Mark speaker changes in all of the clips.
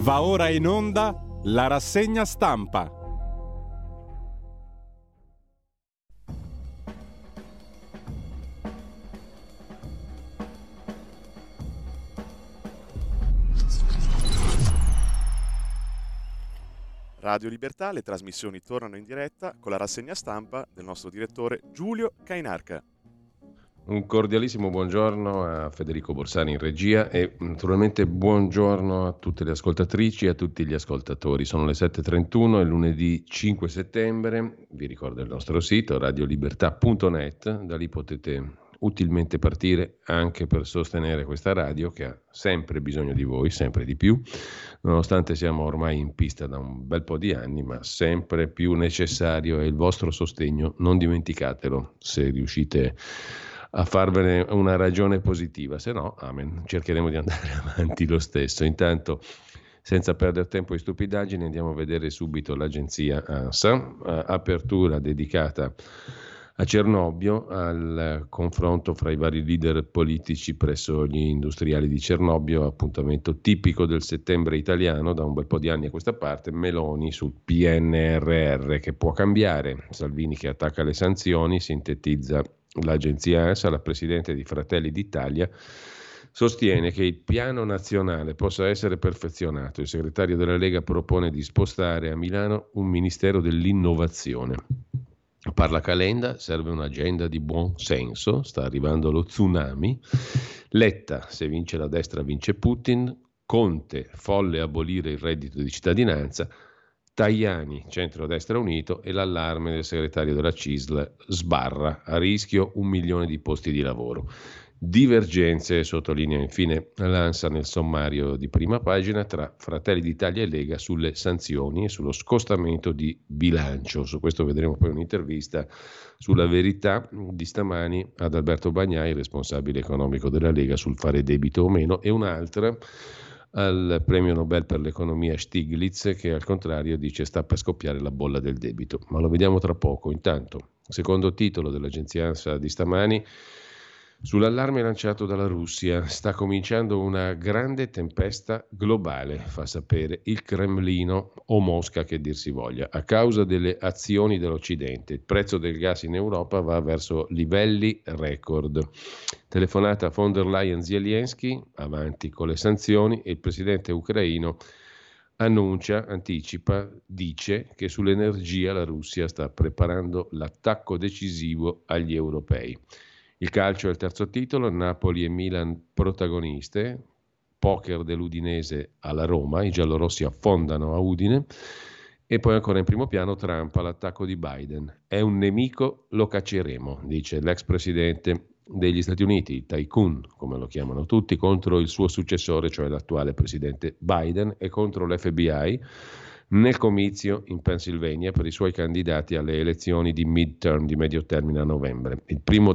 Speaker 1: Va ora in onda la rassegna stampa.
Speaker 2: Radio Libertà, le trasmissioni tornano in diretta con la rassegna stampa del nostro direttore Giulio Cainarca.
Speaker 3: Un cordialissimo buongiorno a Federico Borsani in regia e naturalmente buongiorno a tutte le ascoltatrici e a tutti gli ascoltatori. Sono le 7.31, è lunedì 5 settembre, vi ricordo il nostro sito radiolibertà.net, da lì potete utilmente partire anche per sostenere questa radio che ha sempre bisogno di voi, sempre di più, nonostante siamo ormai in pista da un bel po' di anni, ma sempre più necessario è il vostro sostegno, non dimenticatelo se riuscite a farvene una ragione positiva, se no, amen, cercheremo di andare avanti lo stesso. Intanto, senza perdere tempo in stupidaggini, andiamo a vedere subito l'agenzia ANSA, apertura dedicata a Cernobbio, al confronto fra i vari leader politici presso gli industriali di Cernobbio, appuntamento tipico del settembre italiano da un bel po' di anni a questa parte. Meloni sul PNRR che può cambiare, Salvini che attacca le sanzioni, sintetizza l'agenzia ANSA. La presidente di Fratelli d'Italia sostiene che il piano nazionale possa essere perfezionato. Il segretario della Lega propone di spostare a Milano un ministero dell'innovazione. Parla Calenda, serve un'agenda di buon senso, sta arrivando lo tsunami. Letta, se vince la destra vince Putin. Conte, folle abolire il reddito di cittadinanza. Tajani, centro-destra unito, e l'allarme del segretario della CISL, sbarra, a rischio 1 milione di posti di lavoro. Divergenze, sottolinea infine l'ANSA nel sommario di prima pagina, tra Fratelli d'Italia e Lega sulle sanzioni e sullo scostamento di bilancio. Su questo vedremo poi un'intervista sulla Verità di stamani ad Alberto Bagnai, responsabile economico della Lega, sul fare debito o meno, e un'altra al premio Nobel per l'economia Stiglitz, che al contrario dice sta per scoppiare la bolla del debito, ma lo vediamo tra poco. Intanto, secondo titolo dell'agenzia ANSA di stamani, sull'allarme lanciato dalla Russia, sta cominciando una grande tempesta globale, fa sapere il Cremlino, o Mosca che dir si voglia, a causa delle azioni dell'Occidente. Il prezzo del gas in Europa va verso livelli record. Telefonata a von der Leyen-Zelensky, avanti con le sanzioni, e il presidente ucraino annuncia, anticipa, dice che sull'energia la Russia sta preparando l'attacco decisivo agli europei. Il calcio è il terzo titolo, Napoli e Milan protagoniste, poker dell'Udinese alla Roma, i giallorossi affondano a Udine, e poi ancora in primo piano Trump all'attacco di Biden. È un nemico, lo cacceremo, dice l'ex presidente degli Stati Uniti, il tycoon, come lo chiamano tutti, contro il suo successore, cioè l'attuale presidente Biden, e contro l'FBI, nel comizio in Pennsylvania per i suoi candidati alle elezioni di midterm, di medio termine a novembre. Il primo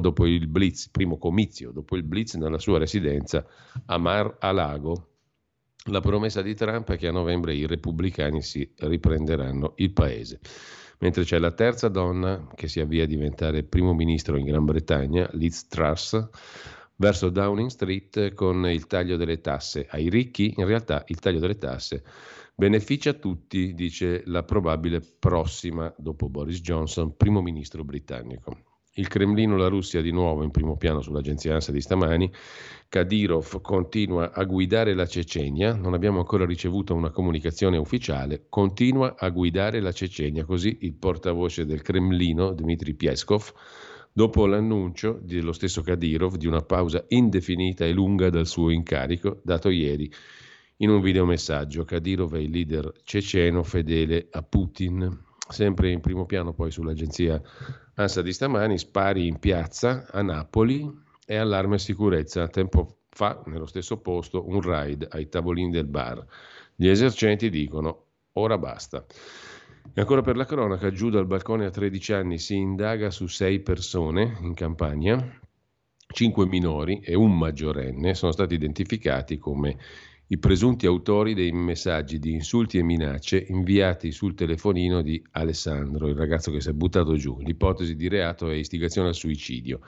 Speaker 3: comizio dopo il blitz nella sua residenza a Mar-a-Lago. La promessa di Trump è che a novembre i repubblicani si riprenderanno il paese. Mentre c'è la terza donna che si avvia a diventare primo ministro in Gran Bretagna, Liz Truss, verso Downing Street con il taglio delle tasse ai ricchi. In realtà il taglio delle tasse beneficia tutti, dice la probabile prossima, dopo Boris Johnson, primo ministro britannico. Il Cremlino, la Russia di nuovo in primo piano sull'agenzia ANSA di stamani. Kadyrov continua a guidare la Cecenia, non abbiamo ancora ricevuto una comunicazione ufficiale, continua a guidare la Cecenia, così il portavoce del Cremlino, Dmitry Peskov, dopo l'annuncio dello stesso Kadyrov di una pausa indefinita e lunga dal suo incarico, dato ieri in un videomessaggio. Kadyrov è il leader ceceno fedele a Putin. Sempre in primo piano poi sull'agenzia ANSA di stamani, spari in piazza a Napoli e allarme sicurezza. Tempo fa, nello stesso posto, un raid ai tavolini del bar. Gli esercenti dicono ora basta. E ancora per la cronaca, giù dal balcone a 13 anni si indaga su 6 persone in Campania, 5 minori e un maggiorenne sono stati identificati come i presunti autori dei messaggi di insulti e minacce inviati sul telefonino di Alessandro, il ragazzo che si è buttato giù. L'ipotesi di reato è istigazione al suicidio.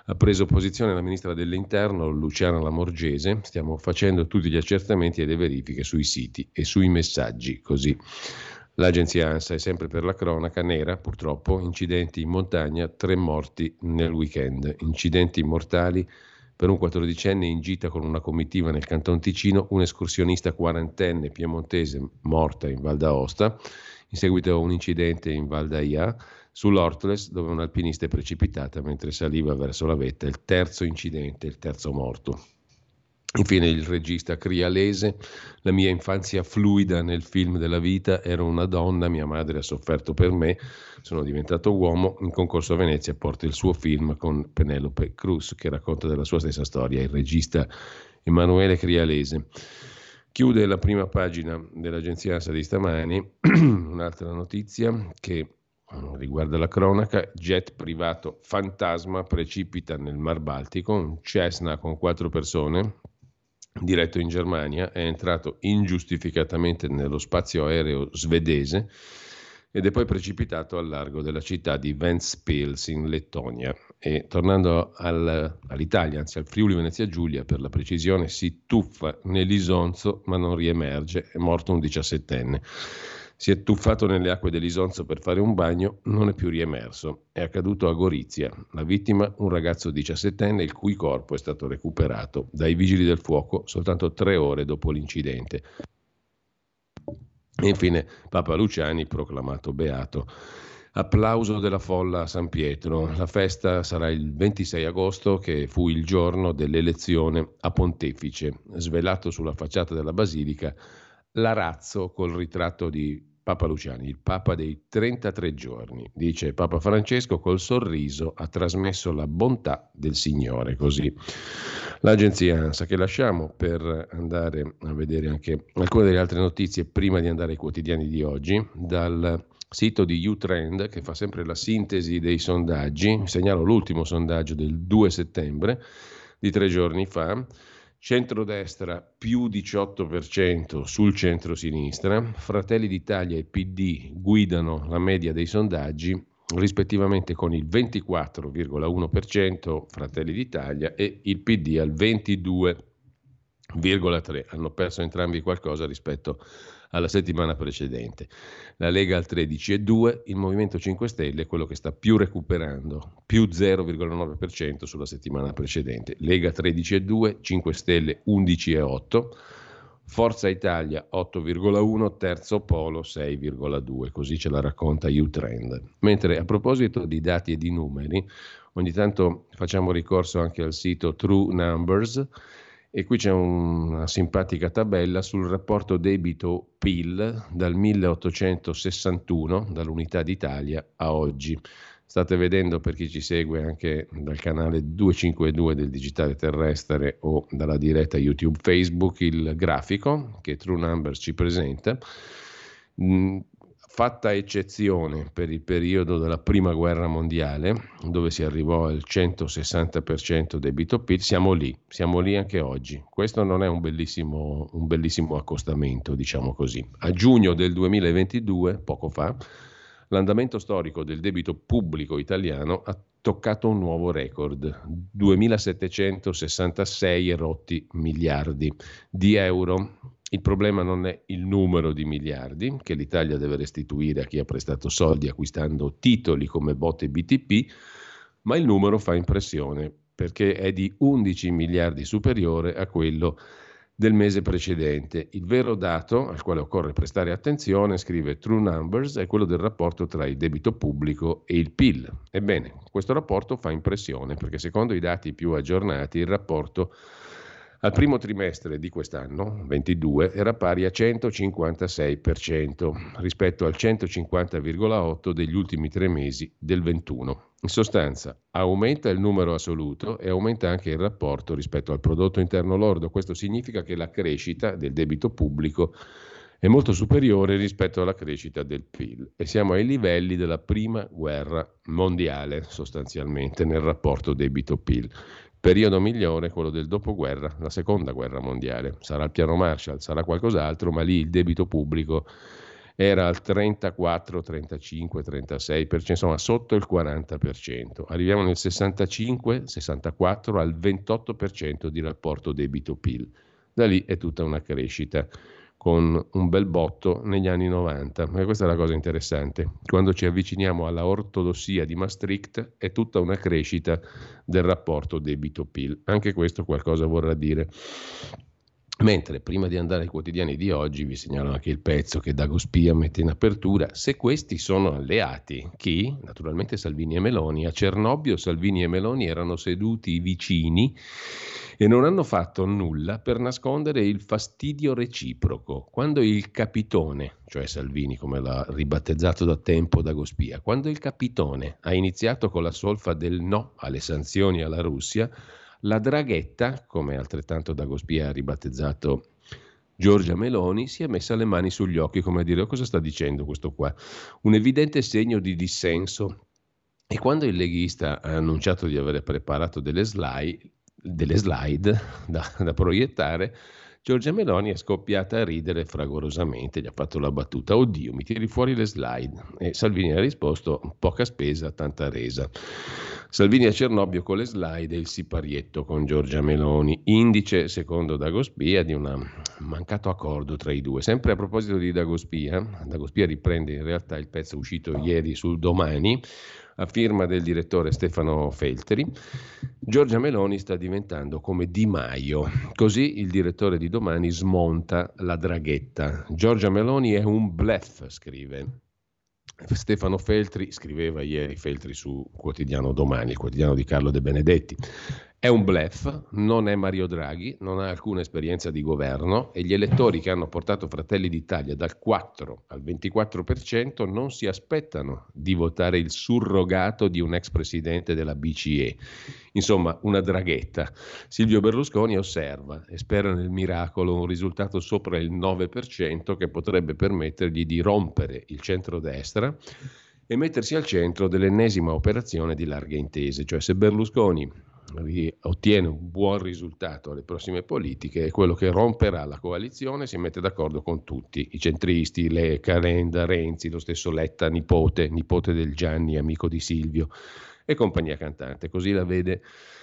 Speaker 3: Ha preso posizione la ministra dell'Interno Luciana Lamorgese. Stiamo facendo tutti gli accertamenti e le verifiche sui siti e sui messaggi, così. L'agenzia ANSA è sempre per la cronaca nera, purtroppo, incidenti in montagna, 3 morti nel weekend, incidenti mortali per un 14enne in gita con una comitiva nel Canton Ticino, un escursionista 40enne piemontese morta in Val d'Aosta, in seguito a un incidente in Val d'Aia, sull'Ortles dove un'alpinista è precipitata mentre saliva verso la vetta, il terzo incidente, il terzo morto. Infine il regista crialese: la mia infanzia fluida nel film della vita, ero una donna, mia madre ha sofferto per me, sono diventato uomo. In concorso a Venezia porta il suo film con Penelope Cruz che racconta della sua stessa storia, il regista Emanuele Crialese. Chiude la prima pagina dell'agenzia ANSA di stamani un'altra notizia che riguarda la cronaca: jet privato fantasma precipita nel Mar Baltico, un Cessna con 4 persone diretto in Germania è entrato ingiustificatamente nello spazio aereo svedese ed è poi precipitato al largo della città di Ventspils in Lettonia. E tornando all'Italia, anzi al Friuli Venezia Giulia per la precisione, si tuffa nell'Isonzo ma non riemerge, è morto un 17enne. Si è tuffato nelle acque dell'Isonzo per fare un bagno, non è più riemerso. È accaduto a Gorizia. La vittima, un ragazzo 17enne, il cui corpo è stato recuperato dai vigili del fuoco soltanto 3 ore dopo l'incidente. E infine Papa Luciani, proclamato beato. Applauso della folla a San Pietro. La festa sarà il 26 agosto, che fu il giorno dell'elezione a pontefice. Svelato sulla facciata della basilica l'arazzo col ritratto di Papa Luciani, il Papa dei 33 giorni. Dice Papa Francesco: col sorriso ha trasmesso la bontà del Signore. Così l'agenzia ANSA, che lasciamo per andare a vedere anche alcune delle altre notizie prima di andare ai quotidiani di oggi. Dal sito di U-Trend, che fa sempre la sintesi dei sondaggi, segnalo l'ultimo sondaggio del 2 settembre di 3 giorni fa. Centrodestra più 18% sul centro-sinistra, Fratelli d'Italia e PD guidano la media dei sondaggi, rispettivamente con il 24,1% Fratelli d'Italia e il PD al 22,3%. Hanno perso entrambi qualcosa rispetto alla settimana precedente. La Lega al 13,2%, il Movimento 5 Stelle è quello che sta più recuperando, più 0,9% sulla settimana precedente. Lega 13,2%, 5 Stelle 11,8%, Forza Italia 8,1%, Terzo Polo 6,2%, così ce la racconta U-Trend. Mentre a proposito di dati e di numeri, ogni tanto facciamo ricorso anche al sito True Numbers, e qui c'è una simpatica tabella sul rapporto debito-PIL dal 1861, dall'Unità d'Italia a oggi. State vedendo, per chi ci segue anche dal canale 252 del Digitale Terrestre o dalla diretta YouTube Facebook, il grafico che True Numbers ci presenta. Fatta eccezione per il periodo della Prima Guerra Mondiale, dove si arrivò al 160% debito-PIL, siamo lì anche oggi. Questo non è un bellissimo accostamento, diciamo così. A giugno del 2022, poco fa, l'andamento storico del debito pubblico italiano ha toccato un nuovo record, 2.766 rotti miliardi di euro. Il problema non è il numero di miliardi che l'Italia deve restituire a chi ha prestato soldi acquistando titoli come BOT e BTP, ma il numero fa impressione perché è di 11 miliardi superiore a quello del mese precedente. Il vero dato al quale occorre prestare attenzione, scrive True Numbers, è quello del rapporto tra il debito pubblico e il PIL. Ebbene, questo rapporto fa impressione perché secondo i dati più aggiornati il rapporto al primo trimestre di quest'anno, 22, era pari a 156% rispetto al 150,8% degli ultimi 3 mesi del 21. In sostanza, aumenta il numero assoluto e aumenta anche il rapporto rispetto al prodotto interno lordo. Questo significa che la crescita del debito pubblico è molto superiore rispetto alla crescita del PIL e siamo ai livelli della Prima Guerra Mondiale, sostanzialmente, nel rapporto debito-PIL. Periodo migliore quello del dopoguerra, la Seconda Guerra Mondiale. Sarà il piano Marshall, sarà qualcos'altro, ma lì il debito pubblico era al 34, 35, 36%, insomma sotto il 40%. Arriviamo nel 65, 64 al 28% di rapporto debito-PIL. Da lì è tutta una crescita, con un bel botto negli anni 90. Ma questa è la cosa interessante. Quando ci avviciniamo alla ortodossia di Maastricht è tutta una crescita del rapporto debito-PIL. Anche questo qualcosa vorrà dire. Mentre prima di andare ai quotidiani di oggi vi segnalo anche il pezzo che Dagospia mette in apertura. Se questi sono alleati, chi? Naturalmente Salvini e Meloni. A Cernobbio Salvini e Meloni erano seduti vicini e non hanno fatto nulla per nascondere il fastidio reciproco. Quando il capitone, cioè Salvini come l'ha ribattezzato da tempo Dagospia, quando il capitone ha iniziato con la solfa del no alle sanzioni alla Russia, la draghetta, come altrettanto Dagospia ha ribattezzato Giorgia Meloni, si è messa le mani sugli occhi, come a dire: cosa sta dicendo questo qua? Un evidente segno di dissenso. E quando il leghista ha annunciato di aver preparato delle slide da proiettare, Giorgia Meloni è scoppiata a ridere fragorosamente, gli ha fatto la battuta: oddio, mi tiri fuori le slide. E Salvini ha risposto: poca spesa, tanta resa. Salvini a Cernobbio con le slide e il siparietto con Giorgia Meloni, indice, secondo Dagospia, di un mancato accordo tra i due. Sempre a proposito di Dagospia riprende in realtà il pezzo uscito ieri sul Domani, a firma del direttore Stefano Feltri. Giorgia Meloni sta diventando come Di Maio, così il direttore di Domani smonta la draghetta. Giorgia Meloni è un bluff, scrive Stefano Feltri, scriveva ieri Feltri su Quotidiano Domani, il quotidiano di Carlo De Benedetti. È un bluff, non è Mario Draghi, non ha alcuna esperienza di governo e gli elettori che hanno portato Fratelli d'Italia dal 4 al 24% non si aspettano di votare il surrogato di un ex presidente della BCE. Insomma, una draghetta. Silvio Berlusconi osserva e spera nel miracolo, un risultato sopra il 9% che potrebbe permettergli di rompere il centrodestra e mettersi al centro dell'ennesima operazione di larghe intese. Cioè, se Berlusconi ottiene un buon risultato alle prossime politiche, è quello che romperà la coalizione, si mette d'accordo con tutti, i centristi, le Calenda, Renzi, lo stesso Letta, nipote del Gianni, amico di Silvio, e compagnia cantante. Così la vede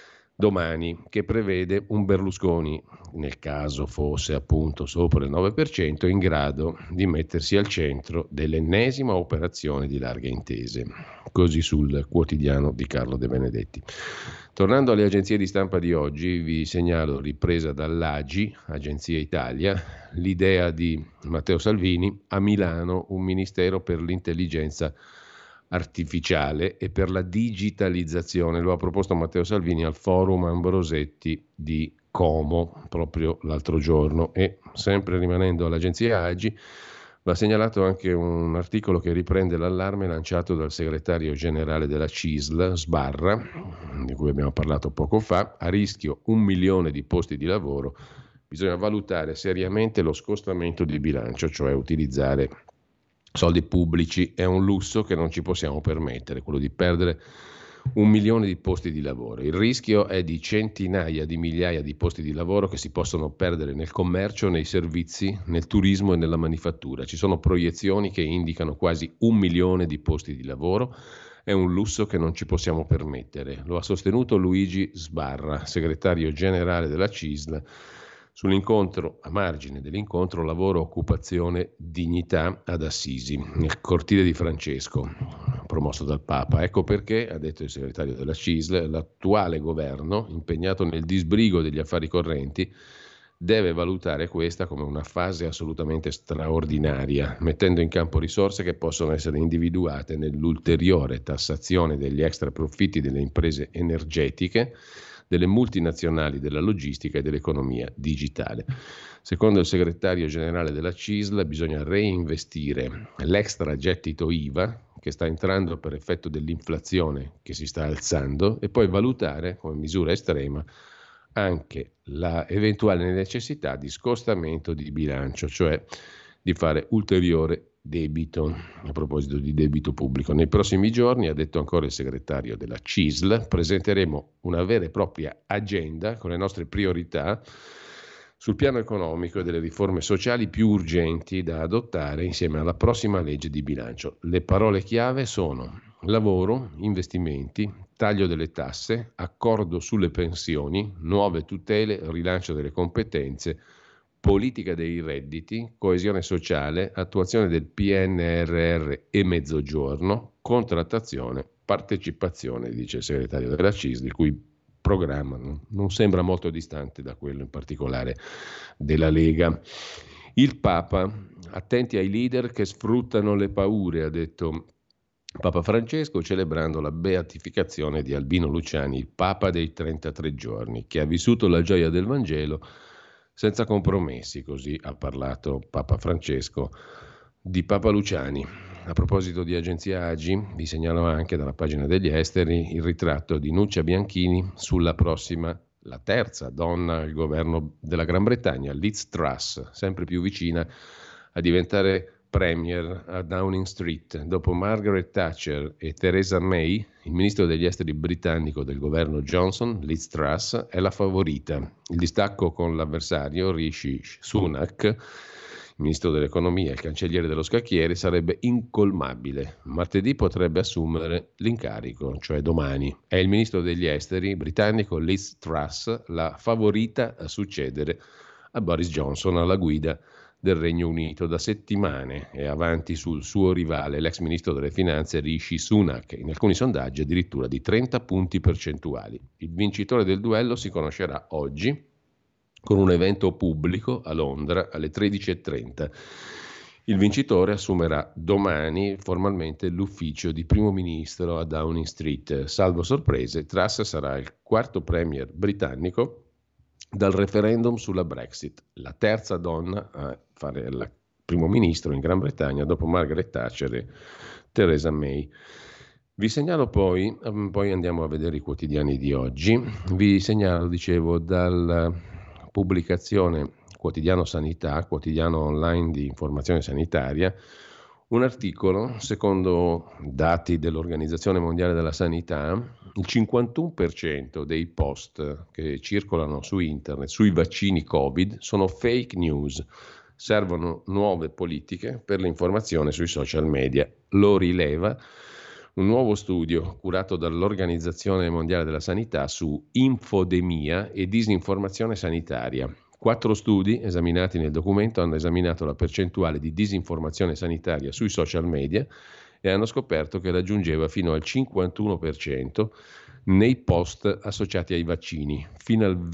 Speaker 3: Domani, che prevede un Berlusconi, nel caso fosse appunto sopra il 9%, in grado di mettersi al centro dell'ennesima operazione di larghe intese. Così sul quotidiano di Carlo De Benedetti. Tornando alle agenzie di stampa di oggi, vi segnalo, ripresa dall'AGI, Agenzia Italia, l'idea di Matteo Salvini: a Milano un ministero per l'intelligenza artificiale e per la digitalizzazione. Lo ha proposto Matteo Salvini al forum Ambrosetti di Como proprio l'altro giorno. E sempre rimanendo all'agenzia AGI, va segnalato anche un articolo che riprende l'allarme lanciato dal segretario generale della CISL, Sbarra, di cui abbiamo parlato poco fa: a rischio 1 milione di posti di lavoro, bisogna valutare seriamente lo scostamento di bilancio, cioè utilizzare soldi pubblici. È un lusso che non ci possiamo permettere, quello di perdere 1 milione di posti di lavoro. Il rischio è di centinaia di migliaia di posti di lavoro che si possono perdere nel commercio, nei servizi, nel turismo e nella manifattura. Ci sono proiezioni che indicano quasi 1 milione di posti di lavoro. È un lusso che non ci possiamo permettere. Lo ha sostenuto Luigi Sbarra, segretario generale della CISL, sull'incontro, a margine dell'incontro Lavoro, Occupazione, Dignità ad Assisi, nel cortile di Francesco, promosso dal Papa. Ecco perché, ha detto il segretario della CISL, l'attuale governo, impegnato nel disbrigo degli affari correnti, deve valutare questa come una fase assolutamente straordinaria, mettendo in campo risorse che possono essere individuate nell'ulteriore tassazione degli extra profitti delle imprese energetiche, delle multinazionali, della logistica e dell'economia digitale. Secondo il segretario generale della CISL bisogna reinvestire l'extra gettito IVA che sta entrando per effetto dell'inflazione che si sta alzando e poi valutare come misura estrema anche la eventuale necessità di scostamento di bilancio, cioè di fare ulteriore debito. A proposito di debito pubblico, nei prossimi giorni, ha detto ancora il segretario della CISL, presenteremo una vera e propria agenda con le nostre priorità sul piano economico e delle riforme sociali più urgenti da adottare insieme alla prossima legge di bilancio. Le parole chiave sono lavoro, investimenti, taglio delle tasse, accordo sulle pensioni, nuove tutele, rilancio delle competenze, politica dei redditi, coesione sociale, attuazione del PNRR e mezzogiorno, contrattazione, partecipazione, dice il segretario della CISL, il cui programma non sembra molto distante da quello in particolare della Lega. Il Papa, attenti ai leader che sfruttano le paure, ha detto Papa Francesco, celebrando la beatificazione di Albino Luciani, il Papa dei 33 giorni, che ha vissuto la gioia del Vangelo senza compromessi, così ha parlato Papa Francesco di Papa Luciani. A proposito di agenzia AGI, vi segnalo anche dalla pagina degli esteri il ritratto di Nuccia Bianchini sulla prossima, la terza donna al governo della Gran Bretagna, Liz Truss, sempre più vicina a diventare premier a Downing Street. Dopo Margaret Thatcher e Theresa May, il ministro degli esteri britannico del governo Johnson, Liz Truss, è la favorita. Il distacco con l'avversario Rishi Sunak, il ministro dell'economia e il cancelliere dello scacchiere, sarebbe incolmabile. Martedì potrebbe assumere l'incarico, cioè domani. È il ministro degli esteri britannico Liz Truss la favorita a succedere a Boris Johnson alla guida del Regno Unito. Da settimane è avanti sul suo rivale, l'ex ministro delle finanze Rishi Sunak, in alcuni sondaggi addirittura di 30 punti percentuali. Il vincitore del duello si conoscerà oggi con un evento pubblico a Londra alle 13.30. Il vincitore assumerà domani formalmente l'ufficio di primo ministro a Downing Street. Salvo sorprese, Truss sarà il quarto premier britannico dal referendum sulla Brexit, la terza donna a fare il primo ministro in Gran Bretagna dopo Margaret Thatcher e Theresa May. Vi segnalo poi andiamo a vedere i quotidiani di oggi, vi segnalo, dicevo, dalla pubblicazione Quotidiano Sanità, quotidiano online di informazione sanitaria, un articolo, secondo dati dell'Organizzazione Mondiale della Sanità, il 51% dei post che circolano su internet sui vaccini Covid sono fake news. Servono nuove politiche per l'informazione sui social media. Lo rileva un nuovo studio curato dall'Organizzazione Mondiale della Sanità su infodemia e disinformazione sanitaria. 4 studi esaminati nel documento hanno esaminato la percentuale di disinformazione sanitaria sui social media e hanno scoperto che raggiungeva fino al 51% nei post associati ai vaccini, fino al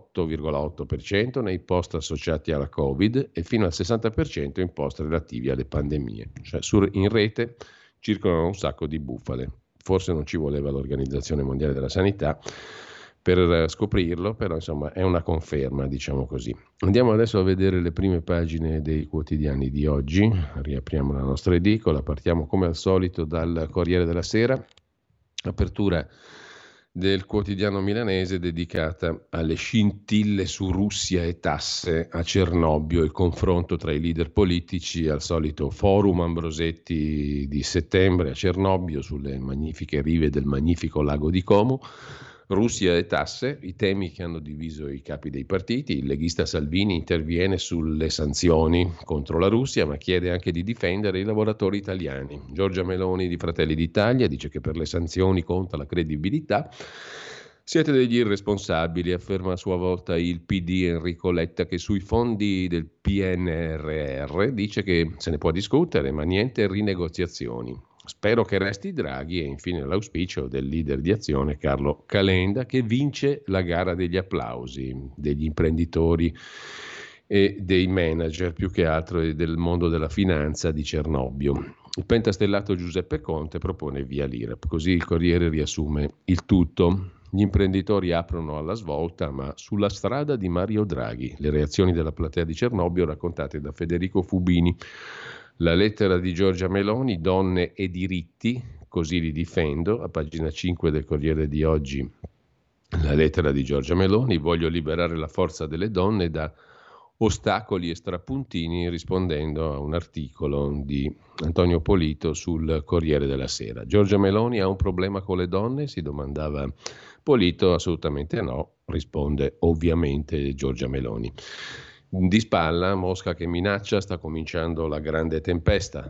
Speaker 3: 28,8% nei post associati alla Covid e fino al 60% in post relativi alle pandemie. Cioè in rete circolano un sacco di bufale. Forse non ci voleva l'Organizzazione Mondiale della Sanità per scoprirlo, però insomma è una conferma, diciamo così. Andiamo adesso a vedere le prime pagine dei quotidiani di oggi. Riapriamo la nostra edicola, partiamo come al solito dal Corriere della Sera, apertura del quotidiano milanese dedicata alle scintille su Russia e tasse a Cernobbio, il confronto tra i leader politici al solito forum Ambrosetti di settembre a Cernobbio sulle magnifiche rive del magnifico lago di Como. Russia e tasse, i temi che hanno diviso i capi dei partiti. Il leghista Salvini interviene sulle sanzioni contro la Russia, ma chiede anche di difendere i lavoratori italiani. Giorgia Meloni di Fratelli d'Italia dice che per le sanzioni conta la credibilità. Siete degli irresponsabili, afferma a sua volta il PD Enrico Letta, che sui fondi del PNRR dice che se ne può discutere, ma niente rinegoziazioni. Spero che resti Draghi, e infine l'auspicio del leader di Azione Carlo Calenda, che vince la gara degli applausi degli imprenditori e dei manager, più che altro del mondo della finanza di Cernobbio. Il pentastellato Giuseppe Conte propone via l'IRAP, così il Corriere riassume il tutto. Gli imprenditori aprono alla svolta, ma sulla strada di Mario Draghi. Le reazioni della platea di Cernobbio raccontate da Federico Fubini. La lettera di Giorgia Meloni, donne e diritti, così li difendo, a pagina 5 del Corriere di oggi. La lettera di Giorgia Meloni, voglio liberare la forza delle donne da ostacoli e strapuntini rispondendo a un articolo di Antonio Polito sul Corriere della Sera. Giorgia Meloni ha un problema con le donne? Si domandava Polito. Assolutamente no, risponde ovviamente Giorgia Meloni. Di spalla, Mosca che minaccia, sta cominciando la grande tempesta.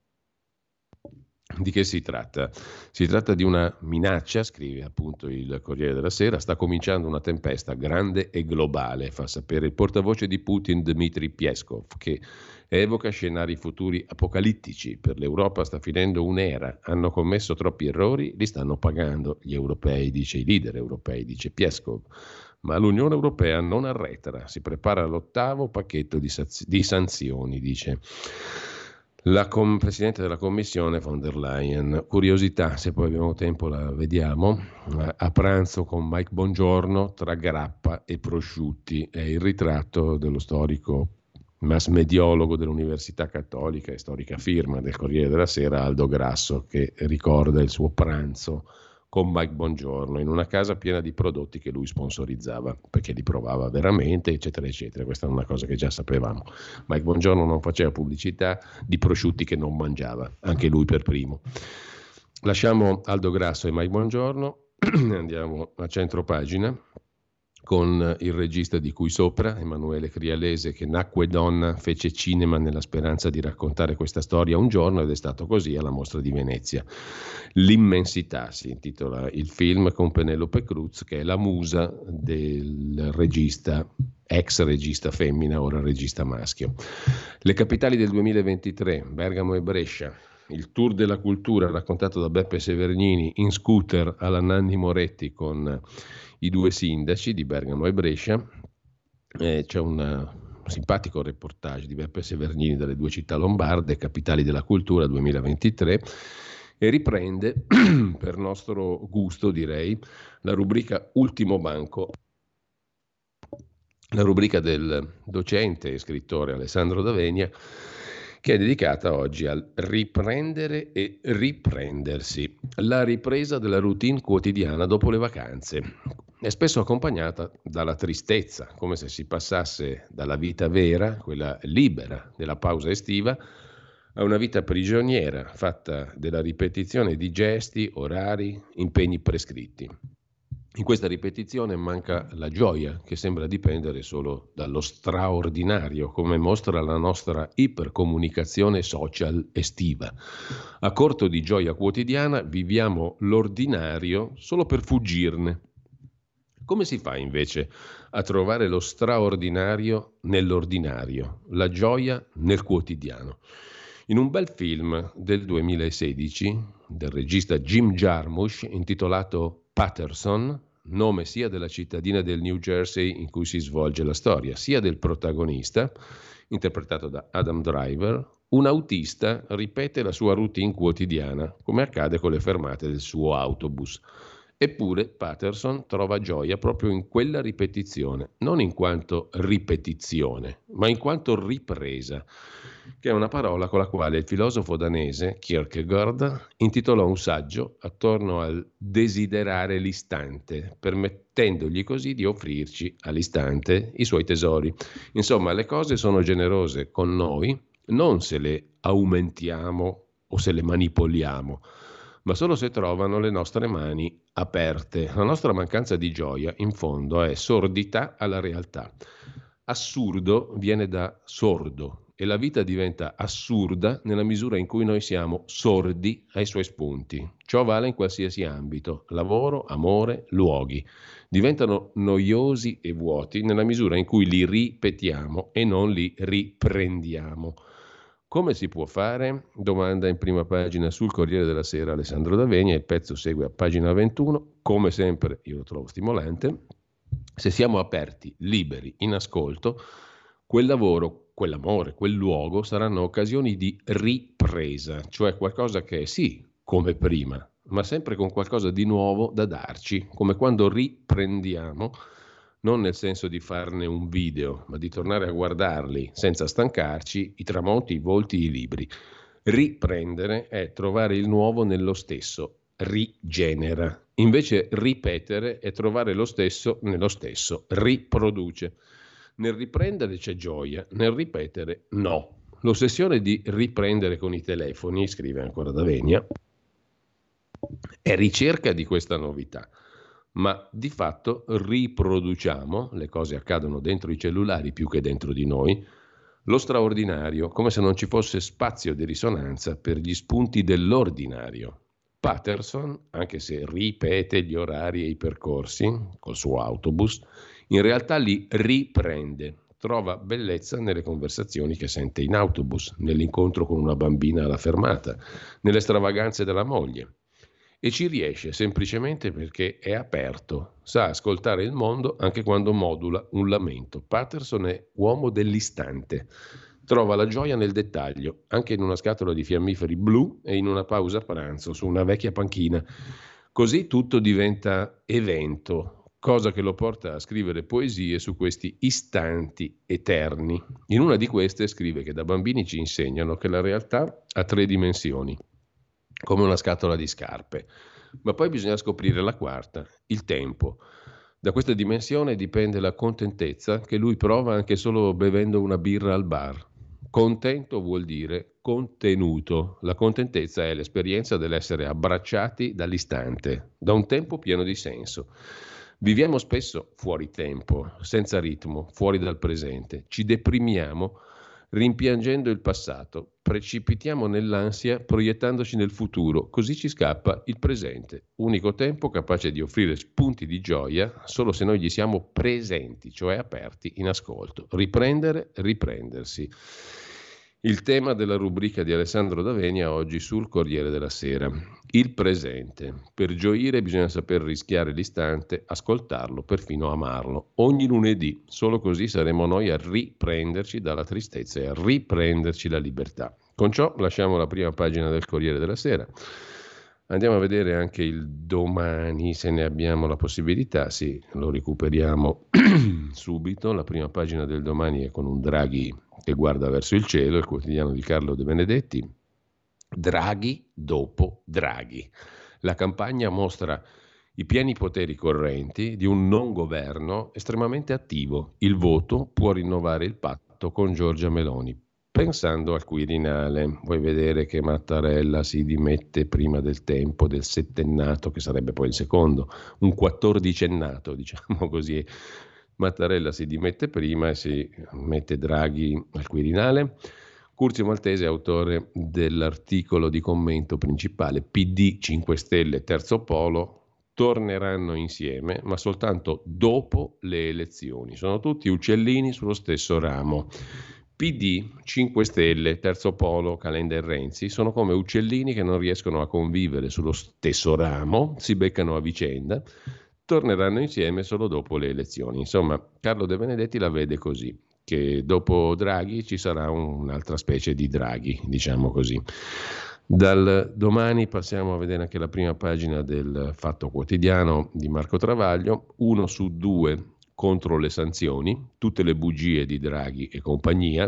Speaker 3: Di che si tratta? Si tratta di una minaccia, scrive appunto il Corriere della Sera, sta cominciando una tempesta grande e globale, fa sapere il portavoce di Putin Dmitry Peskov, che evoca scenari futuri apocalittici. Per l'Europa sta finendo un'era, hanno commesso troppi errori, li stanno pagando gli europei, dice i leader europei, dice Peskov. Ma l'Unione Europea non arretra, si prepara all'ottavo pacchetto di sanzioni, dice la Presidente della Commissione von der Leyen. Curiosità, se poi abbiamo tempo la vediamo, a pranzo con Mike Bongiorno tra grappa e prosciutti, è il ritratto dello storico mass mediologo dell'Università Cattolica e storica firma del Corriere della Sera, Aldo Grasso, che ricorda il suo pranzo con Mike Bongiorno in una casa piena di prodotti che lui sponsorizzava perché li provava veramente, eccetera eccetera. Questa è una cosa che già sapevamo. Mike Bongiorno non faceva pubblicità di prosciutti che non mangiava, anche lui per primo. Lasciamo Aldo Grasso e Mike Bongiorno, andiamo a centro pagina con il regista di cui sopra, Emanuele Crialese, che nacque donna, fece cinema nella speranza di raccontare questa storia un giorno, ed è stato così alla Mostra di Venezia. L'immensità si intitola il film, con Penelope Cruz, che è la musa del regista, ex regista femmina, ora regista maschio. Le capitali del 2023, Bergamo e Brescia. Il tour della cultura raccontato da Beppe Severnini in scooter alla Nanni Moretti con i due sindaci di Bergamo e Brescia. C'è un simpatico reportage di Beppe Severnini dalle due città lombarde, capitali della cultura 2023, e riprende, per nostro gusto direi, la rubrica Ultimo Banco, la rubrica del docente e scrittore Alessandro D'Avenia, che è dedicata oggi al riprendere e riprendersi, la ripresa della routine quotidiana dopo le vacanze. È spesso accompagnata dalla tristezza, come se si passasse dalla vita vera, quella libera della pausa estiva, a una vita prigioniera, fatta della ripetizione di gesti, orari, impegni prescritti. In questa ripetizione manca la gioia, che sembra dipendere solo dallo straordinario, come mostra la nostra ipercomunicazione social estiva. A corto di gioia quotidiana viviamo l'ordinario solo per fuggirne. Come si fa invece a trovare lo straordinario nell'ordinario, la gioia nel quotidiano? In un bel film del 2016 del regista Jim Jarmusch intitolato Paterson, nome sia della cittadina del New Jersey in cui si svolge la storia, sia del protagonista, interpretato da Adam Driver, un autista ripete la sua routine quotidiana, come accade con le fermate del suo autobus. Eppure Patterson trova gioia proprio in quella ripetizione, non in quanto ripetizione, ma in quanto ripresa, che è una parola con la quale il filosofo danese Kierkegaard intitolò un saggio attorno al desiderare l'istante, permettendogli così di offrirci all'istante i suoi tesori. Insomma, le cose sono generose con noi, non se le aumentiamo o se le manipoliamo, ma solo se trovano le nostre mani aperte. La nostra mancanza di gioia, in fondo, è sordità alla realtà. Assurdo viene da sordo e la vita diventa assurda nella misura in cui noi siamo sordi ai suoi spunti. Ciò vale in qualsiasi ambito: lavoro, amore, luoghi. Diventano noiosi e vuoti nella misura in cui li ripetiamo e non li riprendiamo. Come si può fare? Domanda in prima pagina sul Corriere della Sera Alessandro D'Avenia. Il pezzo segue a pagina 21. Come sempre io lo trovo stimolante. Se siamo aperti, liberi, in ascolto, quel lavoro, quell'amore, quel luogo saranno occasioni di ripresa, cioè qualcosa che è sì come prima, ma sempre con qualcosa di nuovo da darci, come quando riprendiamo, non nel senso di farne un video, ma di tornare a guardarli senza stancarci, i tramonti, i volti, i libri. Riprendere è trovare il nuovo nello stesso, rigenera. Invece ripetere è trovare lo stesso nello stesso, riproduce. Nel riprendere c'è gioia, nel ripetere no. L'ossessione di riprendere con i telefoni, scrive ancora D'Avenia, è ricerca di questa novità, ma di fatto riproduciamo, le cose accadono dentro i cellulari più che dentro di noi, lo straordinario, come se non ci fosse spazio di risonanza per gli spunti dell'ordinario. Patterson, anche se ripete gli orari e i percorsi col suo autobus, in realtà li riprende. Trova bellezza nelle conversazioni che sente in autobus, nell'incontro con una bambina alla fermata, nelle stravaganze della moglie. E ci riesce semplicemente perché è aperto, sa ascoltare il mondo anche quando modula un lamento. Patterson è uomo dell'istante. Trova la gioia nel dettaglio, anche in una scatola di fiammiferi blu e in una pausa pranzo su una vecchia panchina. Così tutto diventa evento, cosa che lo porta a scrivere poesie su questi istanti eterni. In una di queste scrive che da bambini ci insegnano che la realtà ha 3 dimensioni, come una scatola di scarpe, ma poi bisogna scoprire la quarta, il tempo. Da questa dimensione dipende la contentezza che lui prova anche solo bevendo una birra al bar. Contento vuol dire contenuto. La contentezza è l'esperienza dell'essere abbracciati dall'istante, da un tempo pieno di senso. Viviamo spesso fuori tempo, senza ritmo, fuori dal presente. Ci deprimiamo rimpiangendo il passato, precipitiamo nell'ansia proiettandoci nel futuro, così ci scappa il presente, unico tempo capace di offrire spunti di gioia solo se noi gli siamo presenti, cioè aperti in ascolto. Riprendere, riprendersi. Il tema della rubrica di Alessandro D'Avenia oggi sul Corriere della Sera. Il presente. Per gioire bisogna saper rischiare l'istante, ascoltarlo, perfino amarlo. Ogni lunedì, solo così saremo noi a riprenderci dalla tristezza e a riprenderci la libertà. Con ciò lasciamo la prima pagina del Corriere della Sera. Andiamo a vedere anche il Domani, se ne abbiamo la possibilità. Sì, lo recuperiamo subito. La prima pagina del Domani è con un Draghi che guarda verso il cielo, il quotidiano di Carlo De Benedetti. Draghi dopo Draghi. La campagna mostra i pieni poteri correnti di un non governo estremamente attivo. Il voto può rinnovare il patto con Giorgia Meloni. Pensando al Quirinale, vuoi vedere che Mattarella si dimette prima del tempo del settennato, che sarebbe poi il secondo, un quattordicennato, diciamo così. Mattarella si dimette prima e si mette Draghi al Quirinale. Curzio Maltese, autore dell'articolo di commento principale, PD 5 Stelle Terzo Polo torneranno insieme, ma soltanto dopo le elezioni. Sono tutti uccellini sullo stesso ramo. PD, 5 Stelle, Terzo Polo, Calenda e Renzi sono come uccellini che non riescono a convivere sullo stesso ramo, si beccano a vicenda, torneranno insieme solo dopo le elezioni. Insomma, Carlo De Benedetti la vede così, che dopo Draghi ci sarà un'altra specie di Draghi, diciamo così. Dal Domani passiamo a vedere anche la prima pagina del Fatto Quotidiano di Marco Travaglio. 1 su 2 contro le sanzioni, tutte le bugie di Draghi e compagnia,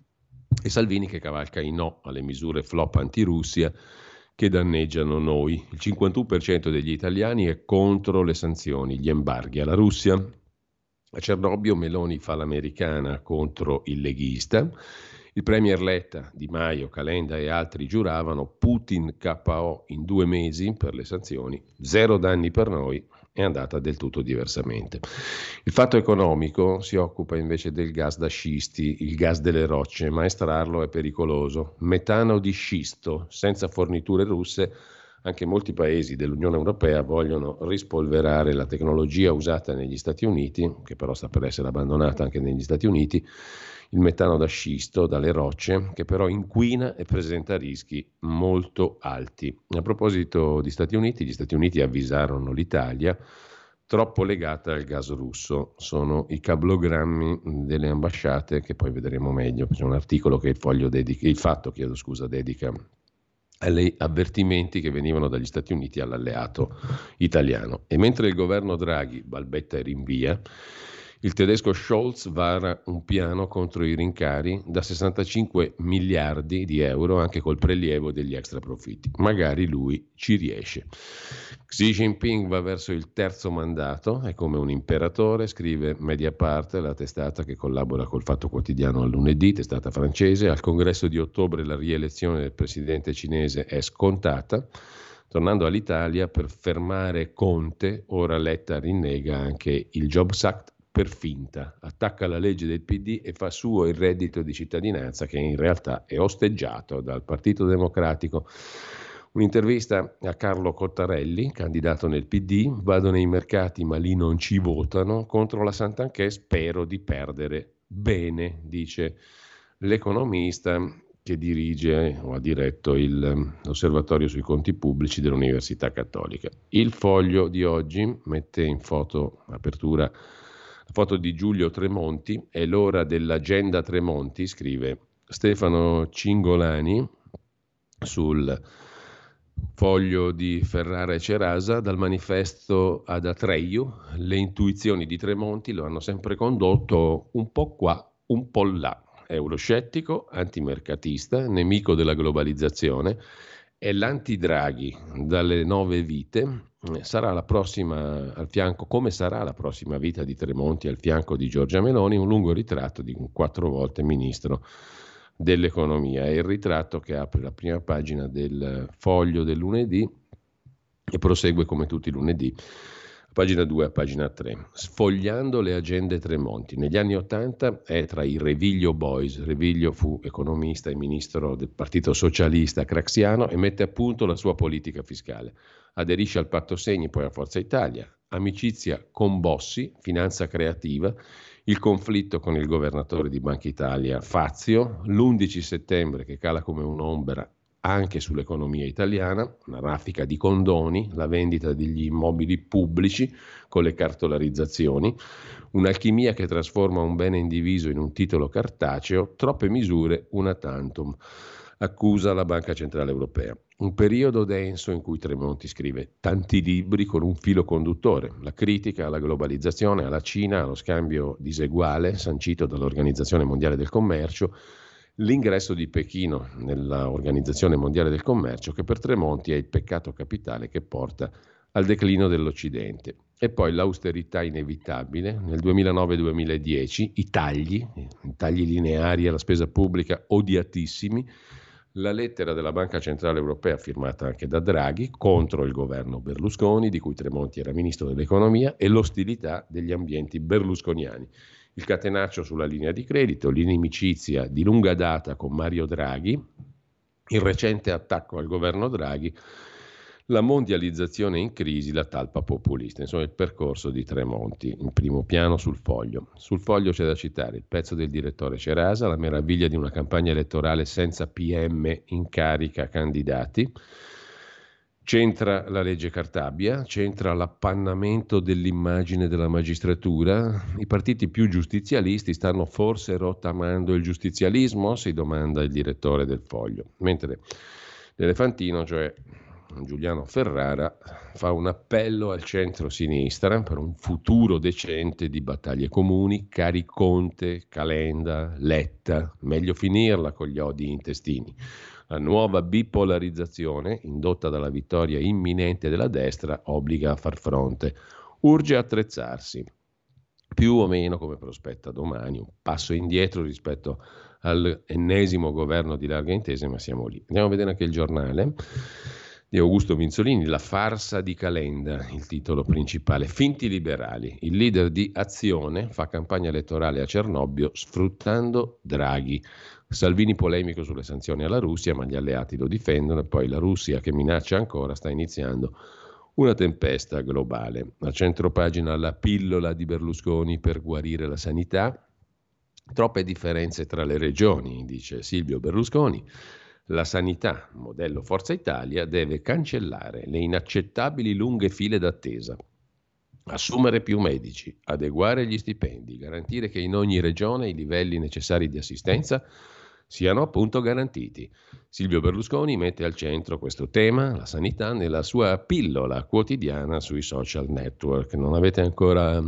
Speaker 3: e Salvini che cavalca i no alle misure flop anti-Russia che danneggiano noi. Il 51% degli italiani è contro le sanzioni, gli embarghi alla Russia. A Cernobbio Meloni fa l'americana contro il leghista. Il premier Letta, Di Maio, Calenda e altri giuravano Putin KO in 2 mesi per le sanzioni, 0 danni per noi. È andata del tutto diversamente. Il Fatto Economico si occupa invece del gas da scisti, il gas delle rocce, ma estrarlo è pericoloso. Metano di scisto, senza forniture russe. Anche molti paesi dell'Unione Europea vogliono rispolverare la tecnologia usata negli Stati Uniti, che però sta per essere abbandonata anche negli Stati Uniti, il metano da scisto, dalle rocce, che però inquina e presenta rischi molto alti. A proposito di Stati Uniti, gli Stati Uniti avvisarono l'Italia, troppo legata al gas russo. Sono i cablogrammi delle ambasciate, che poi vedremo meglio. C'è un articolo che il Fatto dedica agli avvertimenti che venivano dagli Stati Uniti all'alleato italiano. E mentre il governo Draghi balbetta e rinvia, Il tedesco Scholz vara un piano contro i rincari da 65 miliardi di euro anche col prelievo degli extra profitti. Magari lui ci riesce. Xi Jinping va verso il terzo mandato, è come un imperatore, scrive Mediapart, la testata che collabora col Fatto Quotidiano al lunedì, testata francese. Al congresso di ottobre la rielezione del presidente cinese è scontata. Tornando all'Italia, per fermare Conte, ora Letta rinnega anche il Jobs Act per finta, attacca la legge del PD e fa suo il reddito di cittadinanza che in realtà è osteggiato dal Partito Democratico. Un'intervista a Carlo Cottarelli, candidato nel PD, vado nei mercati ma lì non ci votano, contro la Santanchè spero di perdere bene, dice l'economista che dirige o ha diretto l'osservatorio sui conti pubblici dell'Università Cattolica. Il Foglio di oggi mette in foto, apertura, la foto di Giulio Tremonti, è l'ora dell'agenda Tremonti, scrive Stefano Cingolani sul Foglio di Ferrara e Cerasa. Dal manifesto ad Atreju, le intuizioni di Tremonti lo hanno sempre condotto un po' qua, un po' là. Euroscettico, antimercatista, nemico della globalizzazione, è l'anti-Draghi dalle 9 vite. Sarà la prossima al fianco, come sarà la prossima vita di Tremonti al fianco di Giorgia Meloni, un lungo ritratto di un 4 volte ministro dell'economia. È il ritratto che apre la prima pagina del Foglio del lunedì e prosegue come tutti i lunedì. Pagina 2 a pagina 3, sfogliando le agende Tremonti. Negli anni '80 è tra i Reviglio Boys. Reviglio fu economista e ministro del Partito Socialista craxiano e mette a punto la sua politica fiscale. Aderisce al Patto Segni, poi a Forza Italia. Amicizia con Bossi, finanza creativa, il conflitto con il governatore di Banca Italia Fazio, l'11 settembre che cala come un'ombra anche sull'economia italiana, una raffica di condoni, la vendita degli immobili pubblici con le cartolarizzazioni, un'alchimia che trasforma un bene indiviso in un titolo cartaceo, troppe misure una tantum, accusa la Banca Centrale Europea. Un periodo denso in cui Tremonti scrive tanti libri con un filo conduttore, la critica alla globalizzazione, alla Cina, allo scambio diseguale sancito dall'Organizzazione Mondiale del Commercio, l'ingresso di Pechino nell'Organizzazione Mondiale del Commercio, che per Tremonti è il peccato capitale che porta al declino dell'Occidente. E poi l'austerità inevitabile nel 2009-2010, i tagli lineari alla spesa pubblica odiatissimi, la lettera della Banca Centrale Europea firmata anche da Draghi contro il governo Berlusconi, di cui Tremonti era ministro dell'economia, e l'ostilità degli ambienti berlusconiani. Il catenaccio sulla linea di credito, l'inimicizia di lunga data con Mario Draghi, il recente attacco al governo Draghi, la mondializzazione in crisi, la talpa populista. Insomma, il percorso di Tremonti in primo piano sul Foglio. Sul Foglio c'è da citare il pezzo del direttore Cerasa, la meraviglia di una campagna elettorale senza PM in carica candidati. C'entra la legge Cartabia, c'entra l'appannamento dell'immagine della magistratura. I partiti più giustizialisti stanno forse rottamando il giustizialismo, si domanda il direttore del Foglio. Mentre l'elefantino, cioè Giuliano Ferrara, fa un appello al centro-sinistra per un futuro decente di battaglie comuni, cari Conte, Calenda, Letta, meglio finirla con gli odi intestini. La nuova bipolarizzazione, indotta dalla vittoria imminente della destra, obbliga a far fronte. Urge attrezzarsi, più o meno come prospetta domani, un passo indietro rispetto all'ennesimo governo di larga intesa, ma siamo lì. Andiamo a vedere anche il Giornale di Augusto Minzolini, la farsa di Calenda, il titolo principale. Finti liberali, il leader di Azione fa campagna elettorale a Cernobbio sfruttando Draghi. Salvini polemico sulle sanzioni alla Russia, ma gli alleati lo difendono, e poi la Russia che minaccia ancora sta iniziando una tempesta globale. A centropagina la pillola di Berlusconi per guarire la sanità. Troppe differenze tra le regioni, dice Silvio Berlusconi. La sanità, modello Forza Italia, deve cancellare le inaccettabili lunghe file d'attesa, assumere più medici, adeguare gli stipendi, garantire che in ogni regione i livelli necessari di assistenza siano appunto garantiti. Silvio Berlusconi mette al centro questo tema, la sanità, nella sua pillola quotidiana sui social network. Non avete ancora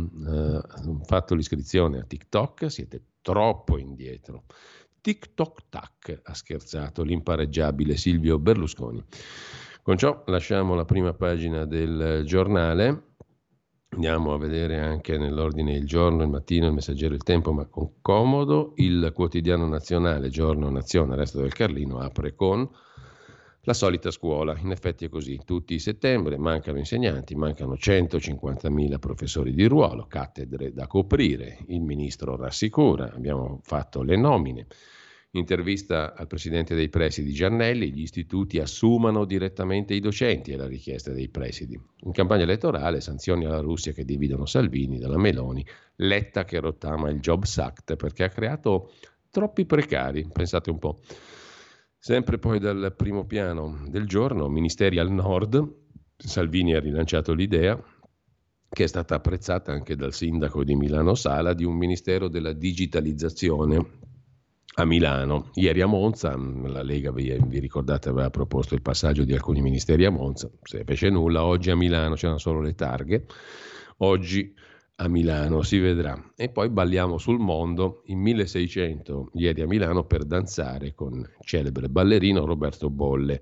Speaker 3: fatto l'iscrizione a TikTok? Siete troppo indietro. TikTok tac, ha scherzato l'impareggiabile Silvio Berlusconi. Con ciò lasciamo la prima pagina del giornale. Andiamo a vedere anche nell'ordine il giorno, il mattino, il Messaggero, il Tempo, ma con comodo. Il Quotidiano Nazionale, Giorno, Nazione, Resto del Carlino, apre con la solita scuola. In effetti è così. Tutti i settembre mancano insegnanti, mancano 150.000 professori di ruolo, cattedre da coprire. Il ministro rassicura, abbiamo fatto le nomine. Intervista al presidente dei presidi Giannelli, gli istituti assumano direttamente i docenti, è la richiesta dei presidi. In campagna elettorale sanzioni alla Russia che dividono Salvini dalla Meloni, Letta che rottama il Jobs Act perché ha creato troppi precari, pensate un po'. Sempre poi dal primo piano del giorno, ministeri al nord, Salvini ha rilanciato l'idea, che è stata apprezzata anche dal sindaco di Milano Sala, di un ministero della digitalizzazione a Milano. Ieri a Monza, la Lega, vi ricordate, aveva proposto il passaggio di alcuni ministeri a Monza, se ne fece nulla. Oggi a Milano c'erano solo le targhe, oggi a Milano si vedrà. E poi balliamo sul mondo, in 1600 ieri a Milano per danzare con il celebre ballerino Roberto Bolle.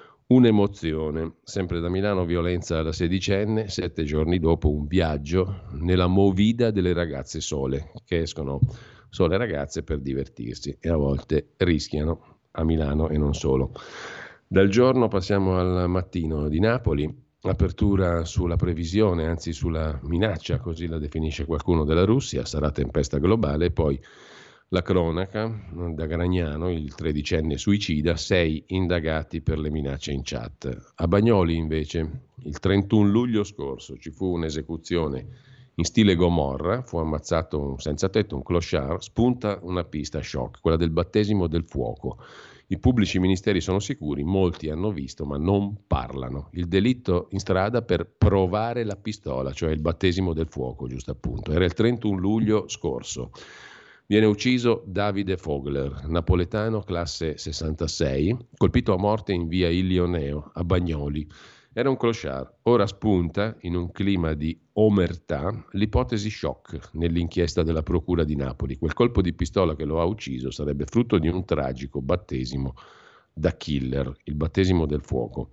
Speaker 3: Un'emozione. Sempre da Milano, violenza alla sedicenne, 7 giorni dopo un viaggio nella movida delle ragazze sole, che escono sole ragazze per divertirsi e a volte rischiano a Milano e non solo. Dal giorno passiamo al Mattino di Napoli, apertura sulla previsione, anzi sulla minaccia, così la definisce qualcuno, della Russia, sarà tempesta globale. Poi la cronaca da Gragnano, il 13enne suicida, 6 indagati per le minacce in chat. A Bagnoli invece il 31 luglio scorso ci fu un'esecuzione in stile Gomorra, fu ammazzato un senza tetto, un clochard, spunta una pista shock, quella del battesimo del fuoco. I pubblici ministeri sono sicuri, molti hanno visto ma non parlano. Il delitto in strada per provare la pistola, cioè il battesimo del fuoco, giusto appunto. Era il 31 luglio scorso. Viene ucciso Davide Fogler, napoletano, classe 66, colpito a morte in via Ilioneo, a Bagnoli. Era un clochard. Ora spunta, in un clima di omertà, l'ipotesi shock nell'inchiesta della Procura di Napoli. Quel colpo di pistola che lo ha ucciso sarebbe frutto di un tragico battesimo da killer, il battesimo del fuoco.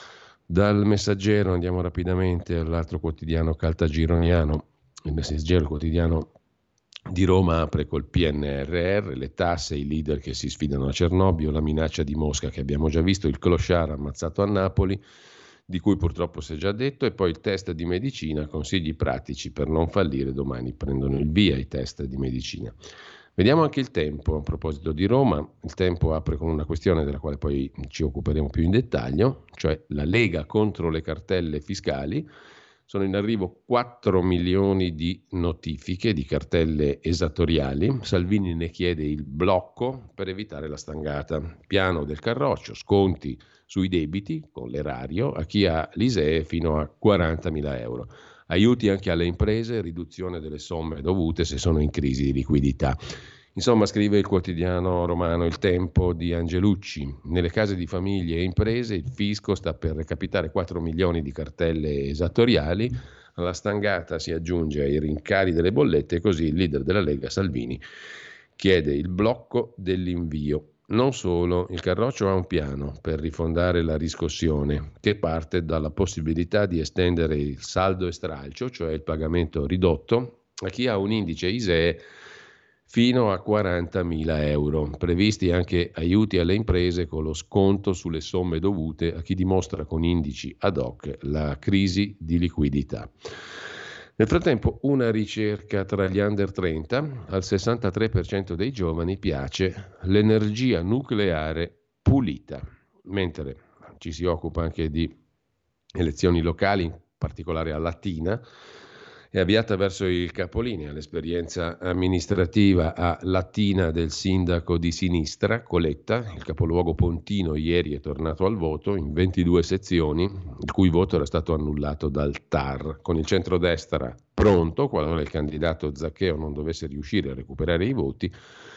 Speaker 3: Dal Messaggero andiamo rapidamente all'altro quotidiano caltagironiano. Il Messaggero, quotidiano di Roma, apre col PNRR, le tasse, i leader che si sfidano a Cernobbio, la minaccia di Mosca che abbiamo già visto, il clochard ammazzato a Napoli, di cui purtroppo si è già detto, e poi il test di medicina, consigli pratici per non fallire. Domani prendono il via i test di medicina. Vediamo anche il Tempo. A proposito di Roma, il Tempo apre con una questione della quale poi ci occuperemo più in dettaglio, cioè la Lega contro le cartelle fiscali. Sono in arrivo 4 milioni di notifiche di cartelle esattoriali. Salvini ne chiede il blocco per evitare la stangata. Piano del Carroccio, sconti sui debiti con l'erario a chi ha l'ISEE fino a 40.000 euro. Aiuti anche alle imprese, riduzione delle somme dovute se sono in crisi di liquidità. Insomma, scrive il quotidiano romano Il Tempo di Angelucci, nelle case di famiglie e imprese il fisco sta per recapitare 4 milioni di cartelle esattoriali, alla stangata si aggiunge ai rincari delle bollette e così il leader della Lega Salvini chiede il blocco dell'invio. Non solo, il Carroccio ha un piano per rifondare la riscossione che parte dalla possibilità di estendere il saldo e stralcio, cioè il pagamento ridotto, a chi ha un indice ISEE fino a 40.000 euro. Previsti anche aiuti alle imprese con lo sconto sulle somme dovute a chi dimostra con indici ad hoc la crisi di liquidità. Nel frattempo, una ricerca tra gli under 30, al 63% dei giovani piace l'energia nucleare pulita, mentre ci si occupa anche di elezioni locali, in particolare a Latina. È avviata verso il capolinea l'esperienza amministrativa a Latina del sindaco di sinistra, Coletta. Il capoluogo pontino ieri è tornato al voto in 22 sezioni, il cui voto era stato annullato dal TAR, con il centrodestra pronto, qualora il candidato Zaccheo non dovesse riuscire a recuperare i voti,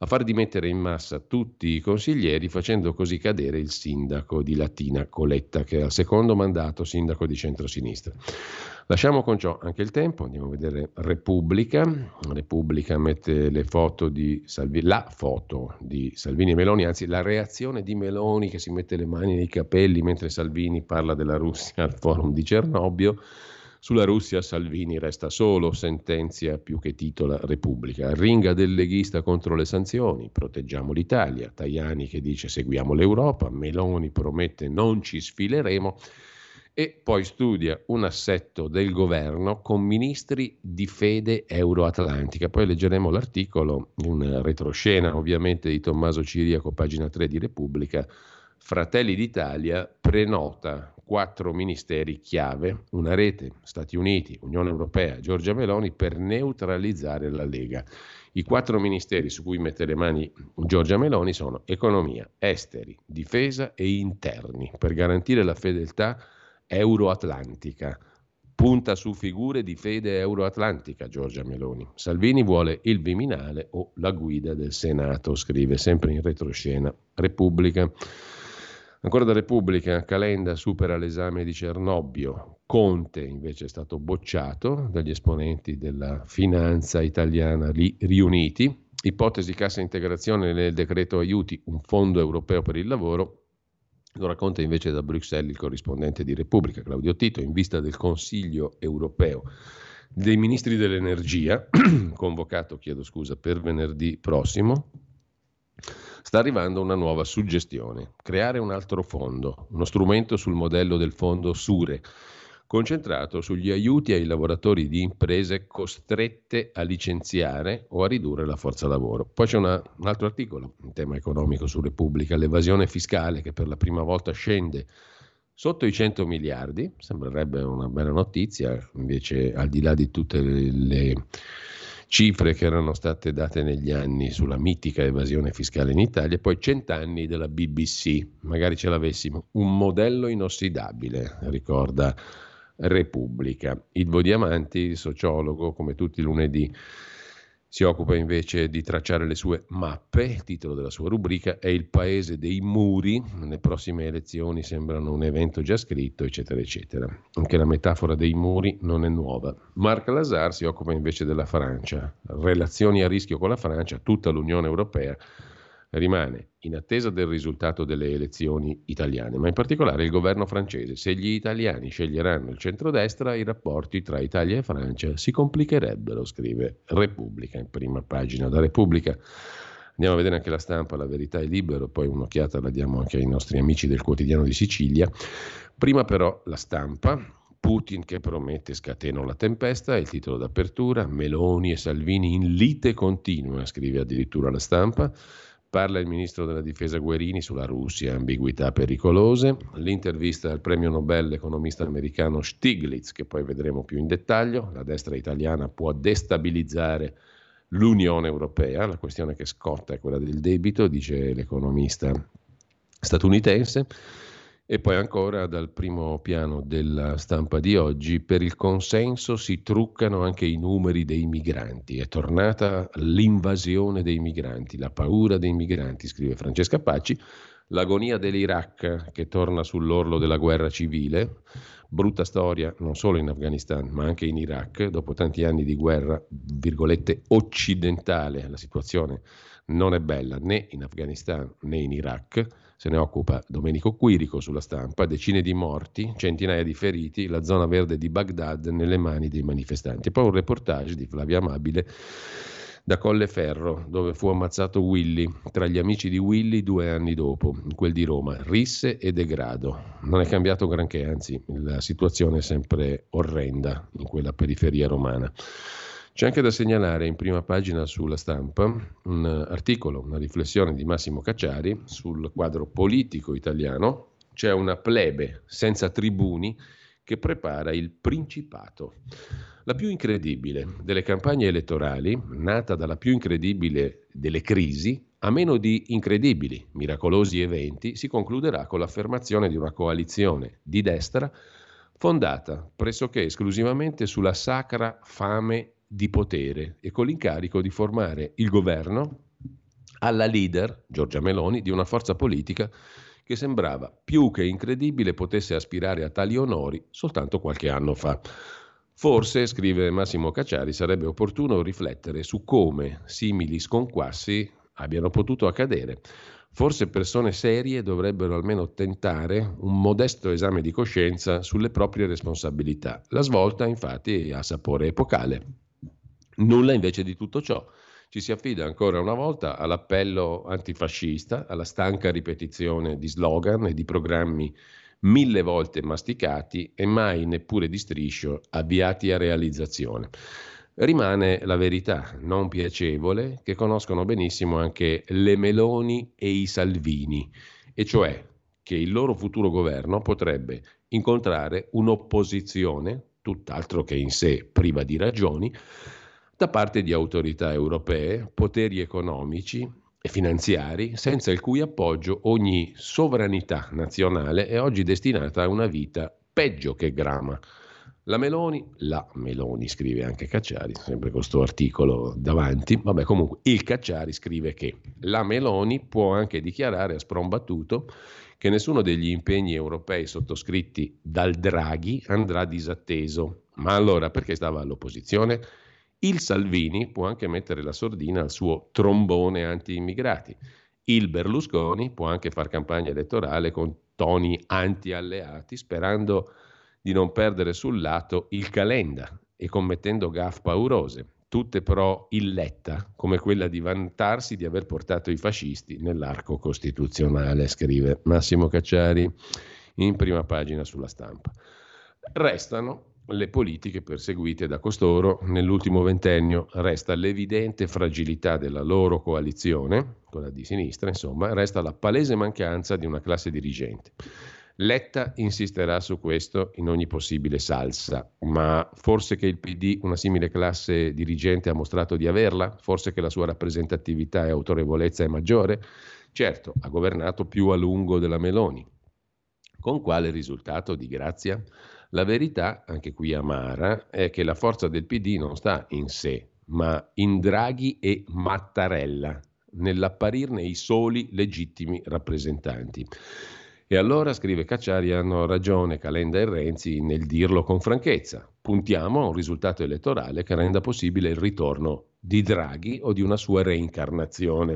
Speaker 3: a far dimettere in massa tutti i consiglieri, facendo così cadere il sindaco di Latina, Coletta, che è al secondo mandato sindaco di centrosinistra. Lasciamo con ciò anche il tempo, andiamo a vedere Repubblica. Repubblica mette le foto di la foto di Salvini e Meloni, anzi la reazione di Meloni che si mette le mani nei capelli mentre Salvini parla della Russia al forum di Cernobbio. Sulla Russia Salvini resta solo, sentenzia più che titola Repubblica. Ringa del leghista contro le sanzioni, proteggiamo l'Italia. Tajani che dice seguiamo l'Europa, Meloni promette non ci sfileremo. E poi studia un assetto del governo con ministri di fede euroatlantica. Poi leggeremo l'articolo in retroscena, ovviamente, di Tommaso Ciriaco, pagina 3 di Repubblica. Fratelli d'Italia prenota 4 ministeri chiave, una rete Stati Uniti, Unione Europea, Giorgia Meloni per neutralizzare la Lega. I 4 ministeri su cui mette le mani Giorgia Meloni sono economia, esteri, difesa e interni, per garantire la fedeltà euroatlantica. Punta su figure di fede euroatlantica Giorgia Meloni. Salvini vuole il Viminale o la guida del Senato, scrive sempre in retroscena Repubblica. Ancora da Repubblica, Calenda supera l'esame di Cernobbio. Conte invece è stato bocciato dagli esponenti della finanza italiana lì riuniti. Ipotesi cassa integrazione nel decreto aiuti, un fondo europeo per il lavoro. Lo racconta invece da Bruxelles il corrispondente di Repubblica, Claudio Tito, in vista del Consiglio europeo dei ministri dell'energia, convocato, per venerdì prossimo. Sta arrivando una nuova suggestione: creare un altro fondo, uno strumento sul modello del fondo SURE, concentrato sugli aiuti ai lavoratori di imprese costrette a licenziare o a ridurre la forza lavoro. Poi c'è un altro articolo, un tema economico su Repubblica, l'evasione fiscale che per la prima volta scende sotto i 100 miliardi, sembrerebbe una bella notizia, invece al di là di tutte le cifre che erano state date negli anni sulla mitica evasione fiscale in Italia. Poi 100 anni della BBC, magari ce l'avessimo, un modello inossidabile, ricorda Repubblica. Ivo Diamanti, sociologo, come tutti i lunedì, si occupa invece di tracciare le sue mappe. Il titolo della sua rubrica è Il paese dei muri, le prossime elezioni sembrano un evento già scritto, eccetera, eccetera. Anche la metafora dei muri non è nuova. Marc Lazar si occupa invece della Francia. Relazioni a rischio con la Francia, tutta l'Unione Europea rimane in attesa del risultato delle elezioni italiane, ma in particolare il governo francese. Se gli italiani sceglieranno il centrodestra, i rapporti tra Italia e Francia si complicherebbero, scrive Repubblica in prima pagina. Da Repubblica andiamo a vedere anche La Stampa, La Verità e Libero, poi un'occhiata la diamo anche ai nostri amici del Quotidiano di Sicilia. Prima però La Stampa. Putin che promette scateno la tempesta, è il titolo d'apertura. Meloni e Salvini in lite continua, scrive addirittura La Stampa. Parla il ministro della difesa Guerini sulla Russia, ambiguità pericolose. L'intervista al premio Nobel l'economista americano Stiglitz, che poi vedremo più in dettaglio. La destra italiana può destabilizzare l'Unione Europea. La questione che scotta è quella del debito, dice l'economista statunitense. E poi ancora dal primo piano della Stampa di oggi, per il consenso si truccano anche i numeri dei migranti. È tornata l'invasione dei migranti, la paura dei migranti, scrive Francesca Pacci. L'agonia dell'Iraq che torna sull'orlo della guerra civile. Brutta storia non solo in Afghanistan ma anche in Iraq. Dopo tanti anni di guerra, virgolette, occidentale, la situazione non è bella né in Afghanistan né in Iraq. Se ne occupa Domenico Quirico sulla Stampa. Decine di morti, centinaia di feriti, la zona verde di Baghdad nelle mani dei manifestanti. E poi un reportage di Flavia Amabile da Colleferro, dove fu ammazzato Willy, tra gli amici di Willy 2 anni dopo, in quel di Roma. Risse e degrado. Non è cambiato granché, anzi la situazione è sempre orrenda in quella periferia romana. C'è anche da segnalare in prima pagina sulla Stampa un articolo, una riflessione di Massimo Cacciari sul quadro politico italiano. C'è una plebe senza tribuni che prepara il Principato. La più incredibile delle campagne elettorali, nata dalla più incredibile delle crisi, a meno di incredibili, miracolosi eventi, si concluderà con l'affermazione di una coalizione di destra fondata pressoché esclusivamente sulla sacra fame di potere e con l'incarico di formare il governo alla leader, Giorgia Meloni, di una forza politica che sembrava più che incredibile potesse aspirare a tali onori soltanto qualche anno fa. Forse, scrive Massimo Cacciari, sarebbe opportuno riflettere su come simili sconquassi abbiano potuto accadere. Forse persone serie dovrebbero almeno tentare un modesto esame di coscienza sulle proprie responsabilità. La svolta, infatti, ha sapore epocale. Nulla invece di tutto ciò. Ci si affida ancora una volta all'appello antifascista, alla stanca ripetizione di slogan e di programmi 1000 volte masticati e mai neppure di striscio avviati a realizzazione. Rimane la verità non piacevole che conoscono benissimo anche le Meloni e i Salvini, e cioè che il loro futuro governo potrebbe incontrare un'opposizione, tutt'altro che in sé priva di ragioni, da parte di autorità europee, poteri economici e finanziari, senza il cui appoggio ogni sovranità nazionale è oggi destinata a una vita peggio che grama. La Meloni, scrive anche Cacciari, sempre con questo articolo davanti, vabbè comunque il Cacciari scrive che la Meloni può anche dichiarare a sprombattuto che nessuno degli impegni europei sottoscritti dal Draghi andrà disatteso. Ma allora perché stava all'opposizione? Il Salvini può anche mettere la sordina al suo trombone anti-immigrati. Il Berlusconi può anche far campagna elettorale con toni anti-alleati, sperando di non perdere sul lato il Calenda e commettendo gaffe paurose, tutte però il Letta, come quella di vantarsi di aver portato i fascisti nell'arco costituzionale, scrive Massimo Cacciari in prima pagina sulla Stampa. Restano le politiche perseguite da costoro nell'ultimo ventennio, resta l'evidente fragilità della loro coalizione, quella di sinistra, insomma, resta la palese mancanza di una classe dirigente. Letta insisterà su questo in ogni possibile salsa, ma forse che il PD una simile classe dirigente ha mostrato di averla? Forse che la sua rappresentatività e autorevolezza è maggiore? Certo, ha governato più a lungo della Meloni. Con quale risultato di grazia? La verità, anche qui amara, è che la forza del PD non sta in sé, ma in Draghi e Mattarella, nell'apparirne i soli legittimi rappresentanti. E allora, scrive Cacciari, hanno ragione Calenda e Renzi nel dirlo con franchezza. Puntiamo a un risultato elettorale che renda possibile il ritorno di Draghi o di una sua reincarnazione.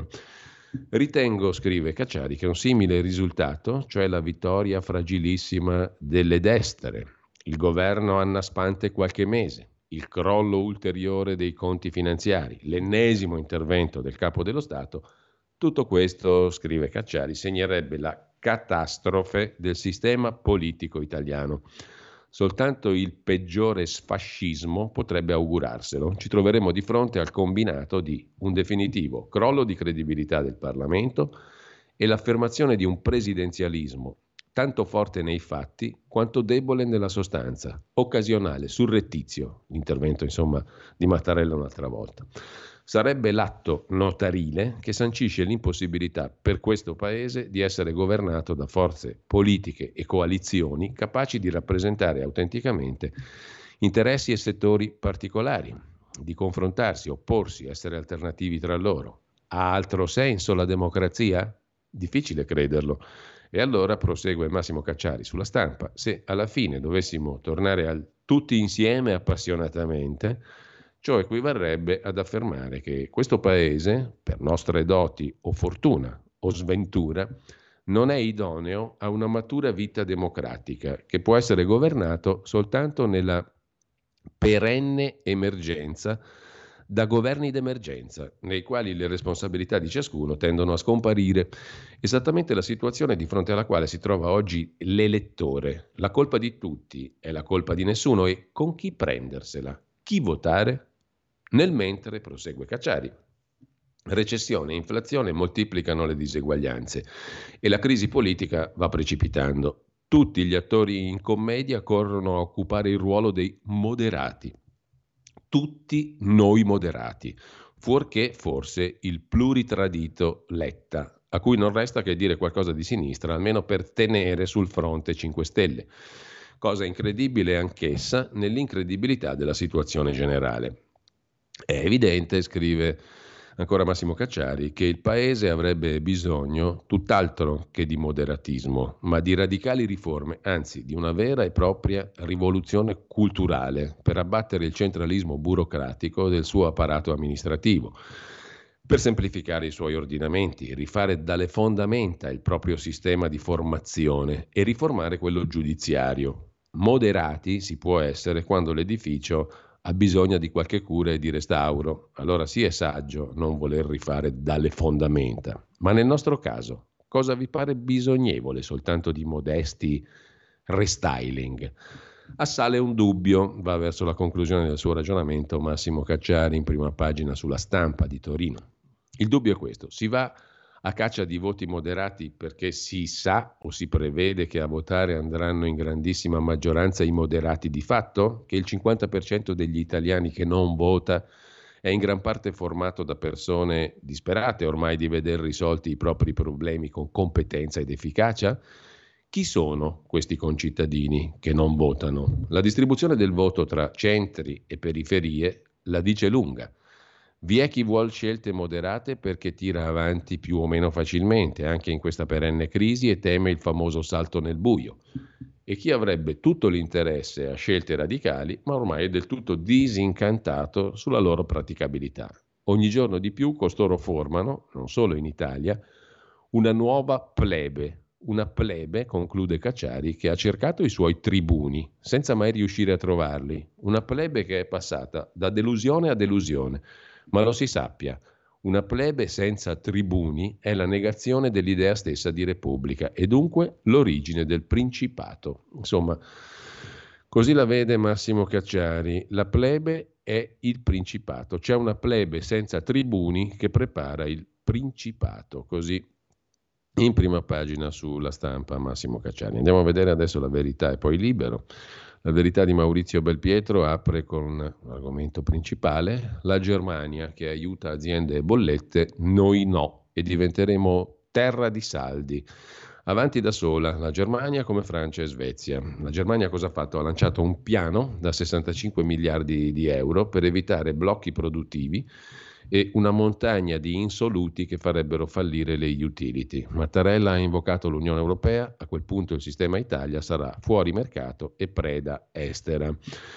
Speaker 3: Ritengo, scrive Cacciari, che un simile risultato, cioè la vittoria fragilissima delle destre, il governo annaspante qualche mese, il crollo ulteriore dei conti finanziari, l'ennesimo intervento del capo dello Stato, tutto questo, scrive Cacciari, segnerebbe la catastrofe del sistema politico italiano. Soltanto il peggiore sfascismo potrebbe augurarselo. Ci troveremo di fronte al combinato di un definitivo crollo di credibilità del Parlamento e l'affermazione di un presidenzialismo tanto forte nei fatti quanto debole nella sostanza, occasionale, surrettizio, l'intervento insomma di Mattarella un'altra volta. Sarebbe l'atto notarile che sancisce l'impossibilità per questo Paese di essere governato da forze politiche e coalizioni capaci di rappresentare autenticamente interessi e settori particolari, di confrontarsi, opporsi, essere alternativi tra loro. Ha altro senso la democrazia? Difficile crederlo. E allora, prosegue Massimo Cacciari sulla Stampa, se alla fine dovessimo tornare tutti insieme appassionatamente, ciò equivarrebbe ad affermare che questo Paese, per nostre doti o fortuna o sventura, non è idoneo a una matura vita democratica che può essere governato soltanto nella perenne emergenza da governi d'emergenza, nei quali le responsabilità di ciascuno tendono a scomparire. Esattamente la situazione di fronte alla quale si trova oggi l'elettore. La colpa di tutti è la colpa di nessuno e con chi prendersela? Chi votare? Nel mentre, prosegue Cacciari, recessione e inflazione moltiplicano le diseguaglianze e la crisi politica va precipitando. Tutti gli attori in commedia corrono a occupare il ruolo dei moderati. Tutti noi moderati, fuorché forse il pluritradito Letta, a cui non resta che dire qualcosa di sinistra, almeno per tenere sul fronte 5 Stelle. Cosa incredibile anch'essa nell'incredibilità della situazione generale. È evidente, scrive ancora Massimo Cacciari, che il Paese avrebbe bisogno tutt'altro che di moderatismo, ma di radicali riforme, anzi di una vera e propria rivoluzione culturale per abbattere il centralismo burocratico del suo apparato amministrativo, per semplificare i suoi ordinamenti, rifare dalle fondamenta il proprio sistema di formazione e riformare quello giudiziario. Moderati si può essere quando l'edificio ha bisogno di qualche cura e di restauro. Allora sì, è saggio non voler rifare dalle fondamenta. Ma nel nostro caso, cosa vi pare bisognevole soltanto di modesti restyling? Assale un dubbio, va verso la conclusione del suo ragionamento Massimo Cacciari in prima pagina sulla Stampa di Torino. Il dubbio è questo: si va a caccia di voti moderati perché si sa o si prevede che a votare andranno in grandissima maggioranza i moderati di fatto? Che il 50% degli italiani che non vota è in gran parte formato da persone disperate ormai di veder risolti i propri problemi con competenza ed efficacia? Chi sono questi concittadini che non votano? La distribuzione del voto tra centri e periferie la dice lunga. Vi è chi vuol scelte moderate perché tira avanti più o meno facilmente, anche in questa perenne crisi, e teme il famoso salto nel buio. E chi avrebbe tutto l'interesse a scelte radicali, ma ormai è del tutto disincantato sulla loro praticabilità. Ogni giorno di più costoro formano, non solo in Italia, una nuova plebe. Una plebe, conclude Cacciari, che ha cercato i suoi tribuni, senza mai riuscire a trovarli. Una plebe che è passata da delusione a delusione. Ma lo si sappia, una plebe senza tribuni è la negazione dell'idea stessa di repubblica e dunque l'origine del principato. Insomma, così la vede Massimo Cacciari. La plebe è il principato. C'è una plebe senza tribuni che prepara il principato. Così in prima pagina sulla Stampa Massimo Cacciari. Andiamo a vedere adesso La Verità e poi Libero. La Verità di Maurizio Belpietro apre con l'argomento principale: la Germania che aiuta aziende e bollette, noi no, e diventeremo terra di saldi. Avanti da sola la Germania come Francia e Svezia. La Germania cosa ha fatto? Ha lanciato un piano da 65 miliardi di euro per evitare blocchi produttivi e una montagna di insoluti che farebbero fallire le utility. Mattarella ha invocato l'Unione Europea, a quel punto il sistema Italia sarà fuori mercato e preda estera.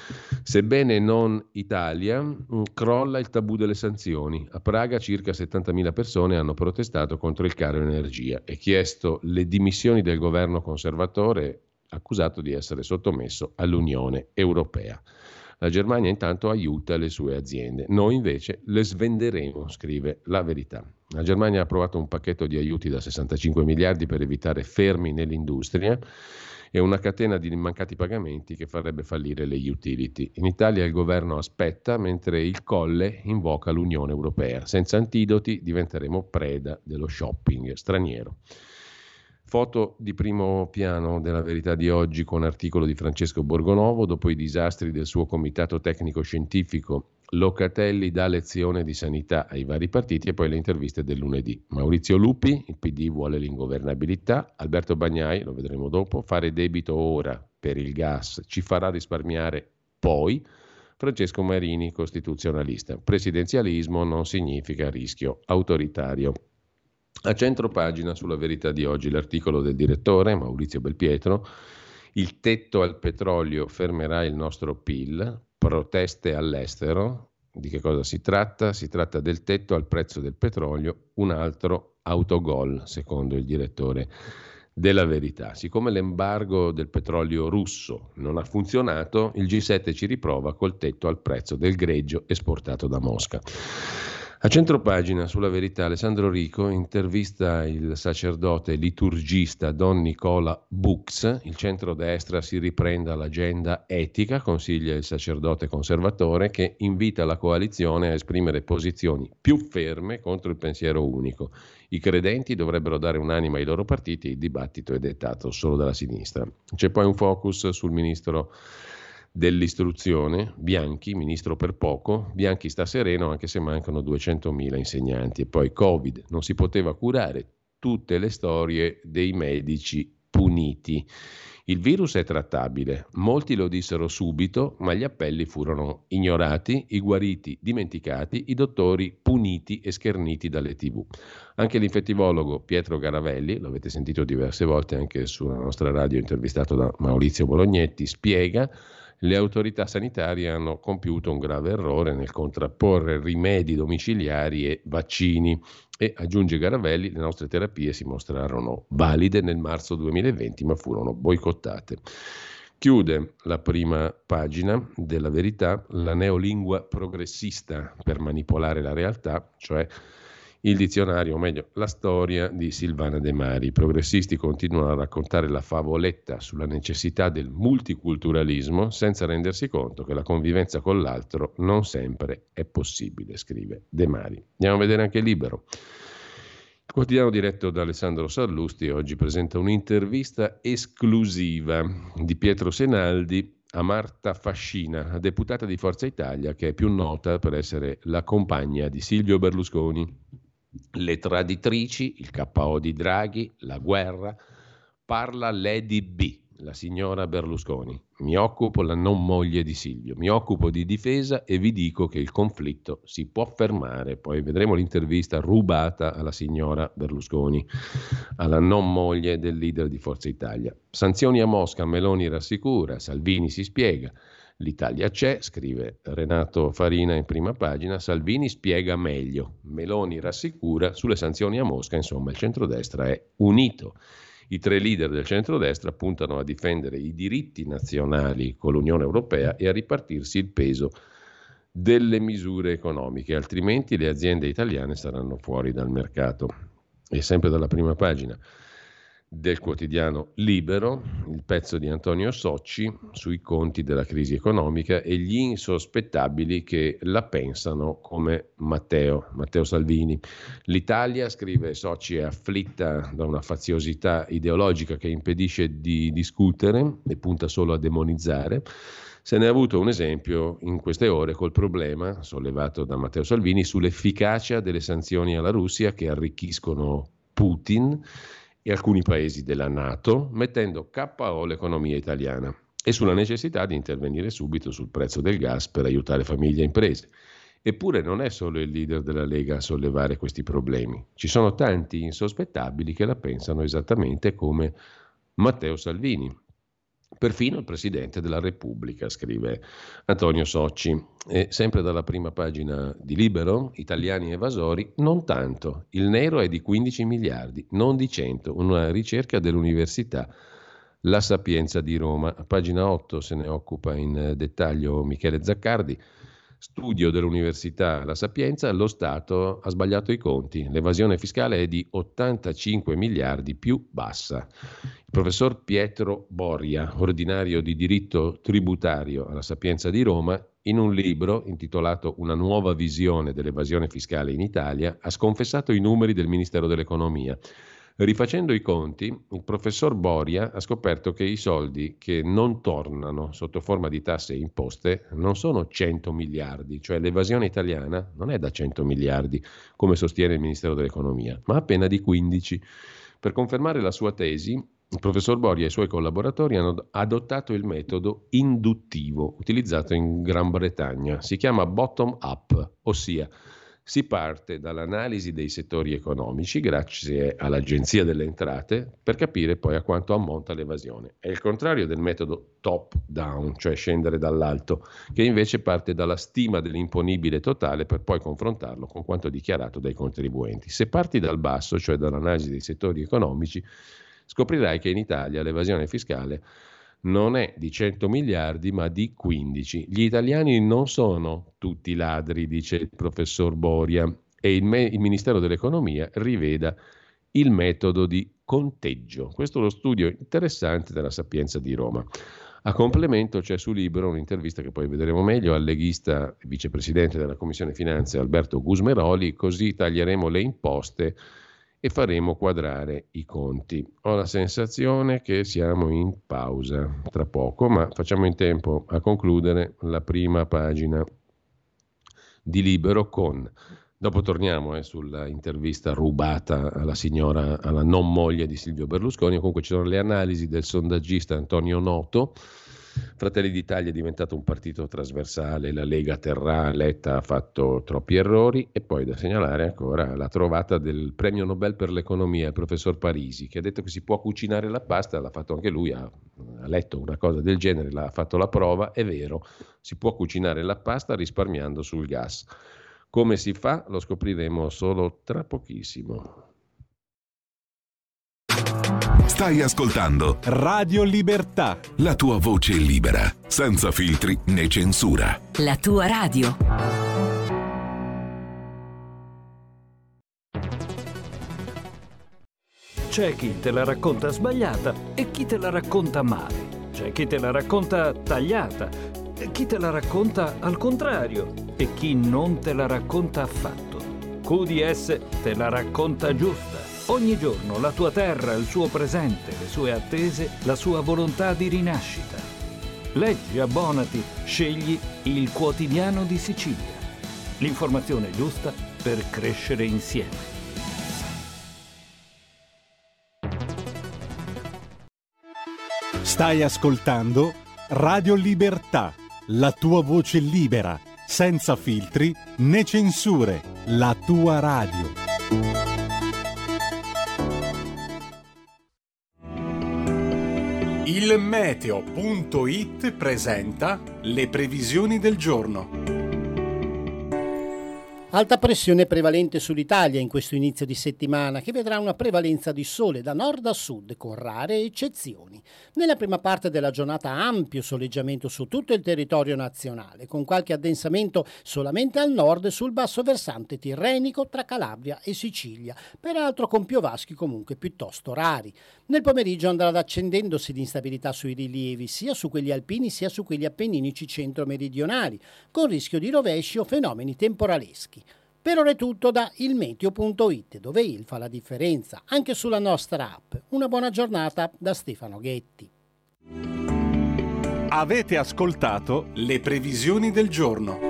Speaker 3: Sebbene non Italia, crolla il tabù delle sanzioni. A Praga circa 70.000 persone hanno protestato contro il caro energia e chiesto le dimissioni del governo conservatore, accusato di essere sottomesso all'Unione Europea. La Germania intanto aiuta le sue aziende. Noi invece le svenderemo, scrive La Verità. La Germania ha approvato un pacchetto di aiuti da 65 miliardi per evitare fermi nell'industria e una catena di mancati pagamenti che farebbe fallire le utility. In Italia il governo aspetta, mentre il Colle invoca l'Unione Europea. Senza antidoti diventeremo preda dello shopping straniero. Foto di primo piano della Verità di oggi con articolo di Francesco Borgonovo. Dopo i disastri del suo comitato tecnico-scientifico, Locatelli dà lezione di sanità ai vari partiti e poi le interviste del lunedì. Maurizio Lupi, il PD vuole l'ingovernabilità. Alberto Bagnai, lo vedremo dopo, fare debito ora per il gas ci farà risparmiare poi. Francesco Marini, costituzionalista. Presidenzialismo non significa rischio autoritario. A centro pagina sulla Verità di oggi l'articolo del direttore Maurizio Belpietro: il tetto al petrolio fermerà il nostro PIL, proteste all'estero. Di che cosa si tratta? Si tratta del tetto al prezzo del petrolio, un altro autogol, secondo il direttore della Verità. Siccome l'embargo del petrolio russo non ha funzionato, il G7 ci riprova col tetto al prezzo del greggio esportato da Mosca. A centropagina sulla Verità Alessandro Rico intervista il sacerdote liturgista Don Nicola Bux. Il centrodestra si riprenda l'agenda etica, consiglia il sacerdote conservatore, che invita la coalizione a esprimere posizioni più ferme contro il pensiero unico. I credenti dovrebbero dare un'anima ai loro partiti, il dibattito è dettato solo dalla sinistra. C'è poi un focus sul ministro dell'istruzione, Bianchi, ministro per poco. Bianchi sta sereno anche se mancano 200.000 insegnanti. E poi Covid, non si poteva curare, tutte le storie dei medici puniti. Il virus è trattabile, molti lo dissero subito, ma gli appelli furono ignorati, i guariti dimenticati, i dottori puniti e scherniti dalle TV. Anche l'infettivologo Pietro Garavelli, lo avete sentito diverse volte anche sulla nostra radio intervistato da Maurizio Bolognetti, spiega: le autorità sanitarie hanno compiuto un grave errore nel contrapporre rimedi domiciliari e vaccini. E, aggiunge Garavelli, le nostre terapie si mostrarono valide nel marzo 2020 ma furono boicottate. Chiude la prima pagina della Verità la neolingua progressista per manipolare la realtà, cioè il dizionario, o meglio la storia di Silvana De Mari. I progressisti continuano a raccontare la favoletta sulla necessità del multiculturalismo senza rendersi conto che la convivenza con l'altro non sempre è possibile, scrive De Mari. Andiamo a vedere anche Libero. Il quotidiano diretto da Alessandro Sallusti oggi presenta un'intervista esclusiva di Pietro Senaldi a Marta Fascina, deputata di Forza Italia, che è più nota per essere la compagna di Silvio Berlusconi. Le traditrici, il KO di Draghi, la guerra, parla Lady B, la signora Berlusconi. Mi occupo la non moglie di Silvio, mi occupo di difesa e vi dico che il conflitto si può fermare. Poi vedremo l'intervista rubata alla signora Berlusconi, alla non moglie del leader di Forza Italia. Sanzioni a Mosca, Meloni rassicura, Salvini si spiega. L'Italia c'è, scrive Renato Farina in prima pagina, Salvini spiega meglio, Meloni rassicura, sulle sanzioni a Mosca, insomma il centrodestra è unito. I tre leader del centrodestra puntano a difendere i diritti nazionali con l'Unione Europea e a ripartirsi il peso delle misure economiche, altrimenti le aziende italiane saranno fuori dal mercato. E sempre dalla prima pagina del quotidiano Libero, il pezzo di Antonio Socci sui conti della crisi economica e gli insospettabili che la pensano come Matteo Salvini. L'Italia, scrive Socci, è afflitta da una faziosità ideologica che impedisce di discutere e punta solo a demonizzare. Se ne è avuto un esempio in queste ore col problema sollevato da Matteo Salvini sull'efficacia delle sanzioni alla Russia che arricchiscono Putin e alcuni paesi della NATO, mettendo KO l'economia italiana, e sulla necessità di intervenire subito sul prezzo del gas per aiutare famiglie e imprese. Eppure non è solo il leader della Lega a sollevare questi problemi. Ci sono tanti insospettabili che la pensano esattamente come Matteo Salvini. Perfino il Presidente della Repubblica, scrive Antonio Socci. E sempre dalla prima pagina di Libero, italiani evasori, non tanto. Il nero è di 15 miliardi, non di 100. Una ricerca dell'Università La Sapienza di Roma. A pagina 8 se ne occupa in dettaglio Michele Zaccardi. Studio dell'Università La Sapienza, lo Stato ha sbagliato i conti. L'evasione fiscale è di 85 miliardi più bassa. Il professor Pietro Boria, ordinario di diritto tributario alla Sapienza di Roma, in un libro intitolato Una nuova visione dell'evasione fiscale in Italia, ha sconfessato i numeri del Ministero dell'Economia. Rifacendo i conti, il professor Boria ha scoperto che i soldi che non tornano sotto forma di tasse e imposte non sono 100 miliardi, cioè l'evasione italiana non è da 100 miliardi, come sostiene il Ministero dell'Economia, ma appena di 15. Per confermare la sua tesi, il professor Boria e i suoi collaboratori hanno adottato il metodo induttivo utilizzato in Gran Bretagna. Si chiama bottom up, ossia si parte dall'analisi dei settori economici grazie all'Agenzia delle Entrate per capire poi a quanto ammonta l'evasione. È il contrario del metodo top down, cioè scendere dall'alto, che invece parte dalla stima dell'imponibile totale per poi confrontarlo con quanto dichiarato dai contribuenti. Se parti dal basso, cioè dall'analisi dei settori economici, scoprirai che in Italia l'evasione fiscale non è di 100 miliardi ma di 15. Gli italiani non sono tutti ladri, dice il professor Boria, e il Ministero dell'Economia riveda il metodo di conteggio. Questo è lo studio interessante della Sapienza di Roma. A complemento c'è su Libero un'intervista che poi vedremo meglio al leghista vicepresidente della Commissione Finanze Alberto Gusmeroli, così taglieremo le imposte e faremo quadrare i conti. Ho la sensazione che siamo in pausa tra poco, ma facciamo in tempo a concludere la prima pagina di Libero con Dopo torniamo sulla intervista rubata alla signora, alla non moglie di Silvio Berlusconi. Comunque ci sono le analisi del sondaggista Antonio Noto. Fratelli d'Italia è diventato un partito trasversale, la Lega terrà, Letta ha fatto troppi errori. E poi da segnalare ancora la trovata del premio Nobel per l'economia, il professor Parisi, che ha detto che si può cucinare la pasta, l'ha fatto anche lui, ha letto una cosa del genere, l'ha fatto la prova, è vero, si può cucinare la pasta risparmiando sul gas. Come si fa? Lo scopriremo solo tra pochissimo.
Speaker 4: Stai ascoltando
Speaker 1: Radio Libertà.
Speaker 4: la tua voce libera, senza filtri né censura.
Speaker 5: La tua radio.
Speaker 6: C'è chi te la racconta sbagliata e chi te la racconta male. C'è chi te la racconta tagliata e chi te la racconta al contrario e chi non te la racconta affatto. QDS te la racconta giusta. Ogni giorno la tua terra, il suo presente, le sue attese, la sua volontà di rinascita. Leggi, abbonati, scegli il Quotidiano di Sicilia. L'informazione giusta per crescere insieme.
Speaker 1: Stai ascoltando Radio Libertà, la tua voce libera, senza filtri né censure, la tua radio. Il meteo.it presenta le previsioni del giorno.
Speaker 7: Alta pressione prevalente sull'Italia in questo inizio di settimana, che vedrà una prevalenza di sole da nord a sud, con rare eccezioni. Nella prima parte della giornata ampio soleggiamento su tutto il territorio nazionale, con qualche addensamento solamente al nord e sul basso versante tirrenico tra Calabria e Sicilia, peraltro con piovaschi comunque piuttosto rari. Nel pomeriggio andrà ad accendendosi l'instabilità sui rilievi, sia su quelli alpini sia su quelli appenninici centro-meridionali, con rischio di rovesci o fenomeni temporaleschi. Per ora è tutto da ilmeteo.it, dove il fa la differenza, anche sulla nostra app. Una buona giornata da Stefano Ghetti.
Speaker 1: Avete ascoltato le previsioni del giorno.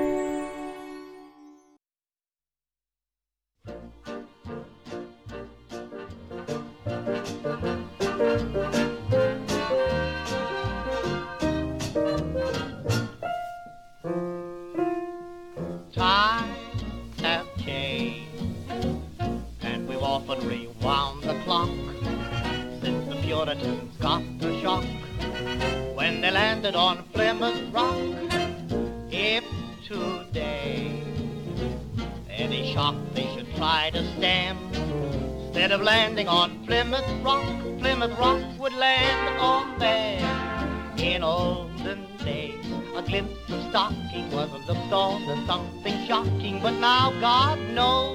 Speaker 8: Often rewound the clock since the Puritans got the shock when they landed on Plymouth Rock. If today any shock they should try to stem, instead of landing on Plymouth Rock would land on them. In olden days a glimpse of stocking was looked on as something shocking, but now God knows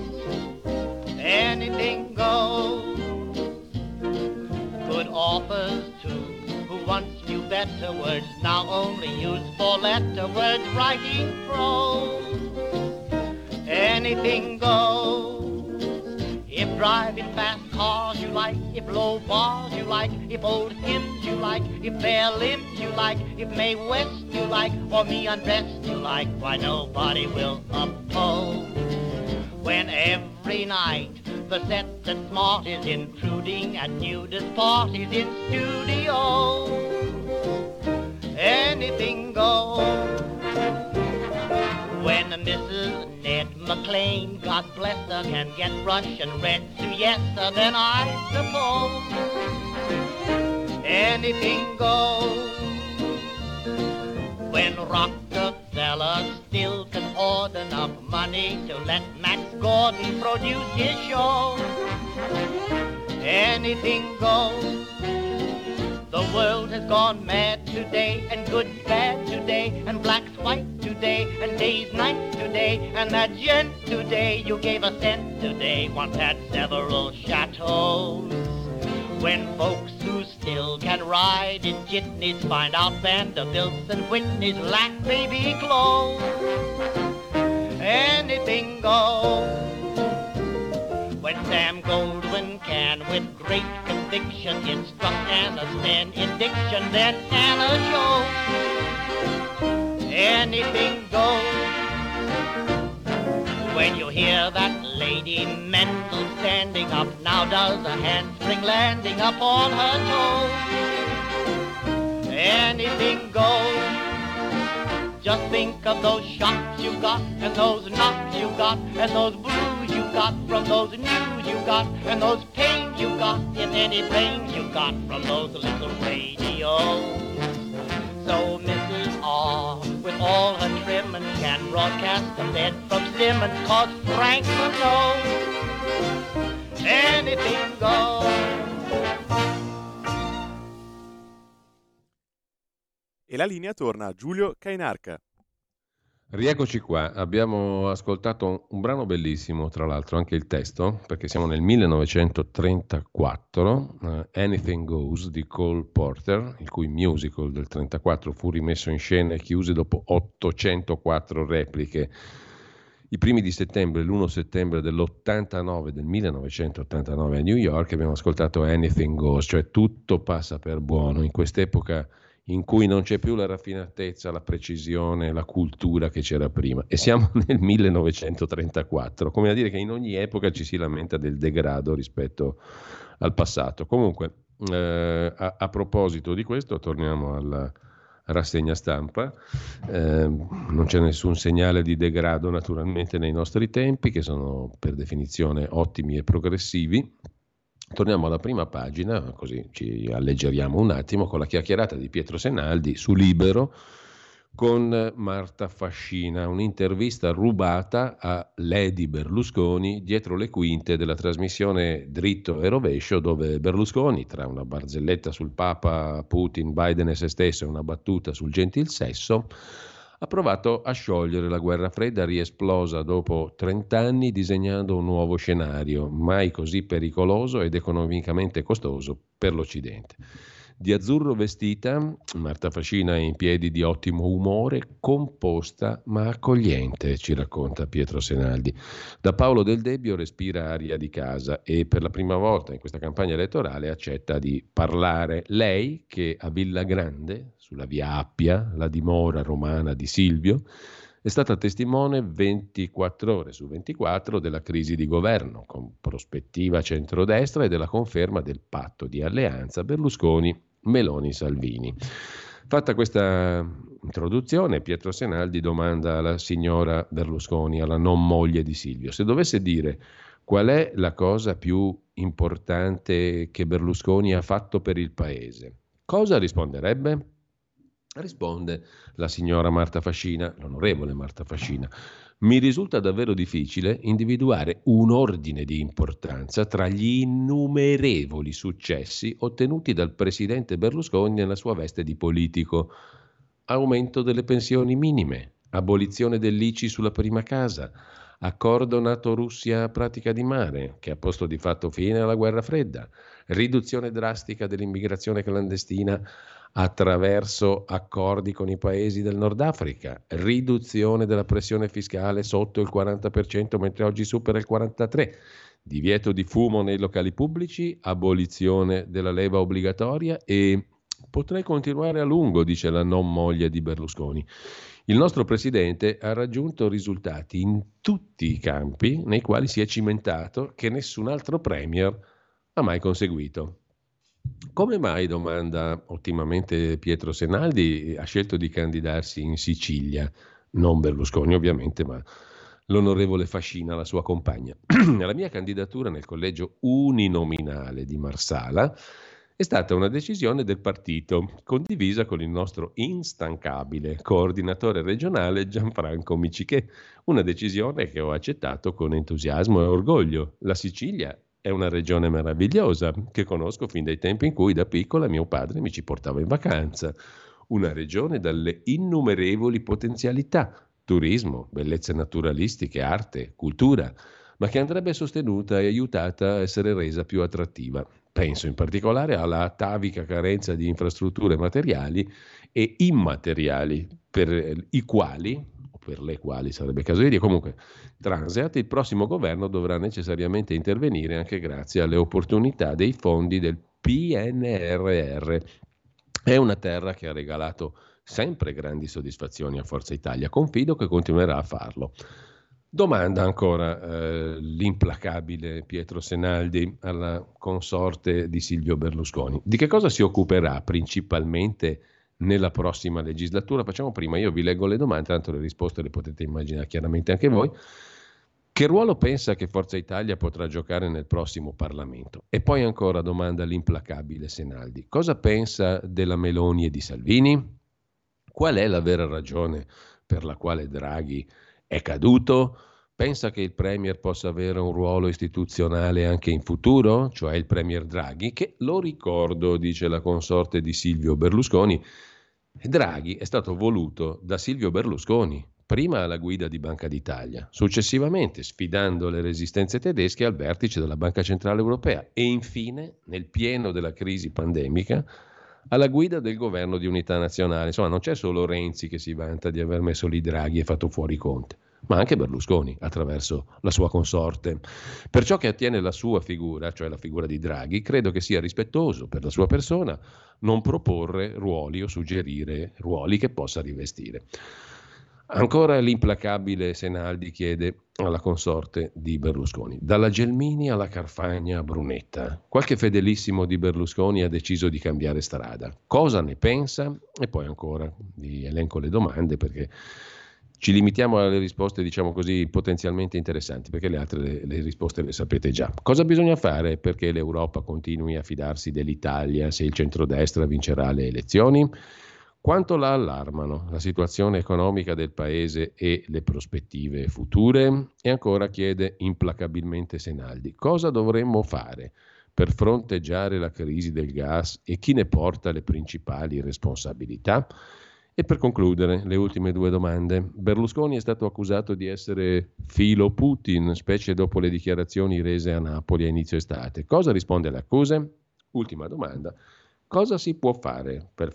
Speaker 8: anything goes. Good authors too, who once knew better words, now only use four-letter words writing prose. Anything goes. If driving fast cars you like, if low bars you like, if old hymns you like, if bare limbs you like, if Mae West you like, or me undressed you like, why nobody will oppose. When every night the set that's smart is intruding at nudist parties in studios, anything goes. When Mrs. Ned McLean, God bless her, can get Russian red siesta, then I suppose anything goes. When Rockefeller still can hoard enough money to let Max Gordon produce his show, anything goes. The world has gone mad today, and good's bad today, and black's white today, and day's night today, and that gent today you gave a cent today once had several chateaus. When folks who still can ride in jitneys find out Vanderbilts and Whitneys lack baby clothes, anything goes. When Sam Goldwyn can, with great conviction, instruct Anna Sten in diction, then Anna shows anything goes. When you hear that lady mental standing up, now does a handspring landing up on her toes. Anything goes. Just think of those shocks you got, and those knocks you got, and those blues you got from those news you got, and those pains you got, if any pains you got from those little radios. So Mrs. R, with all her trimmin', can broadcast the bed from Simmons, 'cause Franklin knows anything goes.
Speaker 2: E la linea torna a Giulio Cainarca.
Speaker 3: Rieccoci qua, abbiamo ascoltato un brano bellissimo, tra l'altro anche il testo, perché siamo nel 1934, Anything Goes di Cole Porter, il cui musical del 1934 fu rimesso in scena e chiuse dopo 804 repliche. I primi di settembre, l'1 settembre dell'89, del 1989 a New York, abbiamo ascoltato Anything Goes, cioè tutto passa per buono in quest'epoca in cui non c'è più la raffinatezza, la precisione, la cultura che c'era prima. E siamo nel 1934, come a dire che in ogni epoca ci si lamenta del degrado rispetto al passato. Comunque, a proposito di questo, torniamo alla rassegna stampa. Non c'è nessun segnale di degrado naturalmente nei nostri tempi, che sono per definizione ottimi e progressivi. Torniamo alla prima pagina, così ci alleggeriamo un attimo, con la chiacchierata di Pietro Senaldi su Libero con Marta Fascina, un'intervista rubata a Lady Berlusconi dietro le quinte della trasmissione Dritto e Rovescio, dove Berlusconi, tra una barzelletta sul Papa, Putin, Biden e se stesso e una battuta sul gentil sesso, ha provato a sciogliere la guerra fredda riesplosa dopo 30 anni disegnando un nuovo scenario, mai così pericoloso ed economicamente costoso per l'Occidente. Di azzurro vestita, Marta Fascina è in piedi di ottimo umore, composta ma accogliente, ci racconta Pietro Senaldi. Da Paolo Del Debbio respira aria di casa e per la prima volta in questa campagna elettorale accetta di parlare. Lei che a Villa Grande, sulla via Appia, la dimora romana di Silvio, è stata testimone 24 ore su 24 della crisi di governo, con prospettiva centrodestra e della conferma del patto di alleanza Berlusconi-Meloni-Salvini. Fatta questa introduzione, Pietro Senaldi domanda alla signora Berlusconi, alla non moglie di Silvio, se dovesse dire qual è la cosa più importante che Berlusconi ha fatto per il paese, cosa risponderebbe? Risponde la signora Marta Fascina, l'onorevole Marta Fascina. Mi risulta davvero difficile individuare un ordine di importanza tra gli innumerevoli successi ottenuti dal presidente Berlusconi nella sua veste di politico. Aumento delle pensioni minime, abolizione dell'ICI sulla prima casa, accordo NATO-Russia pratica di mare, che ha posto di fatto fine alla guerra fredda, riduzione drastica dell'immigrazione clandestina attraverso accordi con i paesi del Nord Africa, riduzione della pressione fiscale sotto il 40% mentre oggi supera il 43%, divieto di fumo nei locali pubblici, abolizione della leva obbligatoria e potrei continuare a lungo, dice la non moglie di Berlusconi. Il nostro presidente ha raggiunto risultati in tutti i campi nei quali si è cimentato che nessun altro premier ha mai conseguito. Come mai, domanda ottimamente Pietro Senaldi, ha scelto di candidarsi in Sicilia? Non Berlusconi ovviamente, ma l'onorevole Fascina, la sua compagna. La mia candidatura nel collegio uninominale di Marsala è stata una decisione del partito, condivisa con il nostro instancabile coordinatore regionale Gianfranco Micichè, una decisione che ho accettato con entusiasmo e orgoglio. La Sicilia è una regione meravigliosa che conosco fin dai tempi in cui da piccola mio padre mi ci portava in vacanza. Una regione dalle innumerevoli potenzialità, turismo, bellezze naturalistiche, arte, cultura, ma che andrebbe sostenuta e aiutata a essere resa più attrattiva. Penso in particolare alla atavica carenza di infrastrutture materiali e immateriali per i quali, per le quali sarebbe caso di dire, comunque Transeat, il prossimo governo dovrà necessariamente intervenire anche grazie alle opportunità dei fondi del PNRR. È una terra che ha regalato sempre grandi soddisfazioni a Forza Italia, confido che continuerà a farlo. Domanda ancora l'implacabile Pietro Senaldi alla consorte di Silvio Berlusconi. Di che cosa si occuperà principalmente nella prossima legislatura? Facciamo prima, io vi leggo le domande, tanto le risposte le potete immaginare chiaramente anche voi. Che ruolo pensa che Forza Italia potrà giocare nel prossimo Parlamento? E poi ancora domanda l'implacabile Senaldi. Cosa pensa della Meloni e di Salvini? Qual è la vera ragione per la quale Draghi è caduto? Pensa che il Premier possa avere un ruolo istituzionale anche in futuro? Cioè il Premier Draghi, che lo ricordo, dice la consorte di Silvio Berlusconi, Draghi è stato voluto da Silvio Berlusconi, prima alla guida di Banca d'Italia, successivamente sfidando le resistenze tedesche al vertice della Banca Centrale Europea e infine, nel pieno della crisi pandemica, alla guida del governo di unità nazionale. Insomma, non c'è solo Renzi che si vanta di aver messo lì Draghi e fatto fuori Conte, ma anche Berlusconi attraverso la sua consorte. Per ciò che attiene la sua figura, cioè la figura di Draghi, credo che sia rispettoso per la sua persona non proporre ruoli o suggerire ruoli che possa rivestire. Ancora l'implacabile Senaldi chiede alla consorte di Berlusconi: dalla Gelmini alla Carfagna a Brunetta, qualche fedelissimo di Berlusconi ha deciso di cambiare strada. Cosa ne pensa? E poi ancora vi elenco le domande, perché ci limitiamo alle risposte, diciamo così, potenzialmente interessanti, perché le altre le risposte le sapete già. Cosa bisogna fare perché l'Europa continui a fidarsi dell'Italia se il centrodestra vincerà le elezioni? Quanto la allarmano la situazione economica del paese e le prospettive future? E ancora chiede implacabilmente Senaldi: cosa dovremmo fare per fronteggiare la crisi del gas e chi ne porta le principali responsabilità? E per concludere, le ultime due domande. Berlusconi è stato accusato di essere filo Putin, specie dopo le dichiarazioni rese a Napoli a inizio estate. Cosa risponde alle accuse? Ultima domanda: cosa si può fare per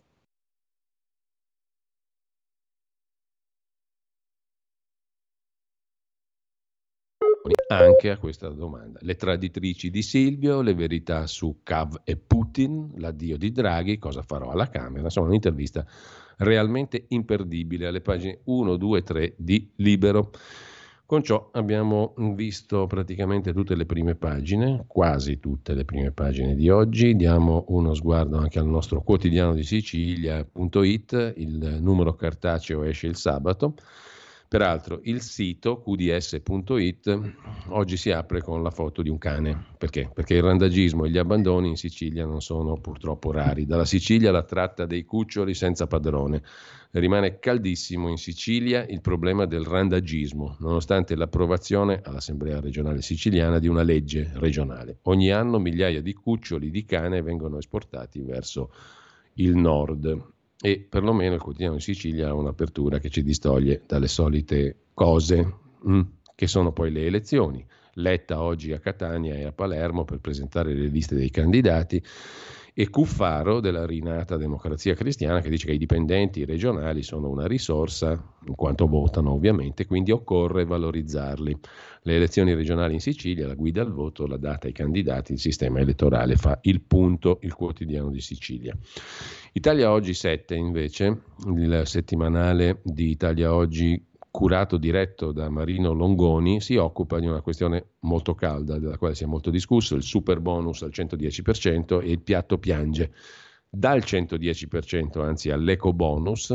Speaker 3: anche a questa domanda? Le traditrici di Silvio, le verità su Cav e Putin, l'addio di Draghi, cosa farò alla Camera. Insomma, un'intervista realmente imperdibile alle pagine 1, 2, 3 di Libero. Con ciò abbiamo visto praticamente tutte le prime pagine, quasi tutte le prime pagine di oggi. Diamo uno sguardo anche al nostro quotidiano di Sicilia.it, il numero cartaceo esce il sabato. Peraltro il sito qds.it oggi si apre con la foto di un cane. Perché? Perché il randagismo e gli abbandoni in Sicilia non sono purtroppo rari. Dalla Sicilia la tratta dei cuccioli senza padrone. Rimane caldissimo in Sicilia il problema del randagismo, nonostante l'approvazione all'Assemblea regionale siciliana di una legge regionale. Ogni anno migliaia di cuccioli di cane vengono esportati verso il nord. E perlomeno il quotidiano in Sicilia ha un'apertura che ci distoglie dalle solite cose, che sono poi le elezioni. Letta oggi a Catania e a Palermo per presentare le liste dei candidati, e Cuffaro della rinata Democrazia Cristiana che dice che i dipendenti regionali sono una risorsa, in quanto votano ovviamente, quindi occorre valorizzarli. Le elezioni regionali in Sicilia, la guida al voto, la data ai candidati, il sistema elettorale, fa il punto il quotidiano di Sicilia. Italia Oggi 7 invece, il settimanale di Italia Oggi curato, diretto da Marino Longoni, si occupa di una questione molto calda, della quale si è molto discusso: il super bonus al 110% e il piatto piange. Dal 110%, anzi all'eco bonus,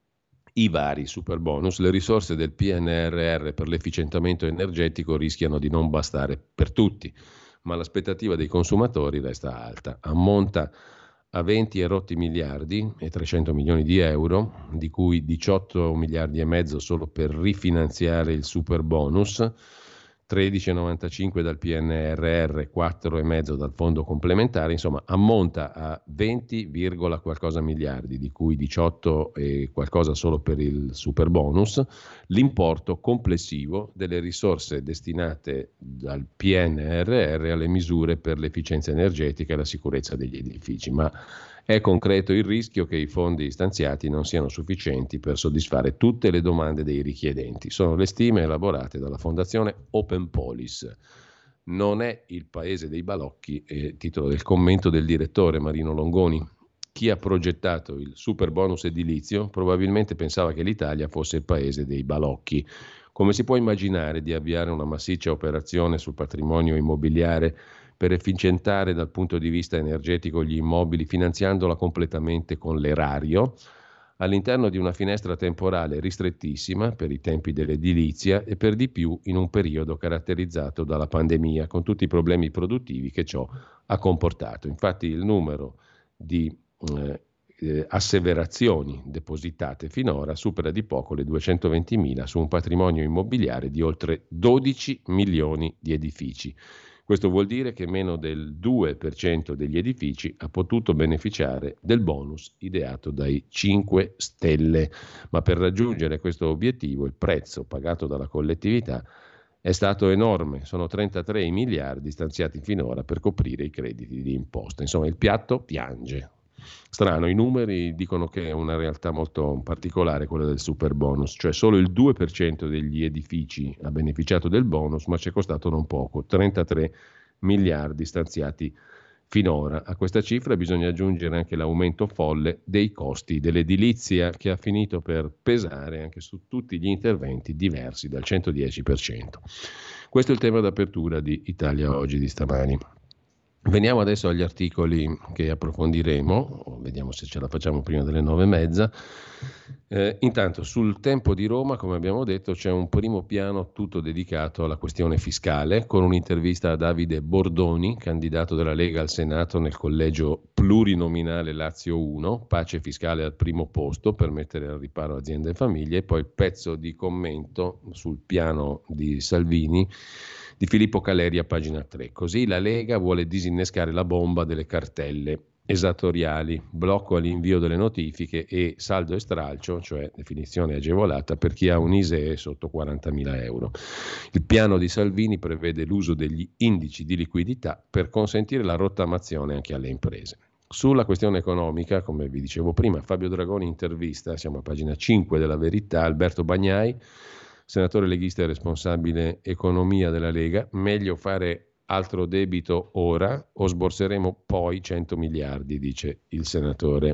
Speaker 3: i vari super bonus, le risorse del PNRR per l'efficientamento energetico rischiano di non bastare per tutti, ma l'aspettativa dei consumatori resta alta. Ammonta a 20 erotti miliardi e 300 milioni di euro, di cui 18 miliardi e mezzo solo per rifinanziare il super bonus, 13,95 dal PNRR, 4,5 dal fondo complementare, insomma ammonta a 20, qualcosa miliardi, di cui 18 e qualcosa solo per il super bonus, l'importo complessivo delle risorse destinate dal PNRR alle misure per l'efficienza energetica e la sicurezza degli edifici. Ma è concreto il rischio che i fondi stanziati non siano sufficienti per soddisfare tutte le domande dei richiedenti. Sono le stime elaborate dalla Fondazione Open Polis. Non è il paese dei balocchi, è titolo del commento del direttore Marino Longoni. Chi ha progettato il super bonus edilizio probabilmente pensava che l'Italia fosse il paese dei balocchi, Come si può immaginare di avviare una massiccia operazione sul patrimonio immobiliare per efficientare dal punto di vista energetico gli immobili, finanziandola completamente con l'erario, all'interno di una finestra temporale ristrettissima per i tempi dell'edilizia e per di più in un periodo caratterizzato dalla pandemia, con tutti i problemi produttivi che ciò ha comportato. Infatti il numero di asseverazioni depositate finora supera di poco le 220.000 su un patrimonio immobiliare di oltre 12 milioni di edifici. Questo vuol dire che meno del 2% degli edifici ha potuto beneficiare del bonus ideato dai 5 Stelle, ma per raggiungere questo obiettivo il prezzo pagato dalla collettività è stato enorme, sono 33 i miliardi stanziati finora per coprire i crediti di imposta. Insomma, il piatto piange. Strano, i numeri dicono che è una realtà molto particolare quella del super bonus, cioè solo il 2% degli edifici ha beneficiato del bonus, ma ci è costato non poco, 33 miliardi stanziati finora. A questa cifra bisogna aggiungere anche l'aumento folle dei costi dell'edilizia, che ha finito per pesare anche su tutti gli interventi diversi dal 110%. Questo è il tema d'apertura di Italia Oggi di stamani. Veniamo adesso agli articoli che approfondiremo, vediamo se ce la facciamo prima delle 9:30. Intanto sul Tempo di Roma, come abbiamo detto, c'è un primo piano tutto dedicato alla questione fiscale, con un'intervista a Davide Bordoni, candidato della Lega al Senato nel collegio plurinominale Lazio 1, pace fiscale al primo posto per mettere al riparo aziende e famiglie, e poi pezzo di commento sul piano di Salvini di Filippo Caleri a pagina 3. Così la Lega vuole disinnescare la bomba delle cartelle esattoriali, blocco all'invio delle notifiche e saldo e stralcio, cioè definizione agevolata per chi ha un ISEE sotto 40.000 euro. Il piano di Salvini prevede l'uso degli indici di liquidità per consentire la rottamazione anche alle imprese. Sulla questione economica, come vi dicevo prima, Fabio Dragoni intervista, siamo a pagina 5 della Verità, Alberto Bagnai, senatore leghista e responsabile economia della Lega. Meglio fare altro debito ora o sborseremo poi 100 miliardi, dice il senatore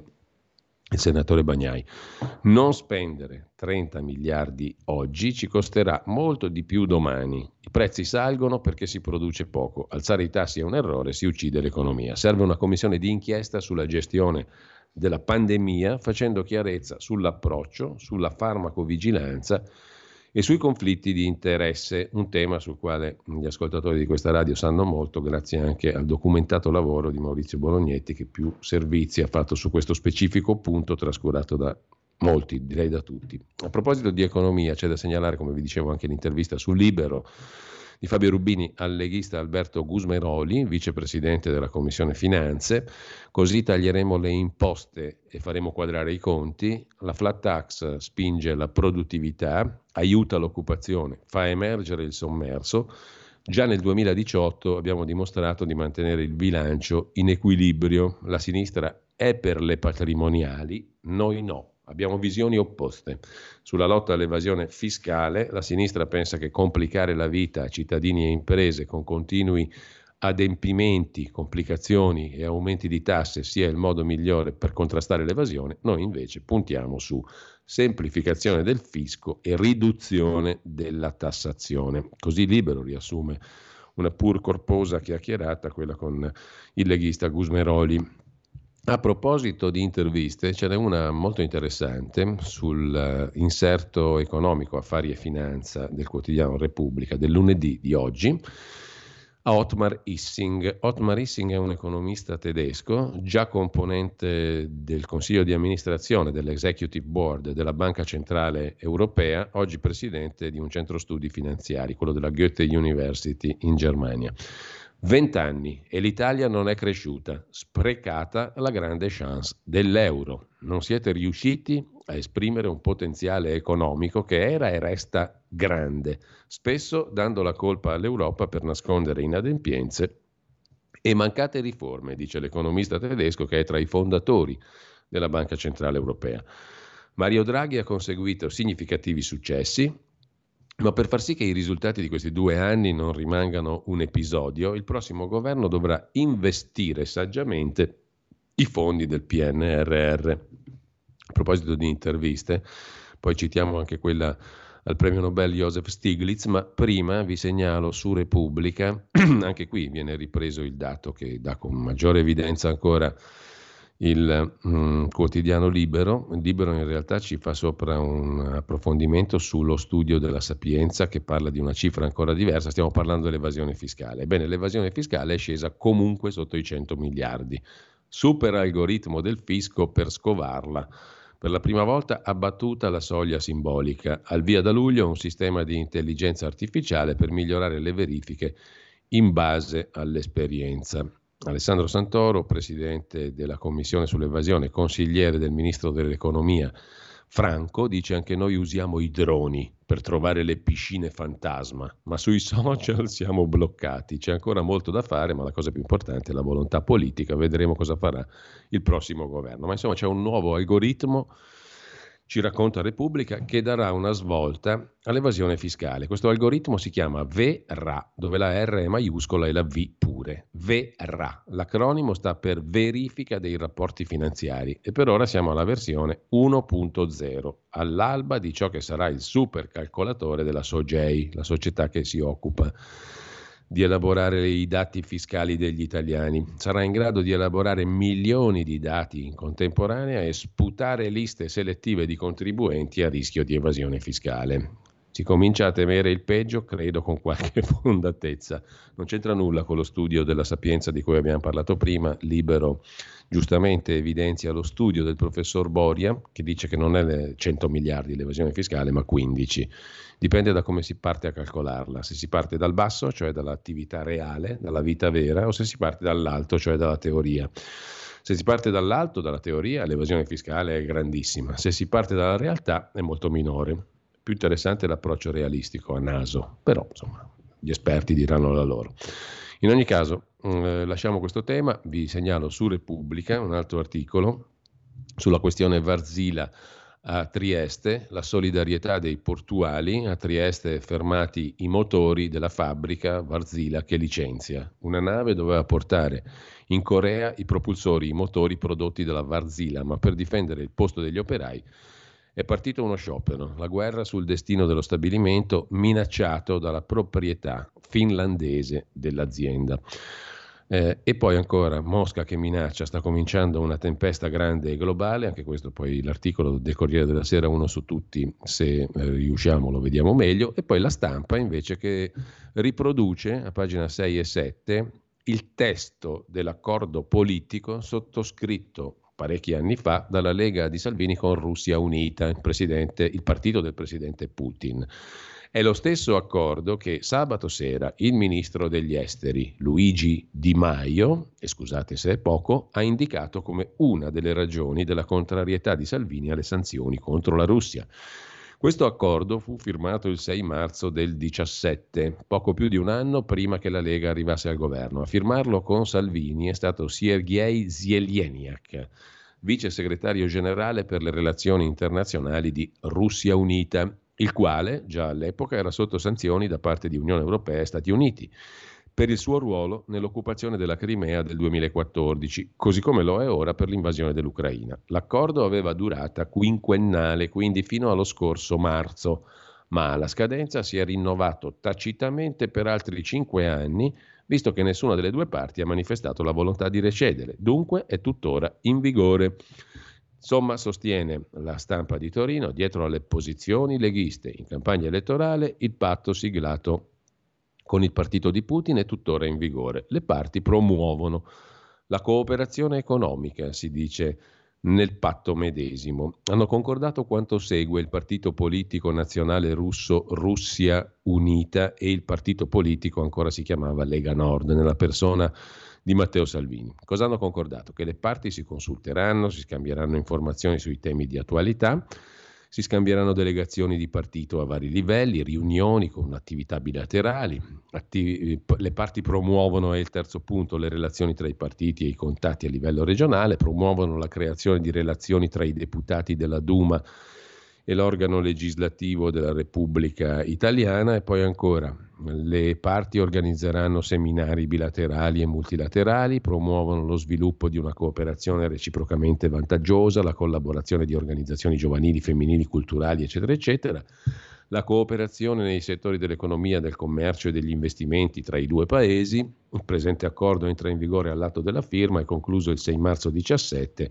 Speaker 3: Bagnai. Non spendere 30 miliardi oggi ci costerà molto di più domani. I prezzi salgono perché si produce poco. Alzare i tassi è un errore, si uccide l'economia. Serve una commissione di inchiesta sulla gestione della pandemia, facendo chiarezza sull'approccio, sulla farmacovigilanza e sui conflitti di interesse, un tema sul quale gli ascoltatori di questa radio sanno molto, grazie anche al documentato lavoro di Maurizio Bolognetti, che più servizi ha fatto su questo specifico punto, trascurato da molti, direi da tutti. A proposito di economia, c'è da segnalare, come vi dicevo, anche l'intervista sul Libero di Fabio Rubini al leghista Alberto Gusmeroli, vicepresidente della Commissione Finanze. Così taglieremo le imposte e faremo quadrare i conti. La flat tax spinge la produttività, aiuta l'occupazione, fa emergere il sommerso. Già nel 2018 abbiamo dimostrato di mantenere il bilancio in equilibrio. La sinistra è per le patrimoniali, noi no. Abbiamo visioni opposte. Sulla lotta all'evasione fiscale, la sinistra pensa che complicare la vita a cittadini e imprese con continui adempimenti, complicazioni e aumenti di tasse sia il modo migliore per contrastare l'evasione. Noi invece puntiamo su semplificazione del fisco e riduzione della tassazione. Così Libero riassume una pur corposa chiacchierata, quella con il leghista Gusmeroli. A proposito di interviste, ce n'è una molto interessante sul inserto economico Affari e Finanza del quotidiano Repubblica del lunedì di oggi, a Ottmar Issing. Ottmar Issing è un economista tedesco, già componente del consiglio di amministrazione dell'Executive Board della Banca Centrale Europea, oggi presidente di un centro studi finanziari, quello della Goethe University in Germania. 20 anni e l'Italia non è cresciuta, sprecata la grande chance dell'euro. Non siete riusciti a esprimere un potenziale economico che era e resta grande, spesso dando la colpa all'Europa per nascondere inadempienze e mancate riforme, dice l'economista tedesco che è tra i fondatori della Banca Centrale Europea. Mario Draghi ha conseguito significativi successi, ma per far sì che i risultati di questi 2 anni non rimangano un episodio, il prossimo governo dovrà investire saggiamente i fondi del PNRR. A proposito di interviste, poi citiamo anche quella al premio Nobel Joseph Stiglitz, ma prima vi segnalo su Repubblica, anche qui viene ripreso il dato che dà con maggiore evidenza ancora il quotidiano Libero. Il Libero in realtà ci fa sopra un approfondimento sullo studio della Sapienza che parla di una cifra ancora diversa, stiamo parlando dell'evasione fiscale. Ebbene, l'evasione fiscale è scesa comunque sotto i 100 miliardi, super algoritmo del fisco per scovarla. Per la prima volta abbattuta la soglia simbolica. Al via da luglio un sistema di intelligenza artificiale per migliorare le verifiche in base all'esperienza. Alessandro Santoro, presidente della Commissione sull'evasione, consigliere del ministro dell'economia Franco, dice: anche noi usiamo i droni per trovare le piscine fantasma, ma sui social siamo bloccati. C'è ancora molto da fare, ma la cosa più importante è la volontà politica. Vedremo cosa farà il prossimo governo. Ma insomma c'è un nuovo algoritmo, ci racconta Repubblica, che darà una svolta all'evasione fiscale. Questo algoritmo si chiama VERA, dove la R è maiuscola e la V pure. VERA, l'acronimo sta per verifica dei rapporti finanziari e per ora siamo alla versione 1.0, all'alba di ciò che sarà il supercalcolatore della SOGEI, la società che si occupa di elaborare i dati fiscali degli italiani. Sarà in grado di elaborare milioni di dati in contemporanea e sputare liste selettive di contribuenti a rischio di evasione fiscale. Si comincia a temere il peggio, credo con qualche fondatezza. Non c'entra nulla con lo studio della Sapienza di cui abbiamo parlato prima. Libero giustamente evidenzia lo studio del professor Boria, che dice che non è 100 miliardi l'evasione fiscale, ma 15. Dipende da come si parte a calcolarla. Se si parte dal basso, cioè dall'attività reale, dalla vita vera, o se si parte dall'alto, cioè dalla teoria. Se si parte dall'alto, dalla teoria, l'evasione fiscale è grandissima. Se si parte dalla realtà, è molto minore. Più interessante è l'approccio realistico a naso, però insomma gli esperti diranno la loro. In ogni caso, lasciamo questo tema, vi segnalo su Repubblica un altro articolo sulla questione Wärtsilä a Trieste, la solidarietà dei portuali. A Trieste fermati i motori della fabbrica Wärtsilä che licenzia. Una nave doveva portare in Corea i propulsori, i motori prodotti dalla Wärtsilä, ma per difendere il posto degli operai è partito uno sciopero, la guerra sul destino dello stabilimento minacciato dalla proprietà finlandese dell'azienda. E poi ancora Mosca che minaccia, sta cominciando una tempesta grande e globale, anche questo poi l'articolo del Corriere della Sera, uno su tutti, se riusciamo lo vediamo meglio. E poi La Stampa invece che riproduce a pagina 6 e 7 il testo dell'accordo politico sottoscritto parecchi anni fa dalla Lega di Salvini con Russia Unita, il partito del presidente Putin. È lo stesso accordo che sabato sera il ministro degli esteri Luigi Di Maio, e scusate se è poco, ha indicato come una delle ragioni della contrarietà di Salvini alle sanzioni contro la Russia. Questo accordo fu firmato il 6 marzo del 17, poco più di un anno prima che la Lega arrivasse al governo. A firmarlo con Salvini è stato Sergej Zeleniak, vice segretario generale per le relazioni internazionali di Russia Unita, il quale già all'epoca era sotto sanzioni da parte di Unione Europea e Stati Uniti per il suo ruolo nell'occupazione della Crimea del 2014, così come lo è ora per l'invasione dell'Ucraina. L'accordo aveva durata quinquennale, quindi fino allo scorso marzo, ma alla scadenza si è rinnovato tacitamente per altri 5 anni, visto che nessuna delle due parti ha manifestato la volontà di recedere. Dunque è tuttora in vigore. Insomma, sostiene La Stampa di Torino, dietro alle posizioni leghiste in campagna elettorale, il patto siglato con il partito di Putin è tuttora in vigore. Le parti promuovono la cooperazione economica, si dice nel patto medesimo. Hanno concordato quanto segue il partito politico nazionale russo Russia Unita e il partito politico ancora si chiamava Lega Nord, nella persona di Matteo Salvini. Cosa hanno concordato? Che le parti si consulteranno, si scambieranno informazioni sui temi di attualità, si scambieranno delegazioni di partito a vari livelli, riunioni con attività bilaterali, le parti promuovono, è il terzo punto, le relazioni tra i partiti e i contatti a livello regionale, promuovono la creazione di relazioni tra i deputati della Duma e l'organo legislativo della Repubblica Italiana. E poi ancora le parti organizzeranno seminari bilaterali e multilaterali, promuovono lo sviluppo di una cooperazione reciprocamente vantaggiosa, la collaborazione di organizzazioni giovanili, femminili, culturali, eccetera, eccetera. la cooperazione nei settori dell'economia, del commercio e degli investimenti tra i due paesi. Il presente accordo entra in vigore all'atto della firma, è concluso il 6 marzo 2017,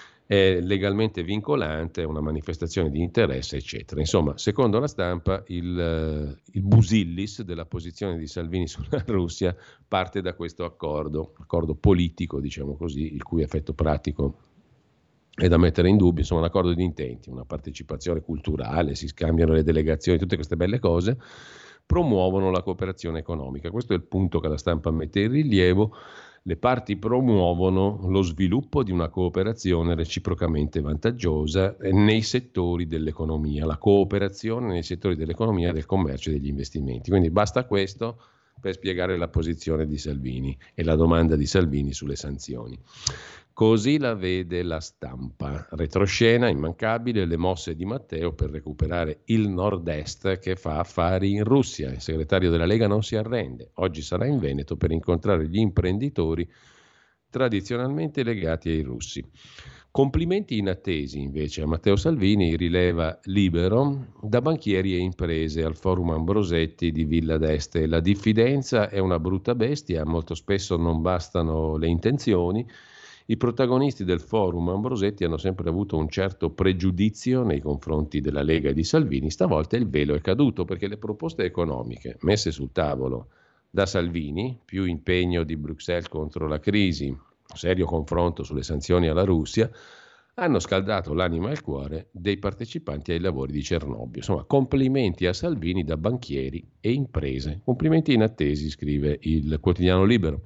Speaker 3: è legalmente vincolante, è una manifestazione di interesse, eccetera. Insomma, secondo la Stampa, il busillis della posizione di Salvini sulla Russia parte da questo accordo politico, diciamo così, il cui effetto pratico è da mettere in dubbio. Insomma, un accordo di intenti, una partecipazione culturale, si scambiano le delegazioni, tutte queste belle cose, promuovono la cooperazione economica. Questo è il punto che la Stampa mette in rilievo. Le parti promuovono lo sviluppo di una cooperazione reciprocamente vantaggiosa nei settori dell'economia, la cooperazione nei settori dell'economia, del commercio e degli investimenti. Quindi basta questo per spiegare la posizione di Salvini e la domanda di Salvini sulle sanzioni. Così la vede la Stampa. Retroscena immancabile, le mosse di Matteo per recuperare il nord-est che fa affari in Russia. Il segretario della Lega non si arrende. Oggi sarà in Veneto per incontrare gli imprenditori tradizionalmente legati ai russi. Complimenti inattesi invece a Matteo Salvini, rileva Libero, da banchieri e imprese al Forum Ambrosetti di Villa d'Este. La diffidenza è una brutta bestia, molto spesso non bastano le intenzioni. I protagonisti del Forum Ambrosetti hanno sempre avuto un certo pregiudizio nei confronti della Lega e di Salvini. Stavolta il velo è caduto perché le proposte economiche messe sul tavolo da Salvini, più impegno di Bruxelles contro la crisi, serio confronto sulle sanzioni alla Russia, hanno scaldato l'anima e il cuore dei partecipanti ai lavori di Cernobbio. Insomma, complimenti a Salvini da banchieri e imprese. Complimenti inattesi, scrive il quotidiano Libero.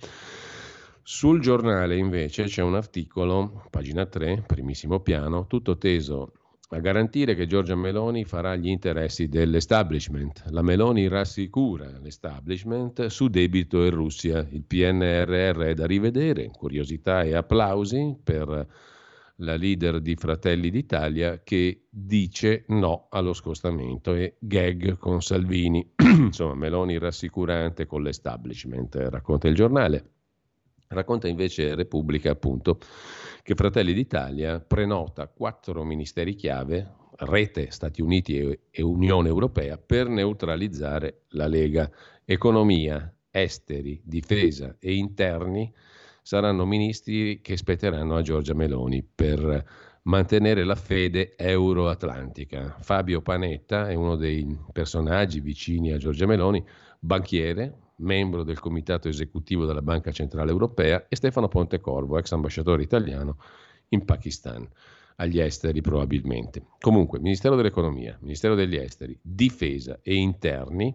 Speaker 3: Sul Giornale invece c'è un articolo, pagina 3, primissimo piano, tutto teso a garantire che Giorgia Meloni farà gli interessi dell'establishment. La Meloni rassicura l'establishment su debito e Russia. Il PNRR è da rivedere, curiosità e applausi per la leader di Fratelli d'Italia che dice no allo scostamento e gag con Salvini. Insomma, Meloni rassicurante con l'establishment, racconta il Giornale. Racconta invece Repubblica, appunto, che Fratelli d'Italia prenota 4 ministeri chiave, rete Stati Uniti e Unione Europea, per neutralizzare la Lega. Economia, esteri, difesa e interni saranno ministri che spetteranno a Giorgia Meloni per mantenere la fede euroatlantica. Fabio Panetta è uno dei personaggi vicini a Giorgia Meloni, banchiere, membro del comitato esecutivo della Banca Centrale Europea, e Stefano Pontecorvo, ex ambasciatore italiano in Pakistan, agli esteri probabilmente. Comunque, Ministero dell'Economia, Ministero degli Esteri, Difesa e Interni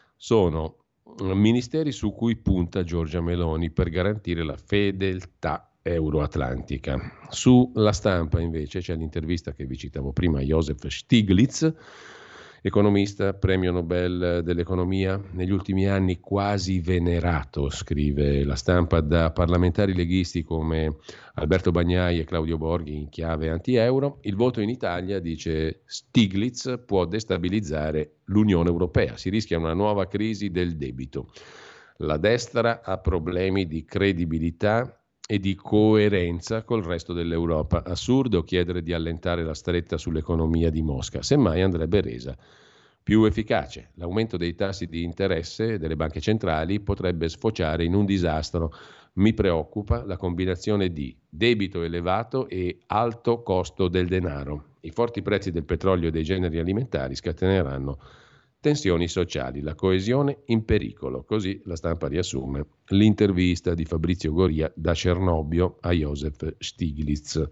Speaker 3: sono ministeri su cui punta Giorgia Meloni per garantire la fedeltà euroatlantica. Sulla Stampa invece c'è l'intervista che vi citavo prima a Joseph Stiglitz, economista, premio Nobel dell'economia, negli ultimi anni quasi venerato, scrive la Stampa, da parlamentari leghisti come Alberto Bagnai e Claudio Borghi in chiave anti-euro. Il voto in Italia, dice Stiglitz, può destabilizzare l'Unione Europea. Si rischia una nuova crisi del debito. La destra ha problemi di credibilità e di coerenza col resto dell'Europa. Assurdo chiedere di allentare la stretta sull'economia di Mosca, semmai andrebbe resa più efficace. L'aumento dei tassi di interesse delle banche centrali potrebbe sfociare in un disastro. Mi preoccupa la combinazione di debito elevato e alto costo del denaro. I forti prezzi del petrolio e dei generi alimentari scateneranno tensioni sociali, la coesione in pericolo. Così la Stampa riassume l'intervista di Fabrizio Goria da Cernobbio a Joseph Stiglitz.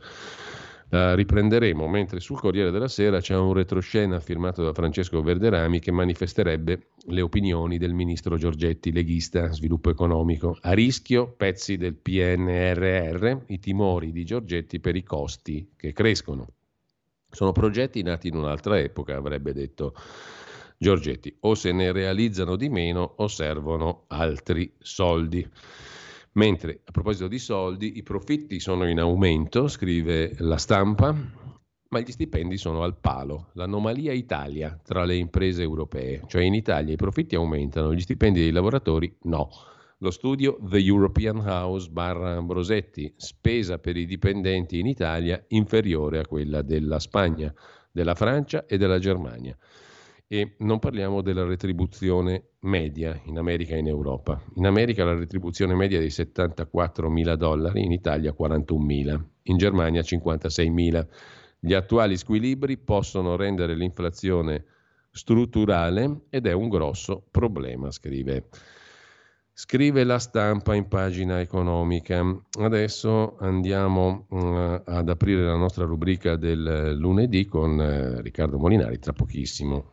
Speaker 3: La riprenderemo, mentre sul Corriere della Sera c'è un retroscena firmato da Francesco Verderami che manifesterebbe le opinioni del ministro Giorgetti, leghista, sviluppo economico. A rischio pezzi del PNRR, i timori di Giorgetti per i costi che crescono. Sono progetti nati in un'altra epoca, avrebbe detto Giorgetti, o se ne realizzano di meno o servono altri soldi. Mentre, a proposito di soldi, i profitti sono in aumento, scrive la Stampa, ma gli stipendi sono al palo. L'anomalia Italia tra le imprese europee, cioè in Italia i profitti aumentano, gli stipendi dei lavoratori no. Lo studio The European House / Ambrosetti, spesa per i dipendenti in Italia inferiore a quella della Spagna, della Francia e della Germania. E non parliamo della retribuzione media in America e in Europa. In America la retribuzione media è di $74.000, in Italia 41.000, in Germania 56.000. Gli attuali squilibri possono rendere l'inflazione strutturale ed è un grosso problema, scrive La Stampa in pagina economica. Adesso andiamo ad aprire la nostra rubrica del lunedì con Riccardo Molinari, tra pochissimo.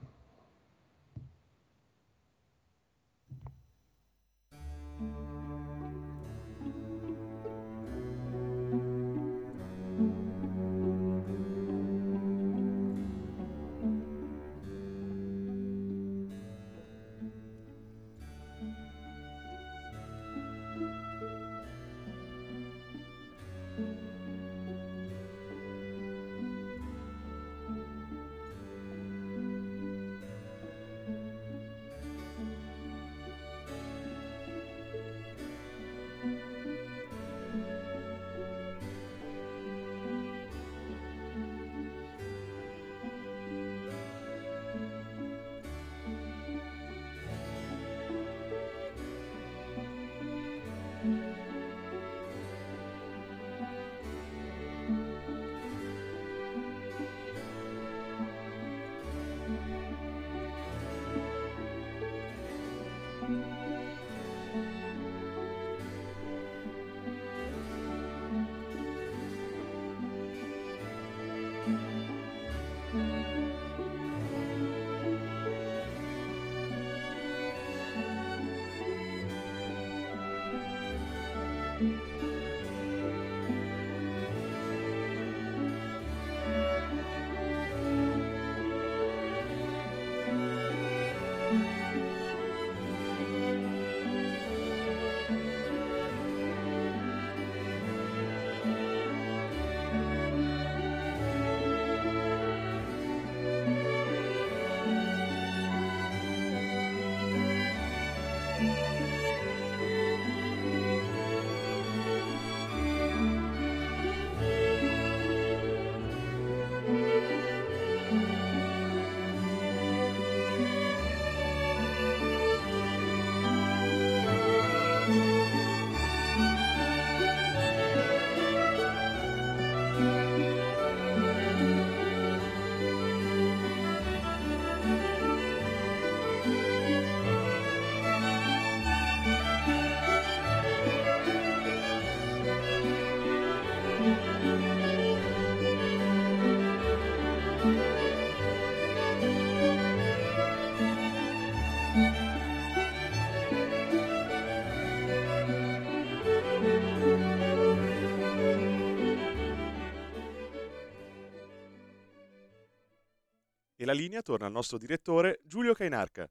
Speaker 2: E la linea torna al nostro direttore Giulio Cainarca.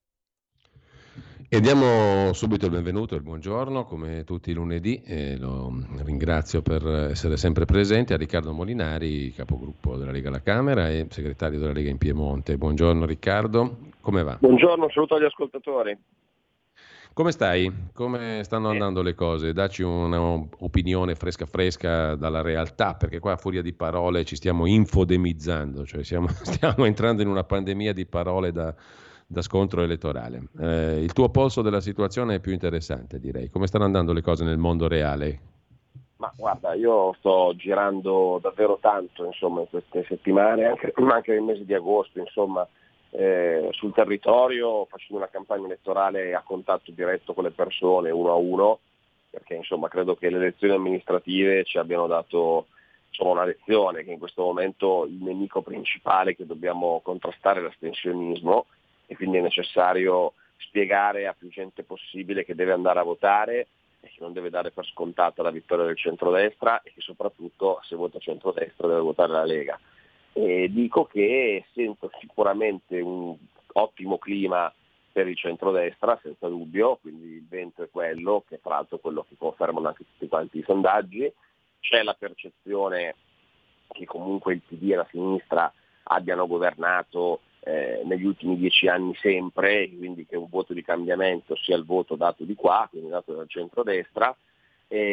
Speaker 3: E diamo subito il benvenuto e il buongiorno, come tutti i lunedì, e lo ringrazio per essere sempre presente, a Riccardo Molinari, capogruppo della Lega alla Camera e segretario della Lega in Piemonte. Buongiorno Riccardo, come va?
Speaker 5: Buongiorno, saluto agli ascoltatori.
Speaker 3: Come stai? Come stanno andando le cose? Dacci un'opinione fresca dalla realtà, perché qua a furia di parole ci stiamo infodemizzando, cioè stiamo entrando in una pandemia di parole da scontro elettorale. Il tuo polso della situazione è più interessante, direi. Come stanno andando le cose nel mondo reale?
Speaker 5: Ma guarda, io sto girando davvero tanto, insomma, in queste settimane, anche nel mese di agosto, insomma, sul territorio, facendo una campagna elettorale a contatto diretto con le persone, uno a uno, perché insomma credo che le elezioni amministrative ci abbiano dato una lezione, che in questo momento il nemico principale che dobbiamo contrastare è l'astensionismo, e quindi è necessario spiegare a più gente possibile che deve andare a votare e che non deve dare per scontata la vittoria del centrodestra, e che soprattutto se vota centrodestra deve votare la Lega. E dico che sento sicuramente un ottimo clima per il centrodestra, senza dubbio, quindi il vento è quello, che tra l'altro è quello che confermano anche tutti quanti i sondaggi. C'è la percezione che comunque il PD e la sinistra abbiano governato negli ultimi 10 anni sempre, quindi che un voto di cambiamento sia il voto dato di qua, quindi dato dal centrodestra.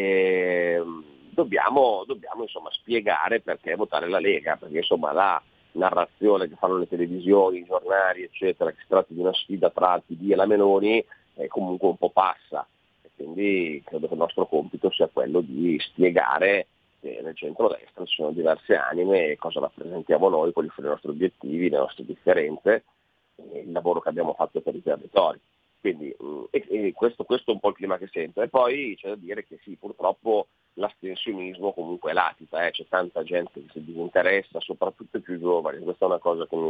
Speaker 5: Dobbiamo insomma spiegare perché votare la Lega, perché insomma narrazione che fanno le televisioni, i giornali, eccetera, che si tratti di una sfida tra il PD e la Meloni, comunque un po' passa. E quindi credo che il nostro compito sia quello di spiegare che nel centro-destra ci sono diverse anime, cosa rappresentiamo noi, quali sono i nostri obiettivi, le nostre differenze, il lavoro che abbiamo fatto per i territori. Quindi questo è un po' il clima che sento. E poi c'è da dire che sì, purtroppo l'astensionismo comunque latita, c'è tanta gente che si disinteressa, soprattutto i più giovani. Questa è una cosa che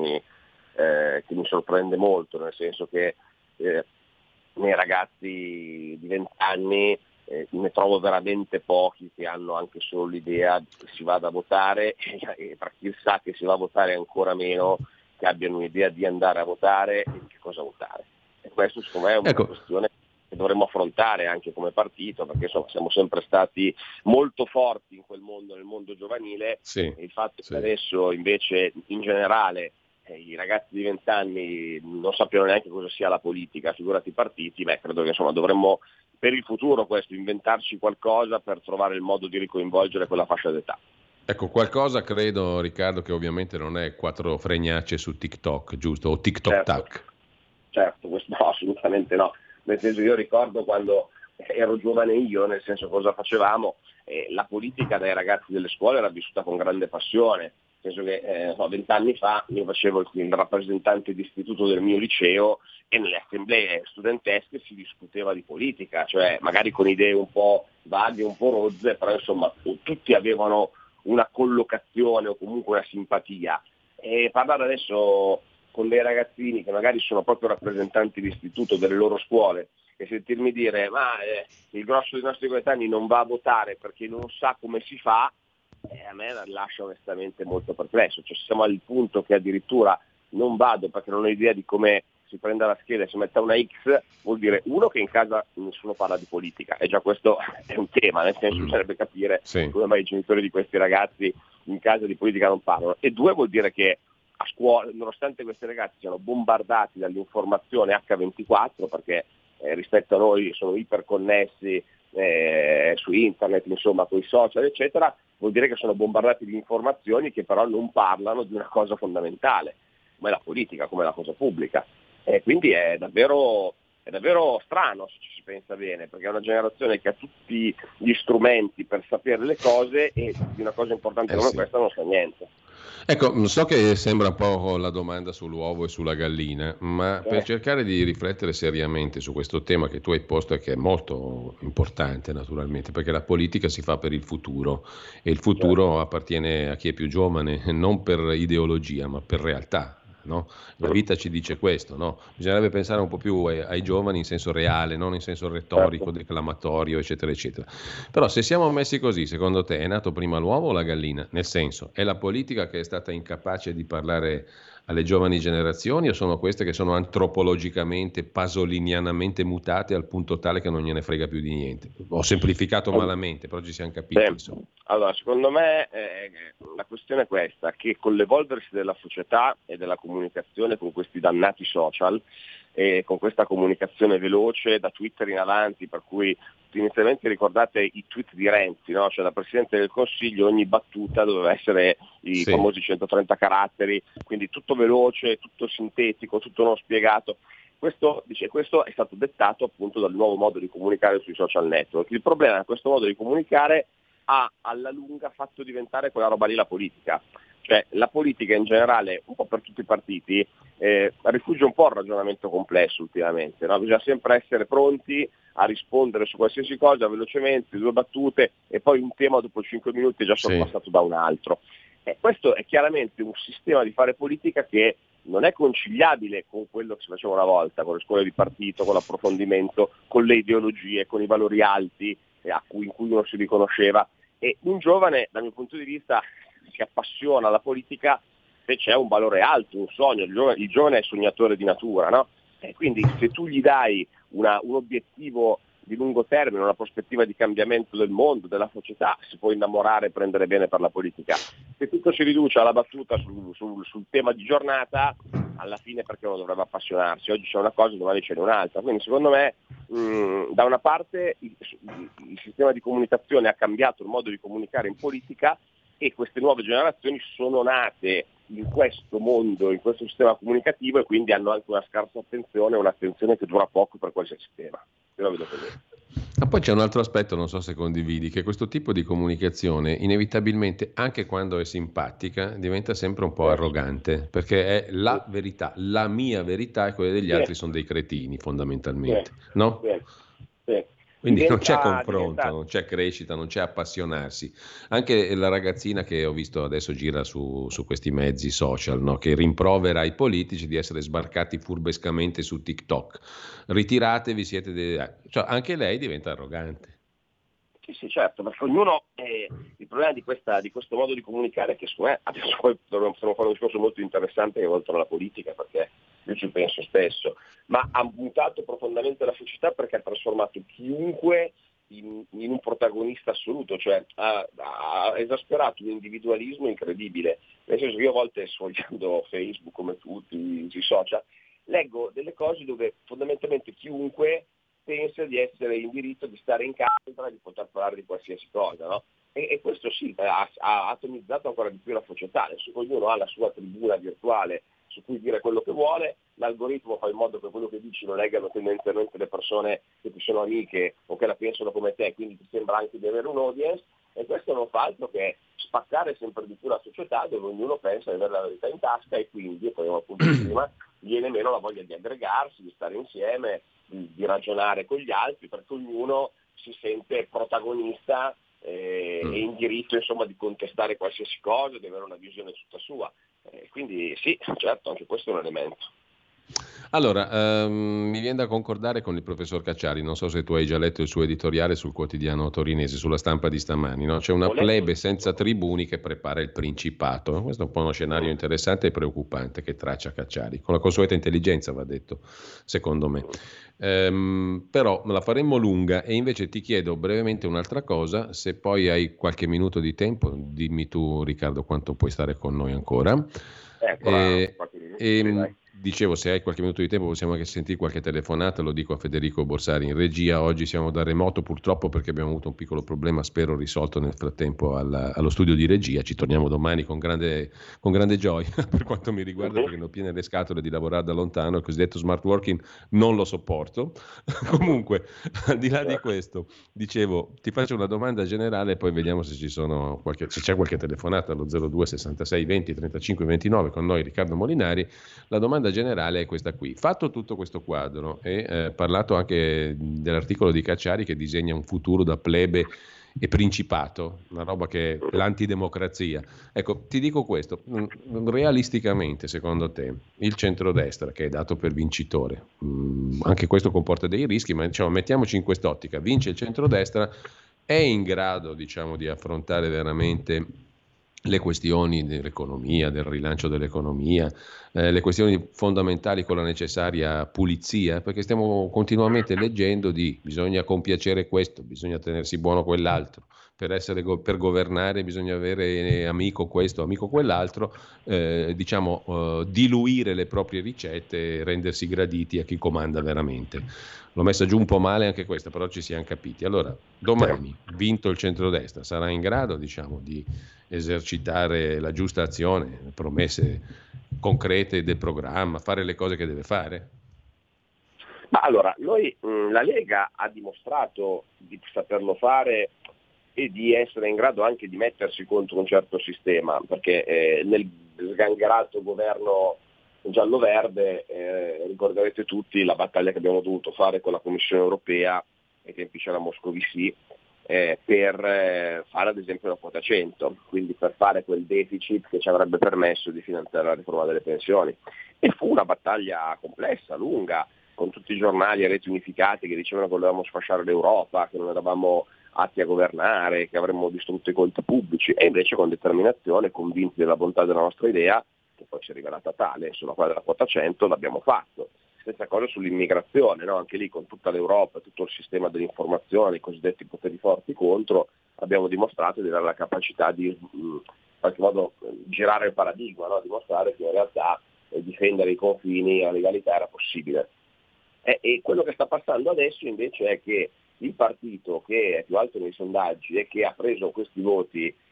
Speaker 5: mi sorprende molto, nel senso che nei ragazzi di 20 anni ne trovo veramente pochi che hanno anche solo l'idea che si vada a votare, e per chi sa che si va a votare ancora meno che abbiano un'idea di andare a votare e di che cosa votare. E questo secondo me è una questione che dovremmo affrontare anche come partito, perché insomma siamo sempre stati molto forti in quel mondo, nel mondo giovanile, e il fatto che adesso invece in generale i ragazzi di 20 anni non sappiano neanche cosa sia la politica, figurati i partiti, credo che insomma dovremmo per il futuro inventarci qualcosa per trovare il modo di ricoinvolgere quella fascia d'età.
Speaker 3: Ecco, qualcosa credo, Riccardo, che ovviamente non è 4 fregnacce su TikTok, giusto? O TikTok-tac.
Speaker 5: Certo, questo no, assolutamente no. Nel senso, io ricordo quando ero giovane io, nel senso cosa facevamo, la politica dai ragazzi delle scuole era vissuta con grande passione. Nel senso che 20 anni fa io facevo il rappresentante di istituto del mio liceo e nelle assemblee studentesche si discuteva di politica, cioè magari con idee un po' vaghe, un po' rozze, però insomma tutti avevano una collocazione o comunque una simpatia. E parlare adesso con dei ragazzini che magari sono proprio rappresentanti di istituto delle loro scuole e sentirmi dire il grosso dei nostri coetanei non va a votare perché non sa come si fa, a me lascia onestamente molto perplesso. Cioè siamo al punto che addirittura non vado perché non ho idea di come si prenda la scheda e si metta una X, vuol dire uno che in casa nessuno parla di politica, e già questo è un tema, nel senso bisognerebbe capire come mai i genitori di questi ragazzi in casa di politica non parlano, e due vuol dire che a scuola, nonostante questi ragazzi siano bombardati dall'informazione H24, perché rispetto a noi sono iperconnessi su internet, insomma con i social eccetera, vuol dire che sono bombardati di informazioni che però non parlano di una cosa fondamentale come la politica, come la cosa pubblica. Quindi è davvero strano se ci si pensa bene, perché è una generazione che ha tutti gli strumenti per sapere le cose e di una cosa importante come questa non sa niente.
Speaker 3: Ecco, so che sembra un po' la domanda sull'uovo e sulla gallina, ma per cercare di riflettere seriamente su questo tema che tu hai posto e che è molto importante naturalmente, perché la politica si fa per il futuro e il futuro appartiene a chi è più giovane, non per ideologia ma per realtà. No? La vita ci dice questo, no? Bisognerebbe pensare un po' più ai giovani in senso reale, non in senso retorico, declamatorio, eccetera, eccetera. Però se siamo messi così, secondo te è nato prima l'uovo o la gallina? Nel senso, è la politica che è stata incapace di parlare alle giovani generazioni o sono queste che sono antropologicamente, pasolinianamente mutate al punto tale che non gliene frega più di niente? Ho semplificato malamente, però ci siamo capiti. Insomma.
Speaker 5: Allora, secondo me la questione è questa, che con l'evolversi della società e della comunicazione con questi dannati social e con questa comunicazione veloce da Twitter in avanti, per cui inizialmente ricordate i tweet di Renzi, no? Cioè da Presidente del Consiglio ogni battuta doveva essere i famosi 130 caratteri, quindi tutto veloce, tutto sintetico, tutto non spiegato. Questo è stato dettato appunto dal nuovo modo di comunicare sui social network. Il problema è che questo modo di comunicare ha alla lunga fatto diventare quella roba lì la politica. Cioè la politica in generale, un po' per tutti i partiti, rifugge un po' il ragionamento complesso ultimamente, no? Bisogna sempre essere pronti a rispondere su qualsiasi cosa velocemente, 2 battute, e poi un tema dopo 5 minuti è già sorpassato da un altro. Questo è chiaramente un sistema di fare politica che non è conciliabile con quello che si faceva una volta, con le scuole di partito, con l'approfondimento, con le ideologie, con i valori alti in cui uno si riconosceva. E un giovane, dal mio punto di vista, si appassiona alla politica se c'è un valore alto, un sogno. Il giovane è sognatore di natura, no? E quindi se tu gli dai un obiettivo di lungo termine, una prospettiva di cambiamento del mondo, della società, si può innamorare e prendere bene per la politica. Se tutto si riduce alla battuta sul tema di giornata, alla fine perché uno dovrebbe appassionarsi? Oggi c'è una cosa, domani c'è un'altra. Quindi secondo me da una parte il sistema di comunicazione ha cambiato il modo di comunicare in politica e queste nuove generazioni sono nate in questo mondo, in questo sistema comunicativo, e quindi hanno anche una scarsa attenzione, un'attenzione che dura poco per qualsiasi tema. Io lo vedo così.
Speaker 3: Ma poi c'è un altro aspetto, non so se condividi, che questo tipo di comunicazione inevitabilmente, anche quando è simpatica, diventa sempre un po' arrogante, perché è la verità, la mia verità, e quelle degli altri sono dei cretini fondamentalmente, no? Quindi non c'è confronto, non c'è crescita, non c'è appassionarsi. Anche la ragazzina che ho visto adesso gira su questi mezzi social, no? Che rimprovera ai politici di essere sbarcati furbescamente su TikTok. Ritiratevi, siete cioè, anche lei diventa arrogante.
Speaker 5: Sì, certo, perché ognuno, il problema di questo modo di comunicare è che secondo me, adesso poi dovremmo fare un discorso molto interessante che volta alla politica, perché io ci penso spesso, ma ha mutato profondamente la società perché ha trasformato chiunque in un protagonista assoluto, cioè ha esasperato un individualismo incredibile. Nel senso che io a volte, sfogliando Facebook come tutti sui social, leggo delle cose dove fondamentalmente chiunque pensa di essere in diritto di stare in cattedra e di poter parlare di qualsiasi cosa, no? E questo sì, ha atomizzato ancora di più la società. Adesso ognuno ha la sua tribuna virtuale su cui dire quello che vuole, l'algoritmo fa in modo che quello che dici lo leggano tendenzialmente le persone che ti sono amiche o che la pensano come te, quindi ti sembra anche di avere un audience, e questo non fa altro che spaccare sempre di più la società, dove ognuno pensa di avere la verità in tasca, e quindi, e poi appunto prima, viene meno la voglia di aggregarsi, di stare insieme, di ragionare con gli altri, perché ognuno si sente protagonista e in diritto, insomma, di contestare qualsiasi cosa, di avere una visione tutta sua. Quindi sì, certo, anche questo è un elemento.
Speaker 3: Allora, mi viene da concordare con il professor Cacciari, non so se tu hai già letto il suo editoriale sul quotidiano torinese, sulla Stampa di stamani, no? C'è una plebe senza tribuni che prepara il Principato. Questo è un po' uno scenario interessante e preoccupante che traccia Cacciari, con la consueta intelligenza, va detto, secondo me. Però la faremmo lunga, e invece ti chiedo brevemente un'altra cosa, se poi hai qualche minuto di tempo, dimmi tu Riccardo quanto puoi stare con noi ancora. Dicevo, se hai qualche minuto di tempo possiamo anche sentire qualche telefonata, lo dico a Federico Borsari in regia. Oggi siamo da remoto purtroppo perché abbiamo avuto un piccolo problema, spero risolto nel frattempo allo studio di regia. Ci torniamo domani con grande gioia per quanto mi riguarda, perché ne ho piene le scatole di lavorare da lontano, il cosiddetto smart working non lo sopporto. Comunque, al di là di questo, dicevo, ti faccio una domanda generale e poi vediamo se se c'è qualche telefonata allo 02 66 20 35 29 con noi Riccardo Molinari. La domanda generale è questa qui. Fatto tutto questo quadro e parlato anche dell'articolo di Cacciari che disegna un futuro da plebe e principato, una roba che è l'antidemocrazia. Ecco, ti dico questo, realisticamente secondo te il centrodestra, che è dato per vincitore, anche questo comporta dei rischi, ma diciamo, mettiamoci in quest'ottica, vince il centrodestra, è in grado, diciamo, di affrontare veramente le questioni dell'economia, del rilancio dell'economia, le questioni fondamentali con la necessaria pulizia, perché stiamo continuamente leggendo di bisogna compiacere questo, bisogna tenersi buono quell'altro, per governare bisogna avere amico questo, amico quell'altro, diluire le proprie ricette e rendersi graditi a chi comanda veramente. L'ho messa giù un po' male anche questa, però ci siamo capiti. Allora, domani, vinto il centrodestra, sarà in grado, diciamo, di esercitare la giusta azione, le promesse concrete del programma, fare le cose che deve fare?
Speaker 5: Ma allora, la Lega ha dimostrato di saperlo fare e di essere in grado anche di mettersi contro un certo sistema, perché nel sgangherato governo giallo-verde ricorderete tutti la battaglia che abbiamo dovuto fare con la Commissione Europea, ai tempi c'era Moscovici, per fare ad esempio la quota 100, quindi per fare quel deficit che ci avrebbe permesso di finanziare la riforma delle pensioni. E fu una battaglia complessa, lunga, con tutti i giornali a reti unificate che dicevano che volevamo sfasciare l'Europa, che non eravamo atti a governare, che avremmo distrutto i conti pubblici, e invece con determinazione, convinti della bontà della nostra idea, che poi si è rivelata tale, sulla quale della quota 100 l'abbiamo fatto. Stessa cosa sull'immigrazione, no? Anche lì con tutta l'Europa, tutto il sistema dell'informazione, i cosiddetti poteri forti contro, abbiamo dimostrato di avere la capacità di in qualche modo girare il paradigma, no? Dimostrare che in realtà difendere i confini e la legalità era possibile. E quello che sta passando adesso invece è che il partito che è più alto nei sondaggi e che ha preso questi voti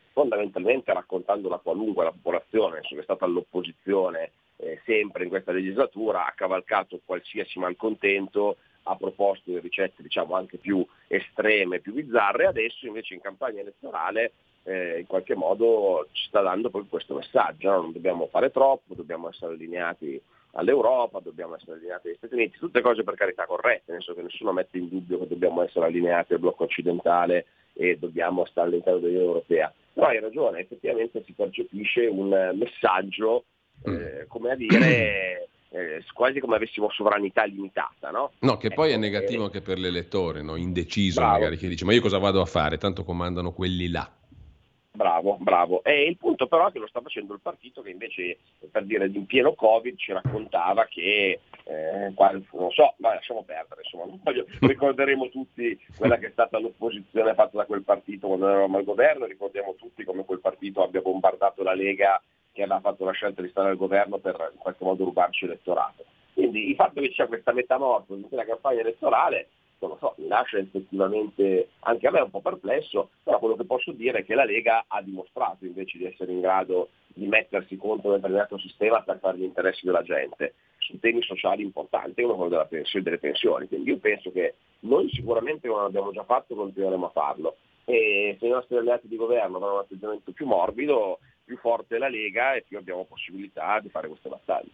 Speaker 5: fondamentalmente raccontando la qualunque alla popolazione, che è stata all'opposizione sempre in questa legislatura, ha cavalcato qualsiasi malcontento, ha proposto ricette diciamo anche più estreme, più bizzarre. Adesso invece in campagna elettorale in qualche modo ci sta dando proprio questo messaggio, no? Non dobbiamo fare troppo, dobbiamo essere allineati all'Europa, dobbiamo essere allineati agli Stati Uniti, tutte cose per carità corrette, nel senso che nessuno mette in dubbio che dobbiamo essere allineati al blocco occidentale e dobbiamo stare all'interno dell'Unione Europea. Però hai ragione, effettivamente si percepisce un messaggio come a dire quasi come avessimo sovranità limitata, no?
Speaker 3: No, che poi è negativo anche per l'elettore, no? Indeciso.
Speaker 5: Bravo.
Speaker 3: Magari, che dice ma io cosa vado a fare, tanto comandano quelli là.
Speaker 5: Bravo. E il punto però è che lo sta facendo il partito che invece, per dire, in pieno Covid ci raccontava che, non so, ma lasciamo perdere, insomma, ricorderemo tutti quella che è stata l'opposizione fatta da quel partito quando eravamo al governo, ricordiamo tutti come quel partito abbia bombardato la Lega che aveva fatto la scelta di stare al governo per in qualche modo rubarci elettorato. Quindi il fatto che ci sia questa metamorfosi nella campagna elettorale, non lo so, mi lascia effettivamente anche a me un po' perplesso, però quello che posso dire è che la Lega ha dimostrato invece di essere in grado di mettersi contro un determinato sistema per fare gli interessi della gente su temi sociali importanti, come quello delle pensioni. Quindi io penso che noi sicuramente non l'abbiamo già fatto, continueremo a farlo. E se i nostri alleati di governo avranno un atteggiamento più morbido, più forte è la Lega e più abbiamo possibilità di fare queste battaglie.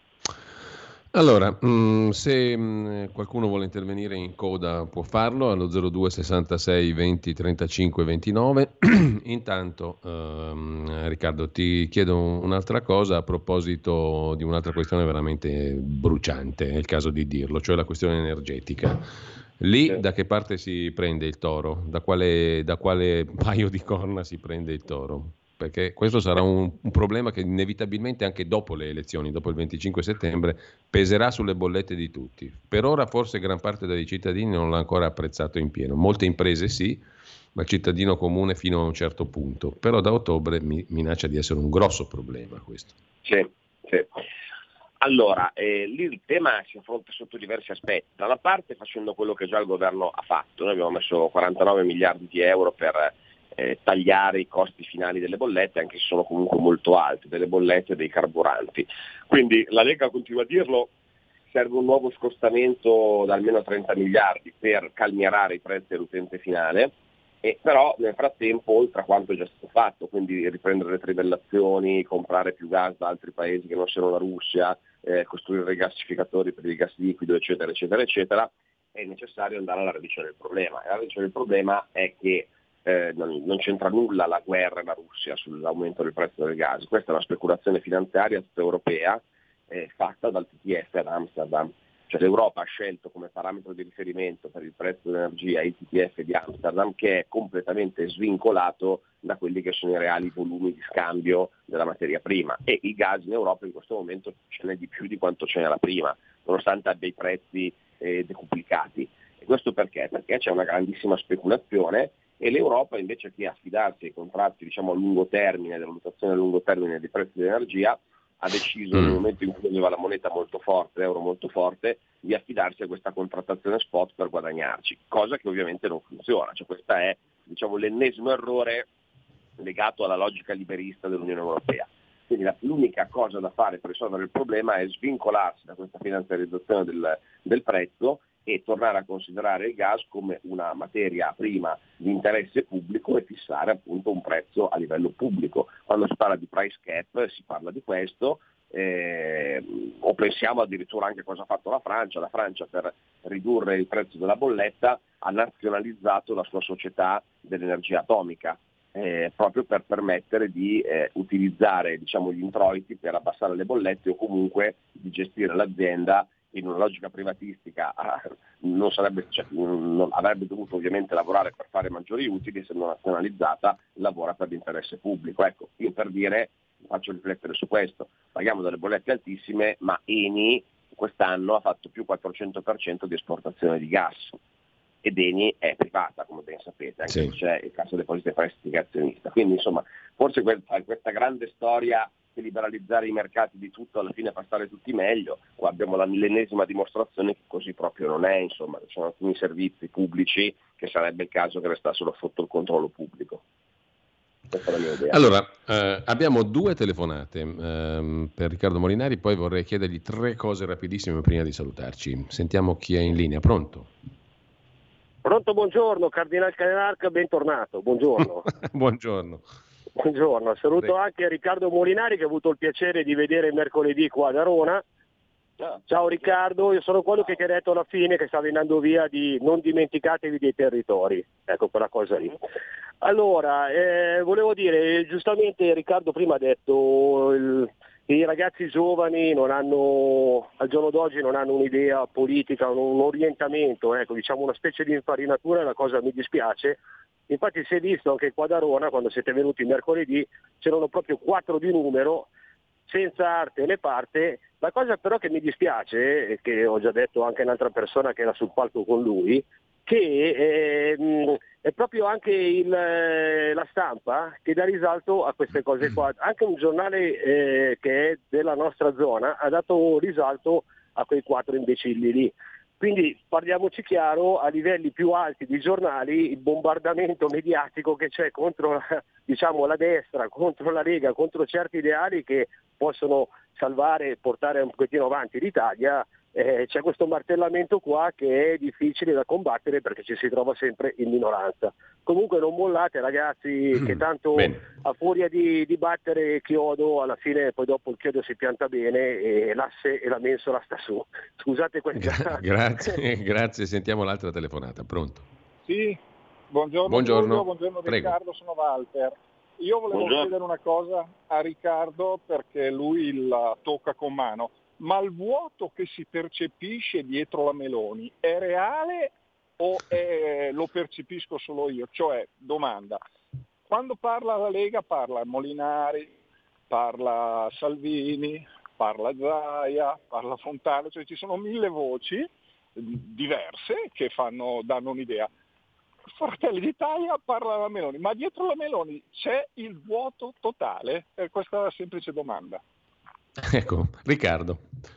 Speaker 3: Allora, se qualcuno vuole intervenire in coda può farlo allo 02 66 20 35 29. Intanto, Riccardo, ti chiedo un'altra cosa a proposito di un'altra questione veramente bruciante, è il caso di dirlo, cioè la questione energetica. Lì da che parte si prende il toro? Da quale paio di corna si prende il toro? Perché questo sarà un problema che inevitabilmente anche dopo le elezioni, dopo il 25 settembre, peserà sulle bollette di tutti. Per ora forse gran parte dei cittadini non l'ha ancora apprezzato in pieno. Molte imprese sì, ma il cittadino comune fino a un certo punto. Però da ottobre minaccia di essere un grosso problema questo.
Speaker 5: Sì. Allora, lì il tema si affronta sotto diversi aspetti. Da una parte facendo quello che già il governo ha fatto. Noi abbiamo messo 49 miliardi di euro per tagliare i costi finali delle bollette, anche se sono comunque molto alti, delle bollette e dei carburanti. Quindi la Lega continua a dirlo, serve un nuovo scostamento da almeno 30 miliardi per calmierare i prezzi all'utente finale, e però nel frattempo, oltre a quanto è già stato fatto, quindi riprendere le trivellazioni, comprare più gas da altri paesi che non siano la Russia, costruire rigassificatori per il gas liquido, eccetera, è necessario andare alla radice del problema. E la radice del problema è che non c'entra nulla la guerra e la Russia sull'aumento del prezzo del gas. Questa è una speculazione finanziaria tutta europea fatta dal TTF ad Amsterdam. Cioè l'Europa ha scelto come parametro di riferimento per il prezzo dell'energia il TTF di Amsterdam, che è completamente svincolato da quelli che sono i reali volumi di scambio della materia prima, e il gas in Europa in questo momento ce n'è di più di quanto ce n'era prima, nonostante abbia i prezzi decuplicati. E questo perché? Perché c'è una grandissima speculazione e l'Europa, invece che affidarsi ai contratti a lungo termine, della valutazione a lungo termine dei prezzi dell'energia, ha deciso nel momento in cui aveva la moneta molto forte, l'euro molto forte, di affidarsi a questa contrattazione spot per guadagnarci, cosa che ovviamente non funziona. Cioè, questo è l'ennesimo errore legato alla logica liberista dell'Unione Europea. Quindi l'unica cosa da fare per risolvere il problema è svincolarsi da questa finanziarizzazione del prezzo e tornare a considerare il gas come una materia prima di interesse pubblico e fissare appunto un prezzo a livello pubblico. Quando si parla di price cap si parla di questo, o pensiamo addirittura anche cosa ha fatto la Francia. La Francia, per ridurre il prezzo della bolletta, ha nazionalizzato la sua società dell'energia atomica, proprio per permettere di utilizzare gli introiti per abbassare le bollette o comunque di gestire l'azienda in una logica privatistica. Non avrebbe dovuto ovviamente lavorare per fare maggiori utili, essendo nazionalizzata lavora per l'interesse pubblico. Ecco, io per dire, faccio riflettere su questo, paghiamo delle bollette altissime, ma Eni quest'anno ha fatto più 400% di esportazione di gas, ed Eni è privata, come ben sapete, anche se c'è il Cassa Depositi e Prestiti azionista. Quindi insomma, forse questa grande storia di liberalizzare i mercati di tutto alla fine fa stare tutti meglio. Qua abbiamo l'ennesima dimostrazione che così proprio non è. Insomma, ci sono alcuni servizi pubblici che sarebbe il caso che restassero sotto il controllo pubblico. Questa è la mia idea.
Speaker 3: Allora, abbiamo 2 telefonate per Riccardo Molinari, poi vorrei chiedergli 3 cose rapidissime prima di salutarci. Sentiamo chi è in linea. Pronto?
Speaker 5: Pronto, buongiorno, Cardinal Cainarca, bentornato, buongiorno.
Speaker 3: Buongiorno.
Speaker 5: Buongiorno, saluto anche Riccardo Molinari che ho avuto il piacere di vedere mercoledì qua ad Arona. Ciao Riccardo, io sono quello che ti ha detto alla fine che stava andando via di non dimenticatevi dei territori, ecco quella cosa lì. Allora, volevo dire, giustamente Riccardo prima ha detto che i ragazzi giovani non hanno, al giorno d'oggi non hanno un'idea politica, un orientamento, ecco, diciamo una specie di infarinatura, la cosa mi dispiace. Infatti si è visto anche qua ad Arona, quando siete venuti mercoledì, c'erano proprio 4 di numero, senza arte né parte. La cosa però che mi dispiace, e che ho già detto anche a un'altra persona che era sul palco con lui, che è proprio anche la stampa che dà risalto a queste cose qua. Anche un giornale che è della nostra zona ha dato risalto a quei 4 imbecilli lì. Quindi parliamoci chiaro, a livelli più alti di giornali il bombardamento mediatico che c'è contro la destra, contro la Lega, contro certi ideali che possono salvare e portare un pochettino avanti l'Italia, c'è questo martellamento qua che è difficile da combattere perché ci si trova sempre in minoranza. Comunque non mollate ragazzi, che tanto a furia di battere chiodo, alla fine poi dopo il chiodo si pianta bene e l'asse e la mensola sta su. Scusate questa...
Speaker 3: Grazie, sentiamo l'altra telefonata, pronto?
Speaker 9: Sì, buongiorno. Buongiorno Riccardo, sono Walter. Io volevo chiedere una cosa a Riccardo perché lui la tocca con mano. Ma il vuoto che si percepisce dietro la Meloni è reale o lo percepisco solo io? Cioè, domanda, quando parla la Lega parla Molinari, parla Salvini, parla Zaia, parla Fontana, cioè ci sono 1000 voci diverse che danno un'idea. Fratelli d'Italia parla la Meloni, ma dietro la Meloni c'è il vuoto totale? Per questa semplice domanda.
Speaker 3: Ecco, Riccardo.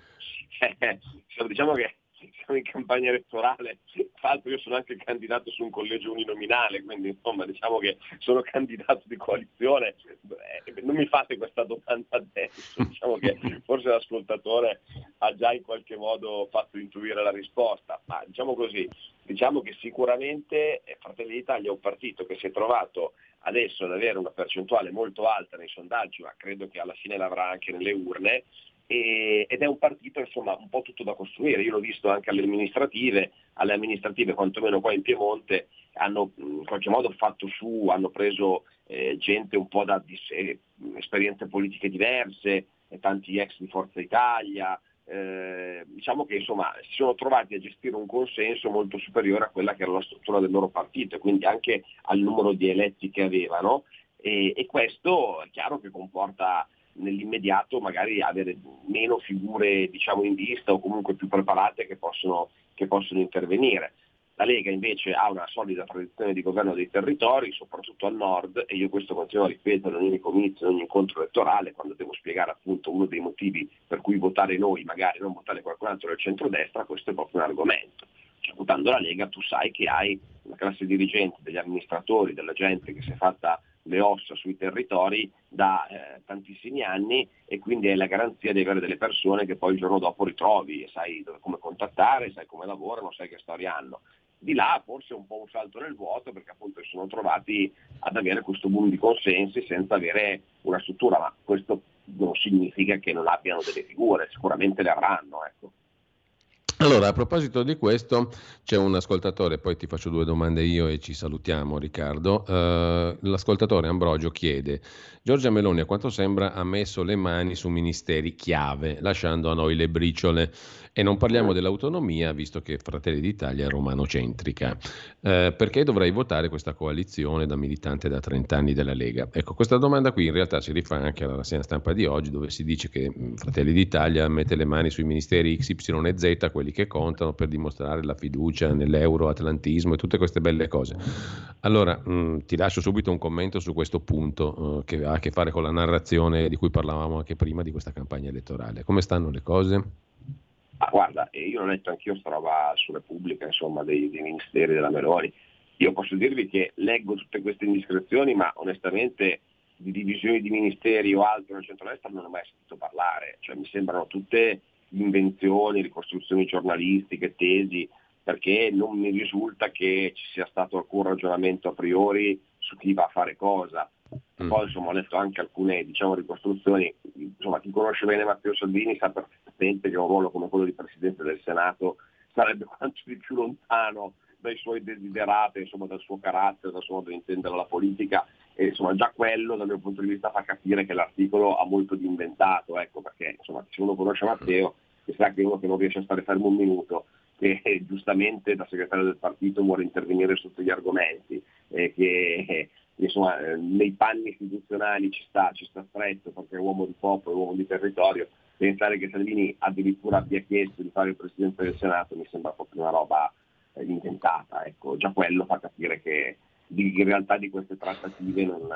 Speaker 5: Diciamo che siamo in campagna elettorale, tra l'altro io sono anche candidato su un collegio uninominale, quindi insomma diciamo che sono candidato di coalizione, non mi fate questa domanda adesso, diciamo che forse l'ascoltatore ha già in qualche modo fatto intuire la risposta, ma diciamo così, diciamo che sicuramente Fratelli d'Italia è un partito che si è trovato adesso ad avere una percentuale molto alta nei sondaggi, ma credo che alla fine l'avrà anche nelle urne, ed è un partito insomma un po' tutto da costruire. Io l'ho visto anche alle amministrative quantomeno qua in Piemonte hanno in qualche modo hanno preso gente un po' da esperienze politiche diverse, tanti ex di Forza Italia, diciamo che insomma si sono trovati a gestire un consenso molto superiore a quella che era la struttura del loro partito e quindi anche al numero di eletti che avevano, e questo è chiaro che comporta nell'immediato magari avere meno figure diciamo in vista o comunque più preparate che possono intervenire. La Lega invece ha una solida tradizione di governo dei territori, soprattutto al nord, e io questo continuo a ripetere in ogni comizio, in ogni incontro elettorale, quando devo spiegare appunto uno dei motivi per cui votare noi, magari non votare qualcun altro del centrodestra, questo è proprio un argomento. Cioè, votando la Lega tu sai che hai una classe dirigente, degli amministratori, della gente che si è fatta le ossa sui territori da tantissimi anni e quindi è la garanzia di avere delle persone che poi il giorno dopo ritrovi e sai come contattare, sai come lavorano, sai che storia hanno. Di là forse un po' un salto nel vuoto perché appunto si sono trovati ad avere questo boom di consensi senza avere una struttura, ma questo non significa che non abbiano delle figure, sicuramente le avranno, ecco.
Speaker 3: Allora, a proposito di questo, c'è un ascoltatore, poi ti faccio 2 domande io e ci salutiamo, Riccardo. L'ascoltatore Ambrogio chiede: Giorgia Meloni, a quanto sembra, ha messo le mani su ministeri chiave, lasciando a noi le briciole. E non parliamo dell'autonomia, visto che Fratelli d'Italia è romanocentrica. Perché dovrei votare questa coalizione da militante da 30 anni della Lega? Ecco, questa domanda qui in realtà si rifà anche alla rassegna stampa di oggi, dove si dice che Fratelli d'Italia mette le mani sui ministeri X, Y e Z, quelli che contano, per dimostrare la fiducia nell'euroatlantismo e tutte queste belle cose. Allora, ti lascio subito un commento su questo punto che ha a che fare con la narrazione di cui parlavamo anche prima di questa campagna elettorale. Come stanno le cose?
Speaker 5: Guarda, io ho letto anch'io sta roba su Repubblica, insomma, dei ministeri della Meloni. Io posso dirvi che leggo tutte queste indiscrezioni, ma onestamente di divisioni di ministeri o altro nel centro-destra non ho mai sentito parlare, cioè mi sembrano tutte invenzioni, ricostruzioni giornalistiche, tesi, perché non mi risulta che ci sia stato alcun ragionamento a priori su chi va a fare cosa. Poi insomma ho letto anche alcune ricostruzioni, insomma chi conosce bene Matteo Salvini sa perfettamente che un ruolo come quello di Presidente del Senato sarebbe quanto di più lontano dai suoi desiderati, insomma dal suo carattere, dal suo modo di intendere la politica, e insomma già quello dal mio punto di vista fa capire che l'articolo ha molto di inventato, ecco, perché insomma se uno conosce Matteo si sa che è uno che non riesce a stare fermo un minuto, che giustamente da segretario del partito vuole intervenire su tutti gli argomenti, che insomma nei panni istituzionali ci sta stretto perché è uomo di popolo, uomo di territorio. Pensare che Salvini addirittura abbia chiesto di fare il Presidente del Senato mi sembra proprio una roba inventata, ecco, già quello fa capire che in realtà di queste trattative in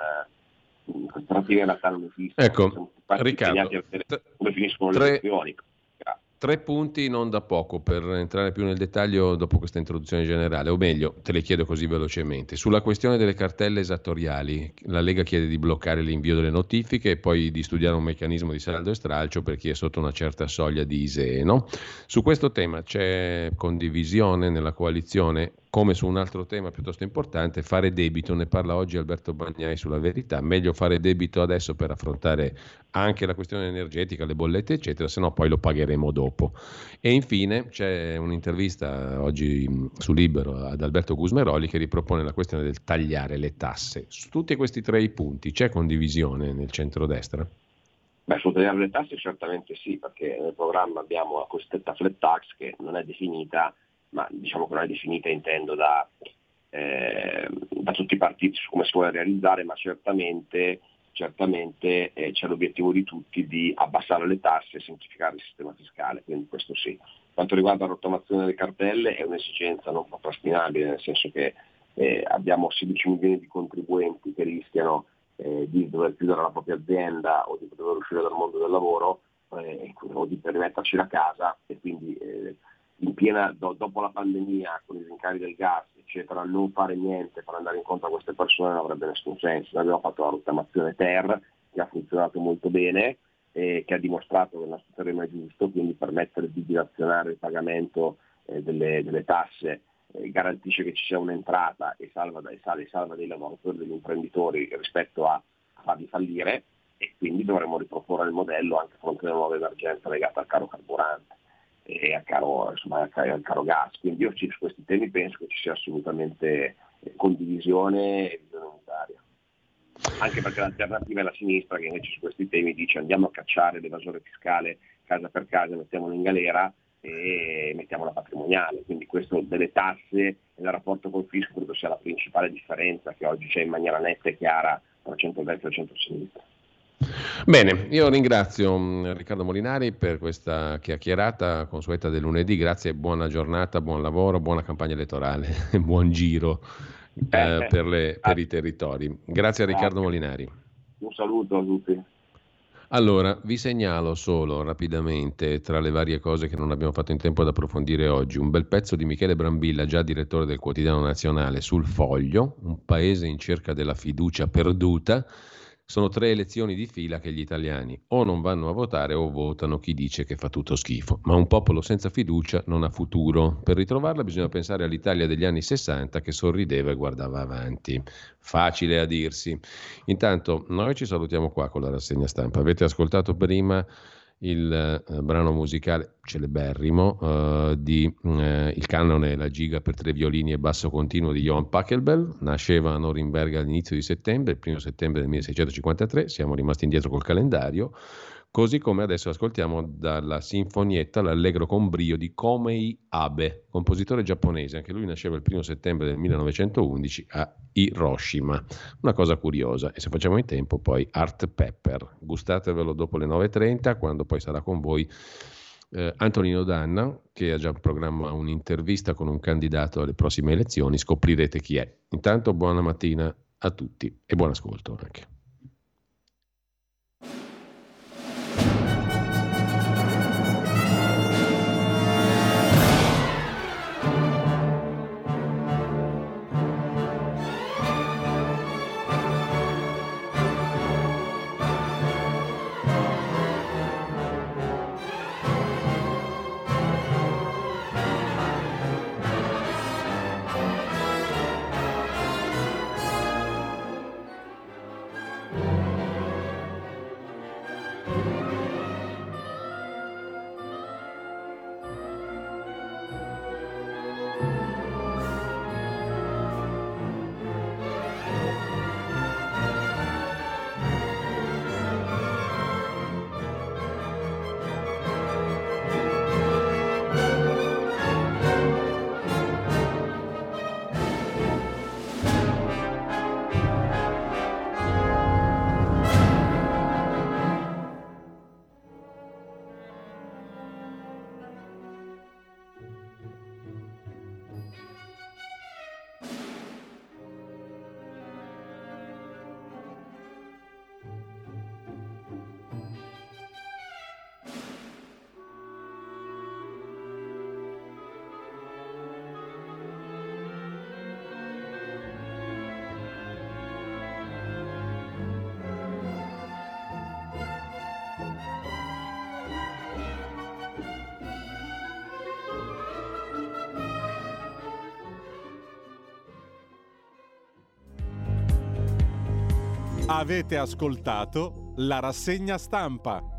Speaker 5: realtà non esistono.
Speaker 3: Ecco, Riccardo,
Speaker 5: come finiscono le elezioni.
Speaker 3: 3 punti non da poco per entrare più nel dettaglio dopo questa introduzione generale, o meglio, te le chiedo così velocemente. Sulla questione delle cartelle esattoriali, la Lega chiede di bloccare l'invio delle notifiche e poi di studiare un meccanismo di saldo e stralcio per chi è sotto una certa soglia di ISEE, no? Su questo tema c'è condivisione nella coalizione, come su un altro tema piuttosto importante, fare debito, ne parla oggi Alberto Bagnai sulla Verità, meglio fare debito adesso per affrontare anche la questione energetica, le bollette eccetera, se no poi lo pagheremo dopo. E infine c'è un'intervista oggi su Libero ad Alberto Gusmeroli che ripropone la questione del tagliare le tasse. Su tutti questi 3 punti c'è condivisione nel centrodestra?
Speaker 5: Beh, sul tagliare le tasse certamente sì, perché nel programma abbiamo la cosiddetta flat tax che non è definita, ma diciamo che non è definita intendo da tutti i partiti su come si vuole realizzare, ma certamente c'è l'obiettivo di tutti di abbassare le tasse e semplificare il sistema fiscale, quindi questo sì. Quanto riguarda la rottamazione delle cartelle è un'esigenza non procrastinabile, nel senso che abbiamo 16 milioni di contribuenti che rischiano di dover chiudere la propria azienda o di dover uscire dal mondo del lavoro o di rimetterci la casa, e quindi dopo la pandemia con i rincari del gas eccetera, non fare niente per andare incontro a queste persone non avrebbe nessun senso. Noi abbiamo fatto la rottamazione Ter che ha funzionato molto bene e che ha dimostrato che il nostro terreno è giusto, quindi permettere di dilazionare il pagamento delle tasse garantisce che ci sia un'entrata e salva dei lavoratori, degli imprenditori rispetto a farli fallire, e quindi dovremmo riproporre il modello anche a fronte delle nuove emergenze legate al caro carburante e al caro gas. Quindi io su questi temi penso che ci sia assolutamente condivisione e visione unitaria. Anche perché l'alternativa è la sinistra che invece su questi temi dice andiamo a cacciare l'evasore fiscale casa per casa, mettiamolo in galera e mettiamo la patrimoniale. Quindi questo delle tasse e del rapporto col fisco credo sia la principale differenza che oggi c'è in maniera netta e chiara tra centrodestra e centrosinistra.
Speaker 3: Bene, io ringrazio Riccardo Molinari per questa chiacchierata consueta del lunedì, grazie, buona giornata, buon lavoro, buona campagna elettorale, buon giro per i territori. Grazie a Riccardo Molinari.
Speaker 5: Un saluto a tutti.
Speaker 3: Allora, vi segnalo solo rapidamente, tra le varie cose che non abbiamo fatto in tempo ad approfondire oggi, un bel pezzo di Michele Brambilla, già direttore del Quotidiano Nazionale, sul Foglio, un paese in cerca della fiducia perduta. Sono 3 elezioni di fila che gli italiani o non vanno a votare o votano chi dice che fa tutto schifo. Ma un popolo senza fiducia non ha futuro. Per ritrovarla bisogna pensare all'Italia degli anni 60 che sorrideva e guardava avanti. Facile a dirsi. Intanto noi ci salutiamo qua con la rassegna stampa. Avete ascoltato prima il brano musicale celeberrimo di Il canone e la giga per 3 violini e basso continuo di Johann Pachelbel. Nasceva a Norimberga all'inizio di settembre, il 1 settembre del 1653, siamo rimasti indietro col calendario, così come adesso ascoltiamo dalla sinfonietta l'Allegro con brio di Komei Abe, compositore giapponese, anche lui nasceva il 1 settembre del 1911 a Hiroshima. Una cosa curiosa, e se facciamo in tempo poi Art Pepper, gustatevelo dopo le 9.30 quando poi sarà con voi Antonino Danna, che ha già in programma un'intervista con un candidato alle prossime elezioni, scoprirete chi è. Intanto buona mattina a tutti e buon ascolto anche.
Speaker 1: Avete ascoltato la rassegna stampa.